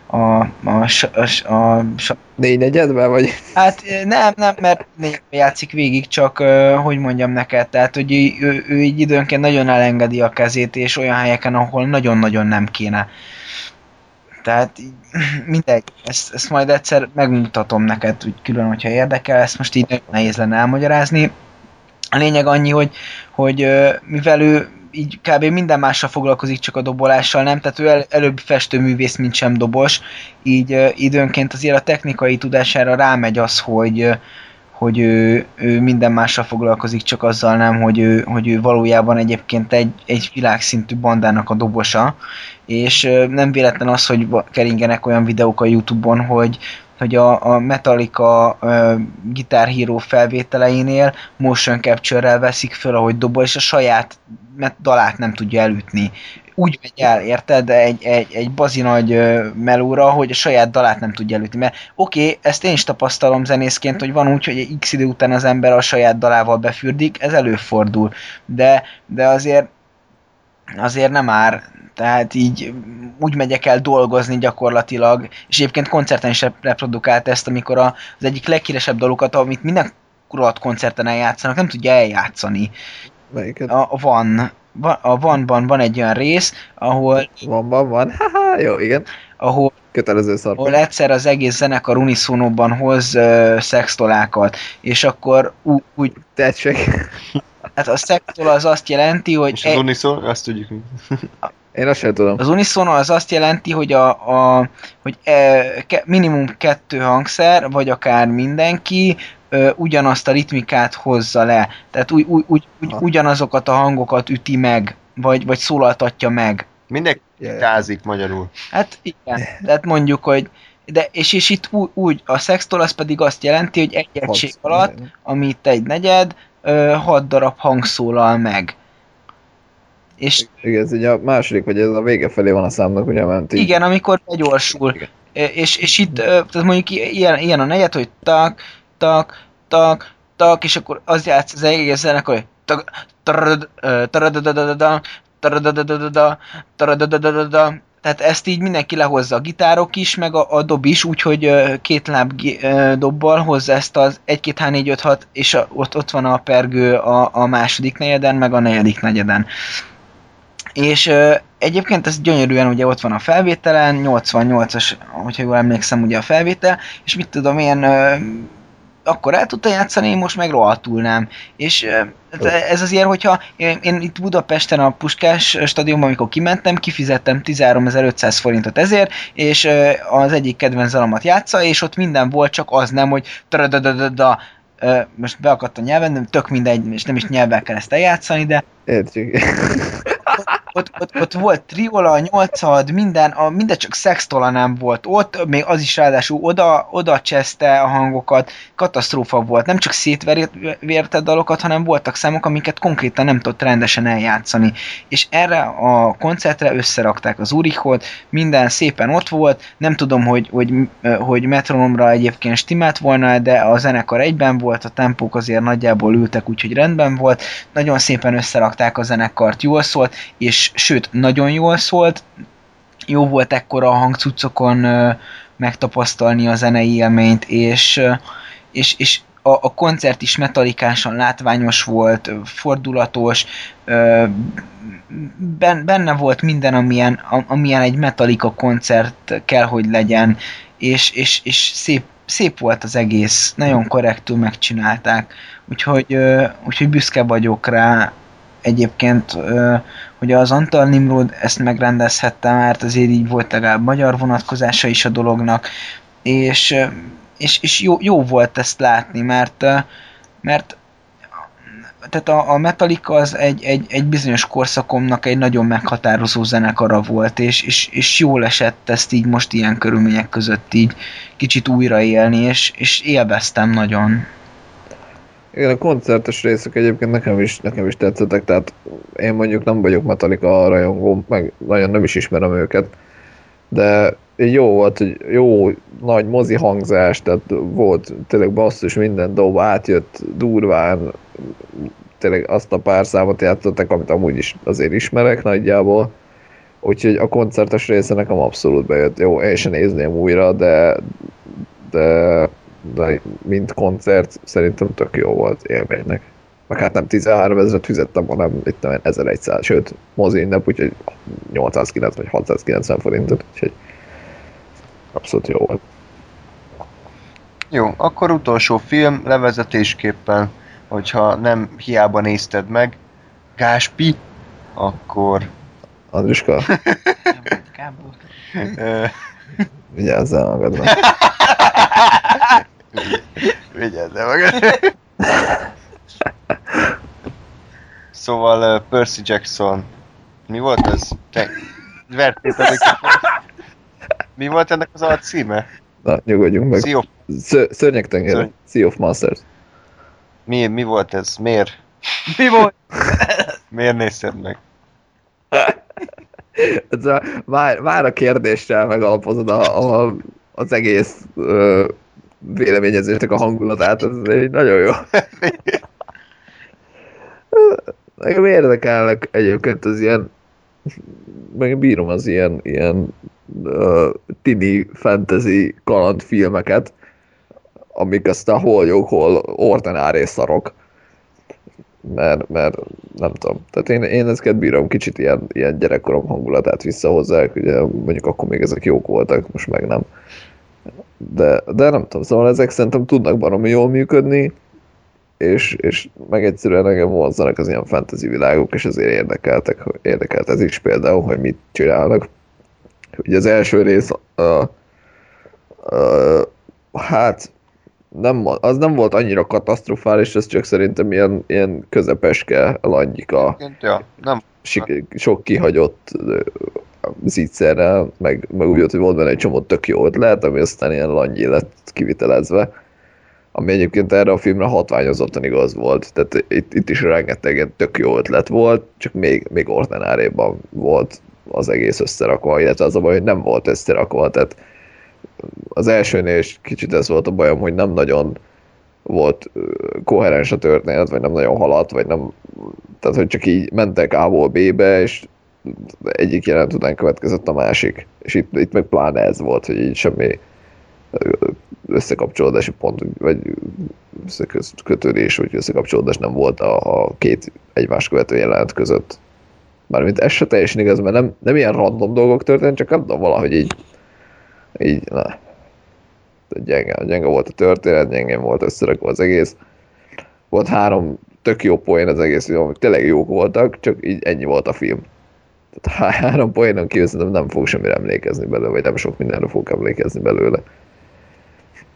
négynegyedben, vagy? Hát nem, mert játszik végig, csak hogy mondjam neked, tehát hogy ő így időnként nagyon elengedi a kezét, és olyan helyeken, ahol nagyon-nagyon nem kéne. Tehát mindegy, ezt majd egyszer megmutatom neked, úgy külön, hogyha érdekel, ezt most így nagyon nehéz lenne elmagyarázni. A lényeg annyi, hogy mivel ő így kb. Minden mással foglalkozik, csak a dobolással nem, tehát ő előbb festőművész, mint sem dobos, így időnként azért a technikai tudására rámegy az, hogy ő minden mással foglalkozik, csak azzal nem, hogy ő valójában egyébként egy világszintű bandának a dobosa, és nem véletlen az, hogy keringenek olyan videók a YouTube-on, hogy a Metallica Guitar Hero felvételeinél motion capture-rel veszik föl, ahogy dobol, és a saját dalát nem tudja elütni. Úgy megy el, érted, egy bazi nagy melóra, hogy a saját dalát nem tudja elütni. Mert oké, ezt én is tapasztalom zenészként, hogy van úgy, hogy x idő után az ember a saját dalával befürdik, ez előfordul. De azért nem ár. Tehát így úgy megyek el dolgozni gyakorlatilag, és egyébként koncerten is reprodukált ezt, amikor az egyik leghíresebb dalokat, amit minden kurat koncerten eljátszanak, nem tudja eljátszani. Melyiket? A Van-ban van egy olyan rész, ahol... Van. Haha, jó, igen. Ahol kötelező szarpa. Ahol egyszer az egész zenekar uniszónóban hoz szextolákat, és akkor úgy... Tetszik. Hát a szextol az azt jelenti, hogy... És az uniszón, azt tudjuk. Én azt sem tudom. Az uniszóno az azt jelenti, hogy hogy minimum 2 hangszer, vagy akár mindenki ugyanazt a ritmikát hozza le. Tehát ugyanazokat a hangokat üti meg, vagy szólaltatja meg. Mindenki tázik magyarul. Hát igen, tehát mondjuk, hogy és itt úgy a szextol az pedig azt jelenti, hogy egy egység alatt, amit egy negyed, 6 darab hang szólal meg. És igen, ez ugye a második, vagy ez a vége felé van a számnak, ugye ment így. Igen, amikor begyorsul. És itt, tehát mondjuk ilyen a negyed, hogy tak, és akkor az játsz az egész zenekar, hogy tehát ezt így mindenki lehozza, a gitárok is, meg a dob is, úgyhogy 2 láb dobbal hozza ezt az 1, 2, 3, 4, 5, 6, és ott van a pergő a második negyeden, meg a negyedik negyeden. És egyébként ez gyönyörűen ugye ott van a felvételen, 88-as, hogyha jól emlékszem ugye a felvétel, és mit tudom én, akkor el tudta játszani, én most meg rohadtul nem. És ez azért, hogyha én itt Budapesten a Puskás stadionban, amikor kimentem, kifizettem 13.500 forintot ezért, és az egyik kedvenc dalomat játsza, és ott minden volt, csak az nem, hogy most beakadt a nyelven, tök mindegy, és nem is nyelvvel kell ezt eljátszani, de Értjük. Ott volt triola, nyolcad, minden csak szextola nem volt ott, még az is ráadásul oda cseszte a hangokat, katasztrófa volt. Nem csak szétvérte dalokat, hanem voltak számok, amiket konkrétan nem tudott rendesen eljátszani. És erre a koncertre összerakták az Urichot, minden szépen ott volt, nem tudom, hogy metronomra egyébként stimmelt volna, de a zenekar egyben volt, a tempók azért nagyjából ültek, úgyhogy rendben volt. Nagyon szépen összerakták a zenekart, jól szólt, és sőt, nagyon jól szólt, jó volt ekkora a hangcuccokon megtapasztalni a zenei élményt, és a koncert is metalikásan látványos volt, fordulatos, benne volt minden, amilyen egy Metallica koncert kell, hogy legyen, és szép volt az egész, nagyon korrektül megcsinálták, úgyhogy büszke vagyok rá, egyébként, hogy az Antal Nimrod ezt megrendezhette, mert azért így volt legalább magyar vonatkozása is a dolognak, és jó volt ezt látni, mert tehát a Metallica az egy bizonyos korszakomnak egy nagyon meghatározó zenekara volt, és jól esett ezt így most ilyen körülmények között így kicsit újraélni, és élveztem nagyon. Igen, a koncertes részek egyébként nekem is tetszettek, tehát én mondjuk nem vagyok Metallica rajongó, meg nagyon nem is ismerem őket, de jó volt, hogy jó nagy mozi hangzás, tehát volt tényleg basszus, minden dob átjött durván, tényleg azt a pár számot játszottak, amit amúgy is azért ismerek nagyjából, úgyhogy a koncertes része nekem abszolút bejött. Jó, én sem nézném újra, de mint koncert szerintem tök jó volt élménynek. Meg hát nem 13 000-et fizettem, hanem itt 1100, sőt, mozi ünnep, úgyhogy 890 vagy 690 forintot, úgyhogy abszolút jó volt. Jó, akkor utolsó film levezetésképpen, hogyha nem hiába nézted meg, Gáspi, akkor... Andriska, ö, vigyázzál magadra. Vigyázzál magad. Szóval Percy Jackson. Mi volt ez? Te vertél pedig. Mi volt ennek az alcíme? Na, nyugodjunk meg. Sea of... Szörnyek tengere. Sea of Monsters. Mi volt ez? Miért? Mi volt? Miért nézted meg? Már a kérdéssel megalapozod az egész véleményezésnek a hangulatát, ez egy nagyon jó. Nekem érdekelnek egyébként az ilyen, meg bírom az ilyen tini fantasy kalandfilmeket, amik aztán hol jók, hol ordinári szarok. Mert nem tudom. Tehát én ezeket bírom, kicsit ilyen gyerekkorom hangulatát visszahozzák, ugye mondjuk akkor még ezek jók voltak, most meg nem. De nem tudom, szóval ezek szerintem tudnak baromi jól működni, és meg egyszerűen engem vonzanak az ilyen fantasy világok, és ezért érdekelt ez is például, hogy mit csinálnak. Ugye az első rész hát az nem volt annyira katasztrofális, ez csak szerintem ilyen közepeske langyika. Ja, nem. Sok kihagyott zicserrel, meg úgy volt, hogy volt benne egy csomó tök jó ötlet, ami aztán ilyen langyi lett kivitelezve, ami egyébként erre a filmre hatványozottan igaz volt. Tehát itt is rengeteg ilyen tök jó ötlet volt, csak még ordináréban volt az egész összerakva, illetve az a baj, hogy nem volt összerakva, tehát az elsőnél is kicsit ez volt a bajom, hogy nem nagyon volt koherens a történet, vagy nem nagyon haladt, vagy nem, tehát hogy csak így mentek A-ból B-be, és egyik jelent után következett a másik. És itt meg pláne ez volt, hogy így semmi összekapcsolódási pont, vagy összekötődés, vagy összekapcsolódás nem volt a két egymás követő jelenet között. Mármint ez se teljesen igaz, mert nem ilyen random dolgok történt, csak nem tudom, valahogy így na. Gyenge volt a történet, gyengén volt összerakva az egész. Volt 3 tök jó poén az egész film, amik tényleg jók voltak, csak így ennyi volt a film. Tehát 3 poénon kívül szerintem nem fog semmire emlékezni belőle, vagy nem sok mindenre fog emlékezni belőle.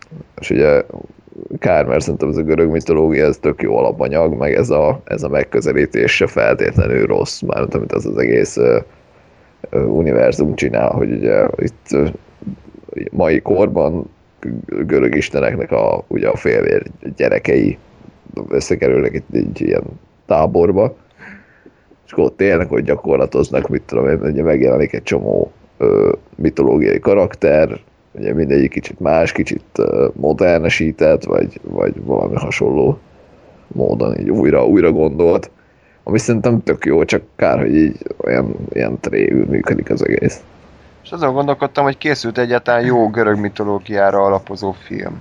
És ugye kár, mert szerintem ez a görög mitológia, ez tök jó alapanyag, meg ez a megközelítés se feltétlenül rossz, mármint amit az egész univerzum csinál, hogy ugye itt mai korban görög isteneknek ugye a félvér gyerekei összekerülnek itt egy ilyen táborba, és akkor ott élnek, hogy gyakorlatoznak, mit tudom én, ugye megjelenik egy csomó mitológiai karakter, ugye mindegyik kicsit más, kicsit modernesített, vagy valami hasonló módon így újra gondolt, ami szerintem tök jó, csak kár, hogy így ilyen trégül működik az egész. És azon gondolkodtam, hogy készült egyáltalán jó görög mitológiára alapozó film.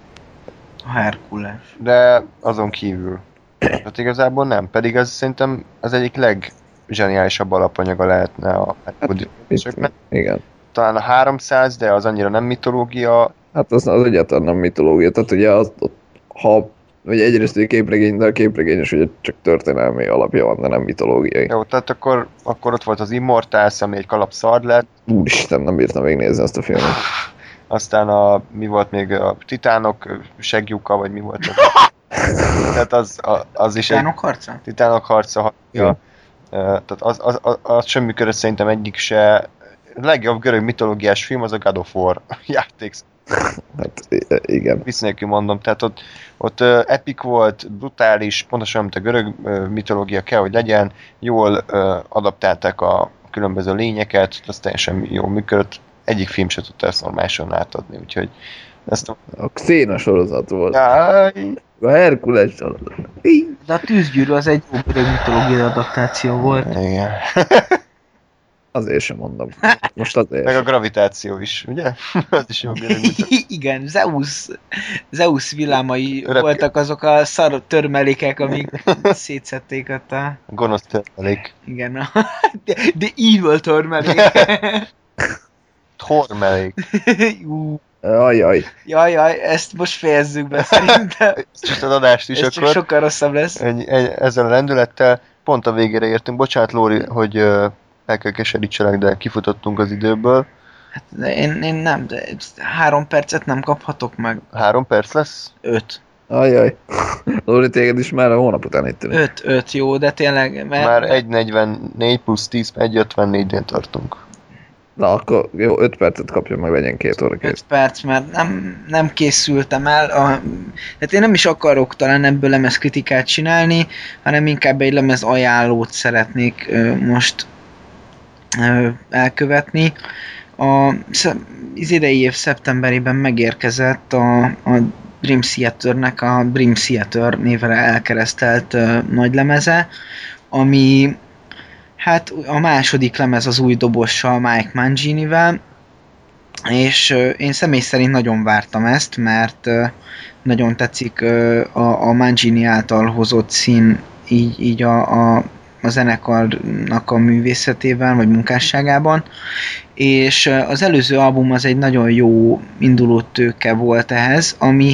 A Herkules. De azon kívül. Hát igazából nem, pedig az szerintem az egyik legzseniálisabb alapanyaga lehetne a Itt, igen. talán a 300, de az annyira nem mitológia. Hát az egyáltalán nem mitológia, tehát ugye ha ugye egyrészt egy képregény, de a képregény is ugye csak történelmi alapja van, de nem mitológiai. Jó, tehát akkor ott volt az Immortals, ami egy kalap szar lett. Úristen, nem bírtam végignézni ezt a filmet. Aztán mi volt még a Titánok segjuka, vagy mi volt? Tehát az is Titánok harca? Titánok harca. Ja. Tehát az sem működött szerintem egyik se. A legjobb görög mitológiás film az a God of War játék. Hát igen. Vicc nélkül mondom, tehát ott epic volt, brutális, pontosan mint a görög mitológia kell, hogy legyen, jól adaptálták a különböző lényeket, az teljesen jól működött. Egyik film se tudta ezt normálisan átadni, úgyhogy ezt A Xena sorozat volt. Jaj. A Herkules sorozat. De a Tűzgyűrű az egy jó görög mitológiai adaptáció volt. Igen. Azért sem mondom. Most azért. Meg a gravitáció is, ugye? Az is jó görög mitológia. Igen, Zeus villámai Repül. voltak azok a szar törmelékek, amik szétszették ott a... Gonosz törmelék. Igen, de evil törmelék. Tormelék. Ú, Ajaj. jaj, ezt most fejezzük be szerintem. Ezt az adást is Ez csak akkor. sokkal rosszabb lesz. Ezzel a lendülettel pont a végére értünk. Bocsánat, Lóri, hogy el kell keserítselek, de kifutottunk az időből. Hát, de én nem, de 3 percet nem kaphatok meg. 3 perc lesz? 5. Ajaj. Lóri, téged is már a hónap után itt ülünk. 5, jó, de tényleg... Már 1.44 plusz 10, 1.54-nél tartunk. Na, akkor jó, 5 percet kapjon meg, legyen 2 óra 5 kész. perc, mert nem készültem el. Tehát én nem is akarok talán ebből lemezkritikát csinálni, hanem inkább egy lemez ajánlót szeretnék most elkövetni. Az idei év szeptemberében megérkezett a Dream Theaternek a Dream Theater névre elkeresztelt nagylemeze, ami hát a második lemez az új dobossal, Mike Manginivel, és én személy szerint nagyon vártam ezt, mert nagyon tetszik a Mangini által hozott szín így a zenekarnak a művészetében, vagy munkásságában, és az előző album az egy nagyon jó induló tőke volt ehhez,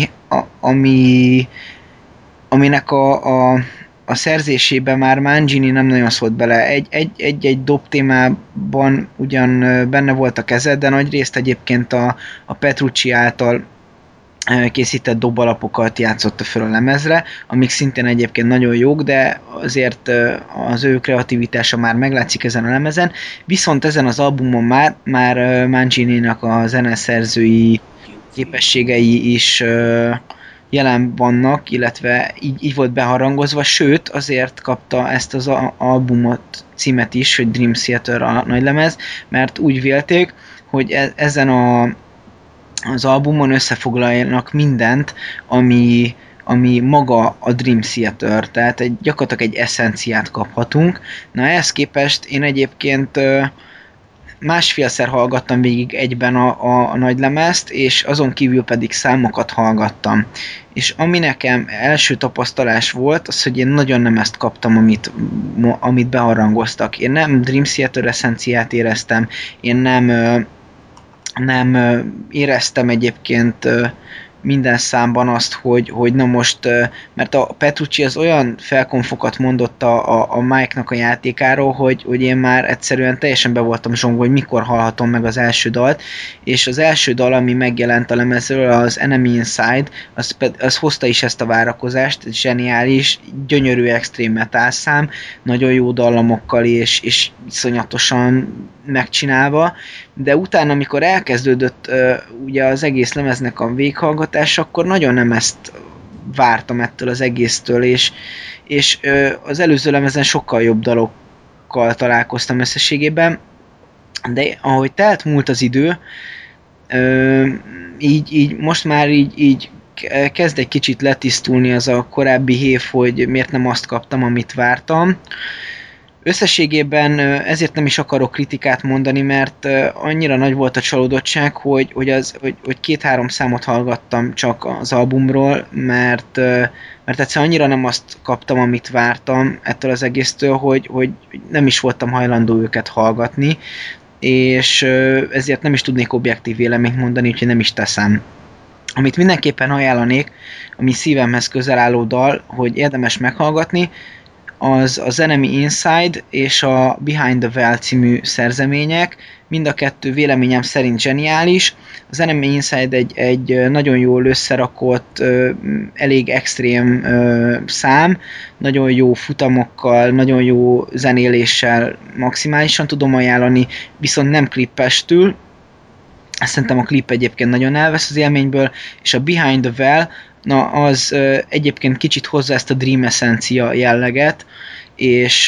aminek a szerzésében már Mangini nem nagyon szólt bele. Egy dob témában ugyan benne volt a keze, de nagyrészt egyébként a Petrucci által készített dobalapokat játszotta fel a lemezre, amik szintén egyébként nagyon jók, de azért az ő kreativitása már meglátszik ezen a lemezen, viszont ezen az albumon már Mangininak a zeneszerzői képességei is jelen vannak, illetve így volt beharangozva, sőt azért kapta ezt az albumot címet is, hogy Dream Theater a nagylemez, mert úgy vélték, hogy ezen az albumon összefoglaljanak mindent, ami maga a Dream Theater, tehát gyakorlatilag egy eszenciát kaphatunk. Na ehhez képest én egyébként másfélszer hallgattam végig egyben a nagylemezt, és azon kívül pedig számokat hallgattam. És ami nekem első tapasztalás volt, az, hogy én nagyon nem ezt kaptam, amit beharangoztak. Én nem Dream Theater eszenciát éreztem, én nem éreztem egyébként minden számban azt, hogy na most, mert a Petrucci az olyan felkonfokat mondott a Mike-nak a játékáról, hogy én már egyszerűen teljesen be voltam zsongva, hogy mikor hallhatom meg az első dalt, és az első dal, ami megjelent a lemezről, az Enemy Inside, az hozta is ezt a várakozást, zseniális, gyönyörű extrém metal szám, nagyon jó dallamokkal és iszonyatosan megcsinálva, de utána, amikor elkezdődött ugye az egész lemeznek a véghallgatása, akkor nagyon nem ezt vártam ettől az egésztől, és az előző lemezen sokkal jobb dalokkal találkoztam összességében, de ahogy telt múlt az idő, így most már így kezd egy kicsit letisztulni az a korábbi hév, hogy miért nem azt kaptam, amit vártam. Összességében ezért nem is akarok kritikát mondani, mert annyira nagy volt a csalódottság, hogy 2-3 számot hallgattam csak az albumról, mert egyszerűen annyira nem azt kaptam, amit vártam ettől az egésztől, hogy nem is voltam hajlandó őket hallgatni, és ezért nem is tudnék objektív véleményt mondani, úgyhogy nem is teszem. Amit mindenképpen ajánlanék, ami szívemhez közel álló dal, hogy érdemes meghallgatni, az Enemy Inside és a Behind the Veil című szerzemények. Mind a kettő véleményem szerint zseniális. Az Enemy Inside egy nagyon jól összerakott, elég extrém szám, nagyon jó futamokkal, nagyon jó zenéléssel maximálisan tudom ajánlani, viszont nem klippestül. Szerintem a klip egyébként nagyon elvesz az élményből, és a Behind the Veil, na az egyébként kicsit hozza ezt a Dream Essencia jelleget, és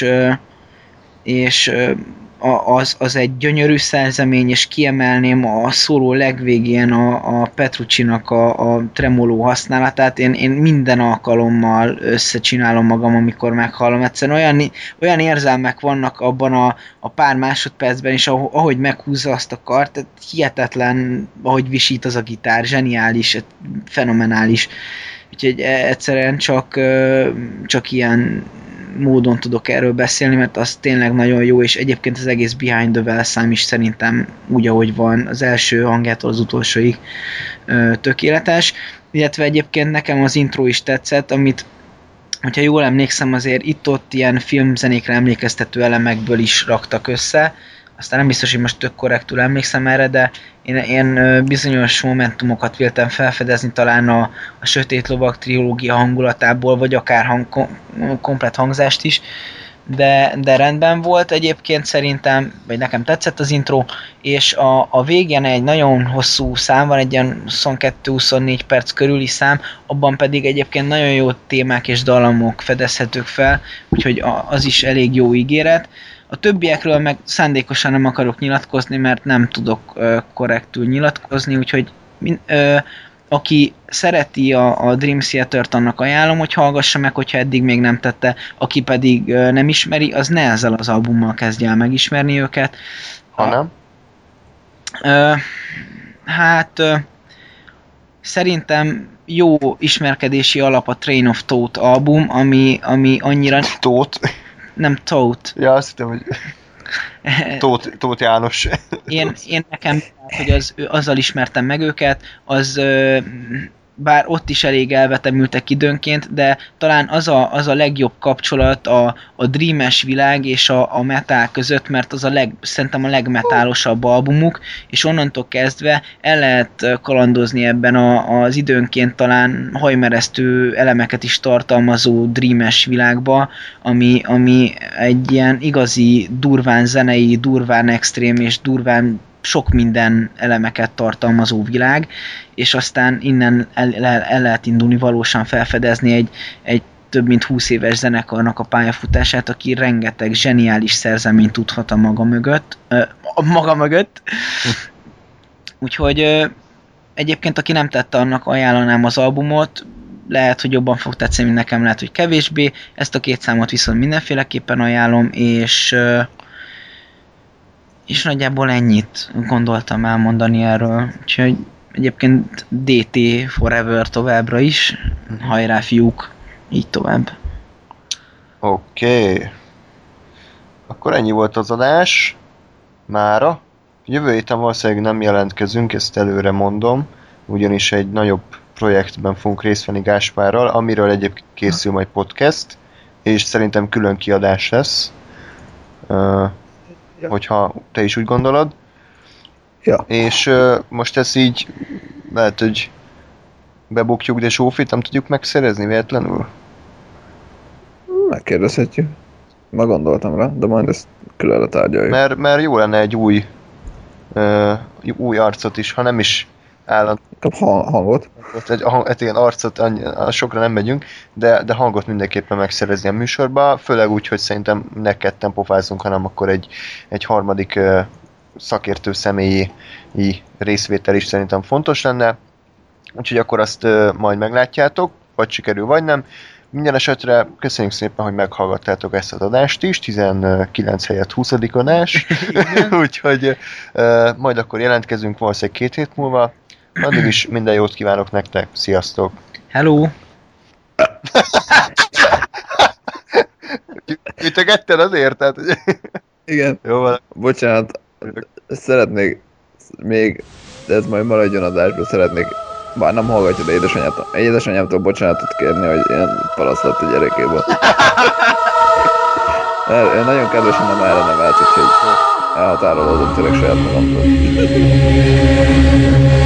az egy gyönyörű szerzemény, és kiemelném a szóló legvégén a Petruccinak a tremoló használatát. Én minden alkalommal összecsinálom magam, amikor meghallom. Egyszerűen olyan érzelmek vannak abban a pár másodpercben, és ahogy meghúzza azt a kart, tehát hihetetlen, ahogy visít az a gitár, zseniális, fenomenális. Úgyhogy egyszerűen csak ilyen módon tudok erről beszélni, mert az tényleg nagyon jó, és egyébként az egész Behind the Veil szám is szerintem úgy, ahogy van, az első hangjától az utolsóig tökéletes, illetve egyébként nekem az intro is tetszett, amit, hogyha jól emlékszem, azért itt-ott ilyen filmzenékre emlékeztető elemekből is raktak össze, aztán nem biztos, hogy most tök korrektül emlékszem erre, de én bizonyos momentumokat véltem felfedezni talán a Sötét Lovag trilógia hangulatából, vagy akár komplett hangzást is, de rendben volt egyébként szerintem, vagy nekem tetszett az intro, és a végén egy nagyon hosszú szám van, egy ilyen 22-24 perc körüli szám, abban pedig egyébként nagyon jó témák és dallamok fedezhetők fel, úgyhogy az is elég jó ígéret. A többiekről meg szándékosan nem akarok nyilatkozni, mert nem tudok korrektül nyilatkozni, úgyhogy aki szereti a Dream Theater-t, annak ajánlom, hogy hallgassa meg, hogyha eddig még nem tette, aki pedig nem ismeri, az ne ezzel az albummal kezdje el megismerni őket. Hanem? Szerintem jó ismerkedési alap a Train of Thought album, ami annyira... Tóth? Nem Thought. Ja, azt hittem, hogy Tóth János. Én nekem, hogy azzal ismertem meg őket, az bár ott is elég elvetemültek időnként, de talán az a legjobb kapcsolat a dreames világ és a metal között, mert az szerintem a legmetálosabb albumuk, és onnantól kezdve el lehet kalandozni ebben az időnként talán hajmeresztő elemeket is tartalmazó dreames világba, ami egy ilyen igazi durván zenei, durván extrém és durván sok minden elemeket tartalmazó világ, és aztán innen el lehet indulni valósan felfedezni egy több mint 20 éves zenekarnak a pályafutását, aki rengeteg zseniális szerzeményt tudhat a maga mögött. Úgyhogy egyébként, aki nem tette, annak ajánlanám az albumot, lehet, hogy jobban fog tetszeni, mint nekem, lehet, hogy kevésbé. Ezt a 2 számot viszont mindenféleképpen ajánlom, és nagyjából ennyit gondoltam elmondani erről. Úgyhogy egyébként DT Forever továbbra is. Hajrá, fiúk! Így tovább. Oké. Akkor ennyi volt az adás. Mára. Jövő héten valószínűleg nem jelentkezünk, ezt előre mondom. Ugyanis egy nagyobb projektben fogunk részt venni Gáspárral, amiről egyébként készül majd podcast, és szerintem külön kiadás lesz, hogyha te is úgy gondolod. Ja. És most ez így lehet, hogy bebukjuk, de Zsófit nem tudjuk megszerezni véletlenül? Megkérdezhetjük. Ma gondoltam rá, de majd ezt külön letárgyaljuk. Mert jó lenne egy új arcot is, ha nem is állandó. Hangot. Igen, arcot sokra nem megyünk, de hangot mindenképpen megszerezni a műsorba, főleg úgy, hogy szerintem ne ketten pofázunk, hanem akkor egy harmadik szakértő személyi részvétel is szerintem fontos lenne. Úgyhogy akkor azt majd meglátjátok, vagy sikerül, vagy nem. Minden esetre köszönjük szépen, hogy meghallgattátok ezt az adást is, 19 helyett 20. adás. Úgyhogy majd akkor jelentkezünk valószínűleg 2 hét múlva. Addig is minden jót kívánok nektek, sziasztok! Hello! Ütögetted azért? Tehát, Igen. jó van. Bocsánat, szeretnék még, de ez majd maradjon adásban, szeretnék, bár nem hallgatja, de édesanyámtól bocsánatot kérni, hogy ilyen palasz lett a gyerekéből. Ő nagyon kedvesen nem erre nevelt, úgyhogy elhatárolódom tényleg saját magamtól.